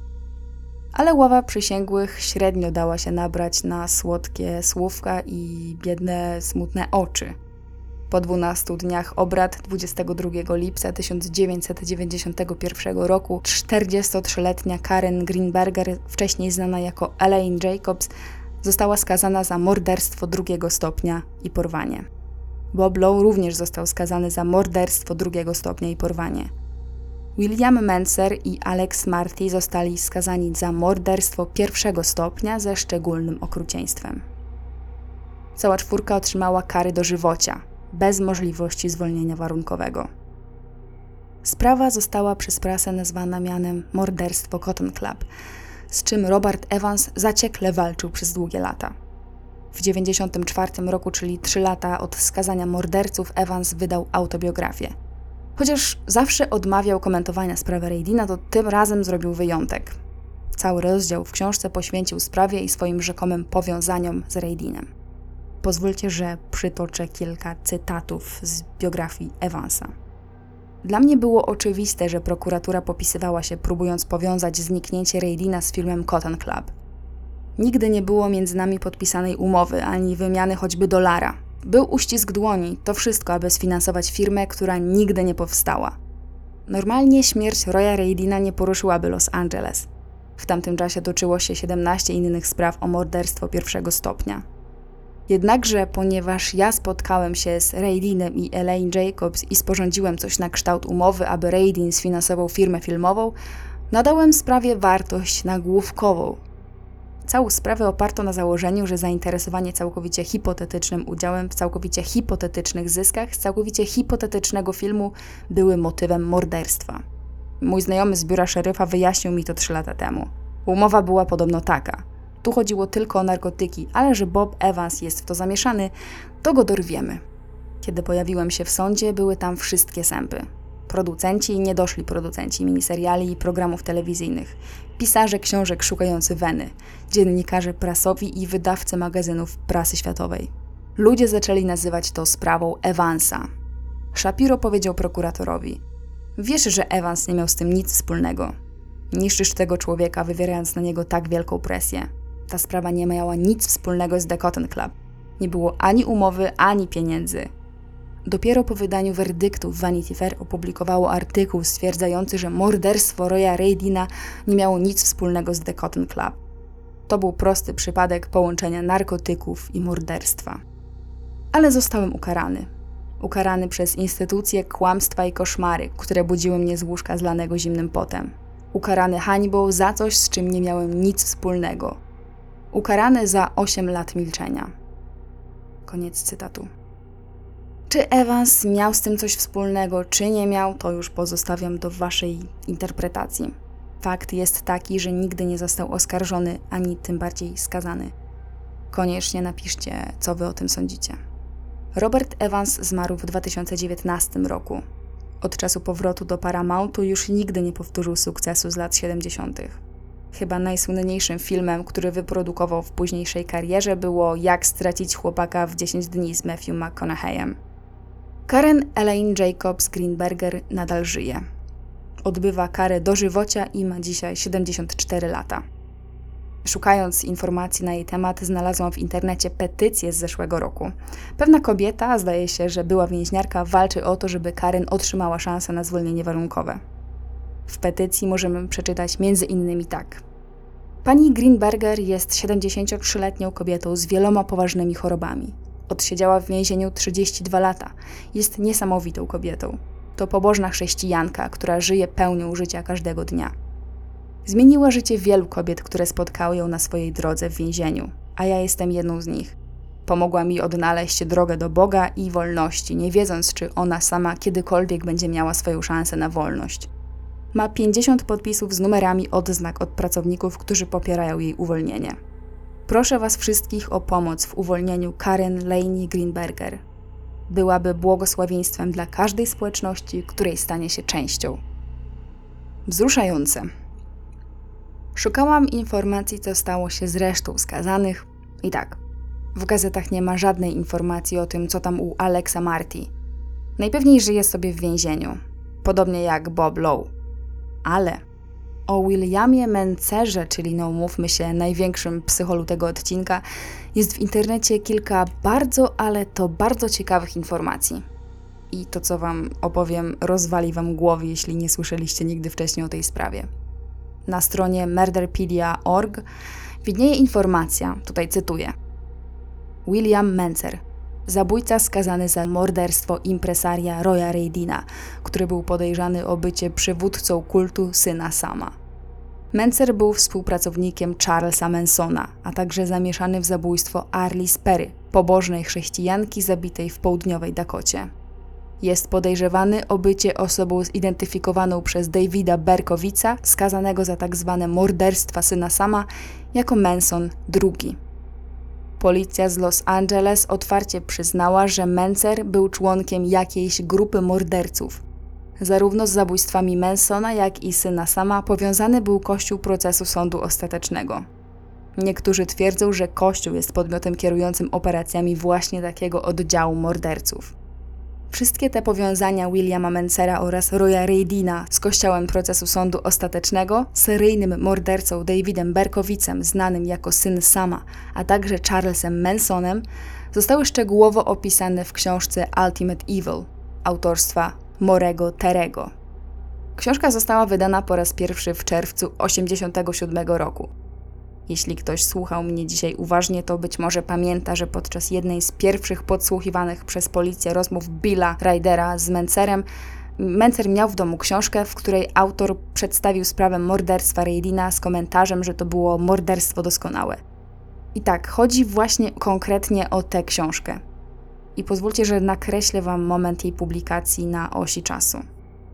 Ale ława przysięgłych średnio dała się nabrać na słodkie słówka i biedne, smutne oczy. Po dwunastu dniach obrad dwudziestego drugiego lipca tysiąc dziewięćset dziewięćdziesiątego pierwszego roku czterdziestotrzyletnia Karen Greenberger, wcześniej znana jako Elaine Jacobs, została skazana za morderstwo drugiego stopnia i porwanie. Bob Lowe również został skazany za morderstwo drugiego stopnia i porwanie. William Mencer i Alex Marty zostali skazani za morderstwo pierwszego stopnia ze szczególnym okrucieństwem. Cała czwórka otrzymała kary dożywocia, bez możliwości zwolnienia warunkowego. Sprawa została przez prasę nazwana mianem morderstwo Cotton Club, z czym Robert Evans zaciekle walczył przez długie lata. W dziewięćdziesiątym czwartym roku, czyli trzy lata od skazania morderców, Evans wydał autobiografię. Chociaż zawsze odmawiał komentowania sprawy Radina, to tym razem zrobił wyjątek. Cały rozdział w książce poświęcił sprawie i swoim rzekomym powiązaniom z Radinem. Pozwólcie, że przytoczę kilka cytatów z biografii Evansa. Dla mnie było oczywiste, że prokuratura popisywała się, próbując powiązać zniknięcie Radina z filmem Cotton Club. Nigdy nie było między nami podpisanej umowy, ani wymiany choćby dolara. Był uścisk dłoni, to wszystko, aby sfinansować firmę, która nigdy nie powstała. Normalnie śmierć Roya Radina nie poruszyłaby Los Angeles. W tamtym czasie toczyło się siedemnaście innych spraw o morderstwo pierwszego stopnia. Jednakże, ponieważ ja spotkałem się z Radinem i Elaine Jacobs i sporządziłem coś na kształt umowy, aby Radin sfinansował firmę filmową, nadałem sprawie wartość nagłówkową. Całą sprawę oparto na założeniu, że zainteresowanie całkowicie hipotetycznym udziałem w całkowicie hipotetycznych zyskach z całkowicie hipotetycznego filmu były motywem morderstwa. Mój znajomy z biura szeryfa wyjaśnił mi to trzy lata temu. Umowa była podobno taka. Tu chodziło tylko o narkotyki, ale że Bob Evans jest w to zamieszany, to go dorwiemy. Kiedy pojawiłem się w sądzie, były tam wszystkie sępy. Producenci i niedoszli producenci miniseriali i programów telewizyjnych, pisarze książek szukający weny, dziennikarze prasowi i wydawcy magazynów prasy światowej. Ludzie zaczęli nazywać to sprawą Evansa. Shapiro powiedział prokuratorowi: wiesz, że Evans nie miał z tym nic wspólnego. Niszczysz tego człowieka, wywierając na niego tak wielką presję. Ta sprawa nie miała nic wspólnego z The Cotton Club. Nie było ani umowy, ani pieniędzy. Dopiero po wydaniu werdyktu Vanity Fair opublikowało artykuł stwierdzający, że morderstwo Roya Radina nie miało nic wspólnego z The Cotton Club. To był prosty przypadek połączenia narkotyków i morderstwa. Ale zostałem ukarany. Ukarany przez instytucje kłamstwa i koszmary, które budziły mnie z łóżka zlanego zimnym potem. Ukarany hańbą za coś, z czym nie miałem nic wspólnego. Ukarany za osiem lat milczenia. Koniec cytatu. Czy Evans miał z tym coś wspólnego, czy nie miał, to już pozostawiam do waszej interpretacji. Fakt jest taki, że nigdy nie został oskarżony, ani tym bardziej skazany. Koniecznie napiszcie, co wy o tym sądzicie. Robert Evans zmarł w dwa tysiące dziewiętnastym roku. Od czasu powrotu do Paramountu już nigdy nie powtórzył sukcesu z lat siedemdziesiątych. Chyba najsłynniejszym filmem, który wyprodukował w późniejszej karierze, było Jak stracić chłopaka w dziesięć dni z Matthew McConaugheyem. Karen Elaine Jacobs Greenberger nadal żyje. Odbywa karę dożywocia i ma dzisiaj siedemdziesiąt cztery lata. Szukając informacji na jej temat, znalazłam w internecie petycję z zeszłego roku. Pewna kobieta, zdaje się, że była więźniarka, walczy o to, żeby Karen otrzymała szansę na zwolnienie warunkowe. W petycji możemy przeczytać między innymi tak. Pani Greenberger jest siedemdziesięciotrzyletnią kobietą z wieloma poważnymi chorobami. Odsiedziała w więzieniu trzydzieści dwa lata. Jest niesamowitą kobietą. To pobożna chrześcijanka, która żyje pełnią życia każdego dnia. Zmieniła życie wielu kobiet, które spotkały ją na swojej drodze w więzieniu, a ja jestem jedną z nich. Pomogła mi odnaleźć drogę do Boga i wolności, nie wiedząc, czy ona sama kiedykolwiek będzie miała swoją szansę na wolność. Ma pięćdziesiąt podpisów z numerami odznak od pracowników, którzy popierają jej uwolnienie. Proszę was wszystkich o pomoc w uwolnieniu Karen Laney Greenberger. Byłaby błogosławieństwem dla każdej społeczności, której stanie się częścią. Wzruszające. Szukałam informacji, co stało się z resztą skazanych. I tak, w gazetach nie ma żadnej informacji o tym, co tam u Alexa Marty. Najpewniej żyje sobie w więzieniu, podobnie jak Bob Lowe. Ale o Williamie Mencerze, czyli no mówmy się, największym psycholu tego odcinka, jest w internecie kilka bardzo, ale to bardzo ciekawych informacji. I to, co wam opowiem, rozwali wam głowy, jeśli nie słyszeliście nigdy wcześniej o tej sprawie. Na stronie murderpedia kropka org widnieje informacja, tutaj cytuję. William Mencer, zabójca skazany za morderstwo impresaria Roya Radina, który był podejrzany o bycie przywódcą kultu syna Sama. Mencer był współpracownikiem Charlesa Mansona, a także zamieszany w zabójstwo Arliss Perry, pobożnej chrześcijanki zabitej w południowej Dakocie. Jest podejrzewany o bycie osobą zidentyfikowaną przez Davida Berkowica, skazanego za tzw. morderstwa syna Sama, jako Manson drugi. Policja z Los Angeles otwarcie przyznała, że Mencer był członkiem jakiejś grupy morderców. Zarówno z zabójstwami Mansona, jak i syna Sama powiązany był Kościół procesu sądu ostatecznego. Niektórzy twierdzą, że Kościół jest podmiotem kierującym operacjami właśnie takiego oddziału morderców. Wszystkie te powiązania Williama Mencera oraz Roya Radina z Kościołem procesu sądu ostatecznego, seryjnym mordercą Davidem Berkowicem, znanym jako syn Sama, a także Charlesem Mansonem, zostały szczegółowo opisane w książce Ultimate Evil autorstwa Morego Terego. Książka została wydana po raz pierwszy w czerwcu tysiąc dziewięćset osiemdziesiątego siódmego roku. Jeśli ktoś słuchał mnie dzisiaj uważnie, to być może pamięta, że podczas jednej z pierwszych podsłuchiwanych przez policję rozmów Billa Rydera z Mencerem, Mencer miał w domu książkę, w której autor przedstawił sprawę morderstwa Radina z komentarzem, że to było morderstwo doskonałe. I tak, chodzi właśnie konkretnie o tę książkę. I pozwólcie, że nakreślę wam moment jej publikacji na osi czasu.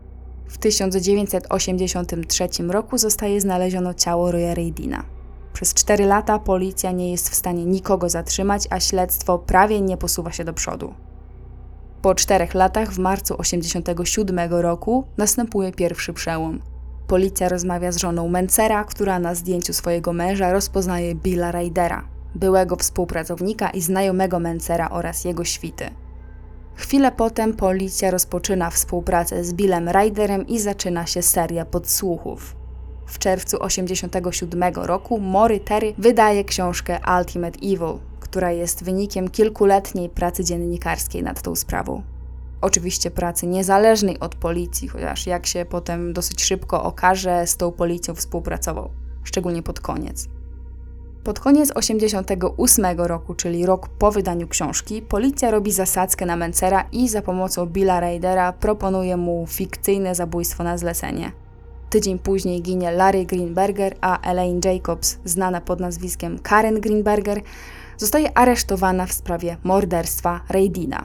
W tysiąc dziewięćset osiemdziesiątym trzecim roku zostaje znalezione ciało Roya Radina. Przez cztery lata policja nie jest w stanie nikogo zatrzymać, a śledztwo prawie nie posuwa się do przodu. Po czterech latach, w marcu osiemdziesiątego siódmego roku, następuje pierwszy przełom. Policja rozmawia z żoną Mencera, która na zdjęciu swojego męża rozpoznaje Billa Rydera, byłego współpracownika i znajomego Mencera oraz jego świty. Chwilę potem policja rozpoczyna współpracę z Billem Ryderem i zaczyna się seria podsłuchów. W czerwcu osiemdziesiątego siódmego roku Maury Terry wydaje książkę Ultimate Evil, która jest wynikiem kilkuletniej pracy dziennikarskiej nad tą sprawą. Oczywiście pracy niezależnej od policji, chociaż jak się potem dosyć szybko okaże, z tą policją współpracował, szczególnie pod koniec. Pod koniec osiemdziesiątego ósmego roku, czyli rok po wydaniu książki, policja robi zasadzkę na Mencera i za pomocą Billa Rydera proponuje mu fikcyjne zabójstwo na zlecenie. Tydzień później ginie Larry Greenberger, a Elaine Jacobs, znana pod nazwiskiem Karen Greenberger, zostaje aresztowana w sprawie morderstwa Radina.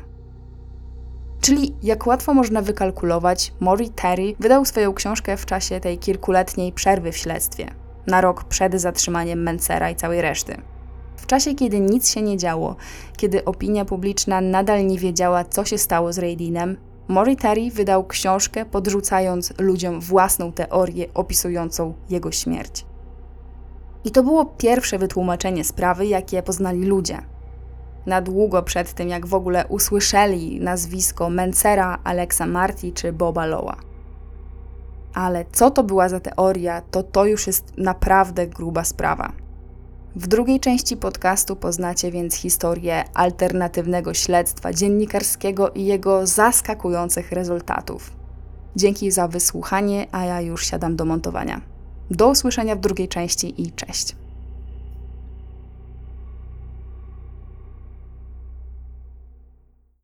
Czyli, jak łatwo można wykalkulować, Maury Terry wydał swoją książkę w czasie tej kilkuletniej przerwy w śledztwie, na rok przed zatrzymaniem Mencera i całej reszty. W czasie, kiedy nic się nie działo, kiedy opinia publiczna nadal nie wiedziała, co się stało z Radinem, Maury Terry wydał książkę, podrzucając ludziom własną teorię opisującą jego śmierć. I to było pierwsze wytłumaczenie sprawy, jakie poznali ludzie. Na długo przed tym, jak w ogóle usłyszeli nazwisko Mencera, Alexa Marty czy Boba Lowa. Ale co to była za teoria, to to już jest naprawdę gruba sprawa. W drugiej części podcastu poznacie więc historię alternatywnego śledztwa dziennikarskiego i jego zaskakujących rezultatów. Dzięki za wysłuchanie, a ja już siadam do montowania. Do usłyszenia w drugiej części i cześć!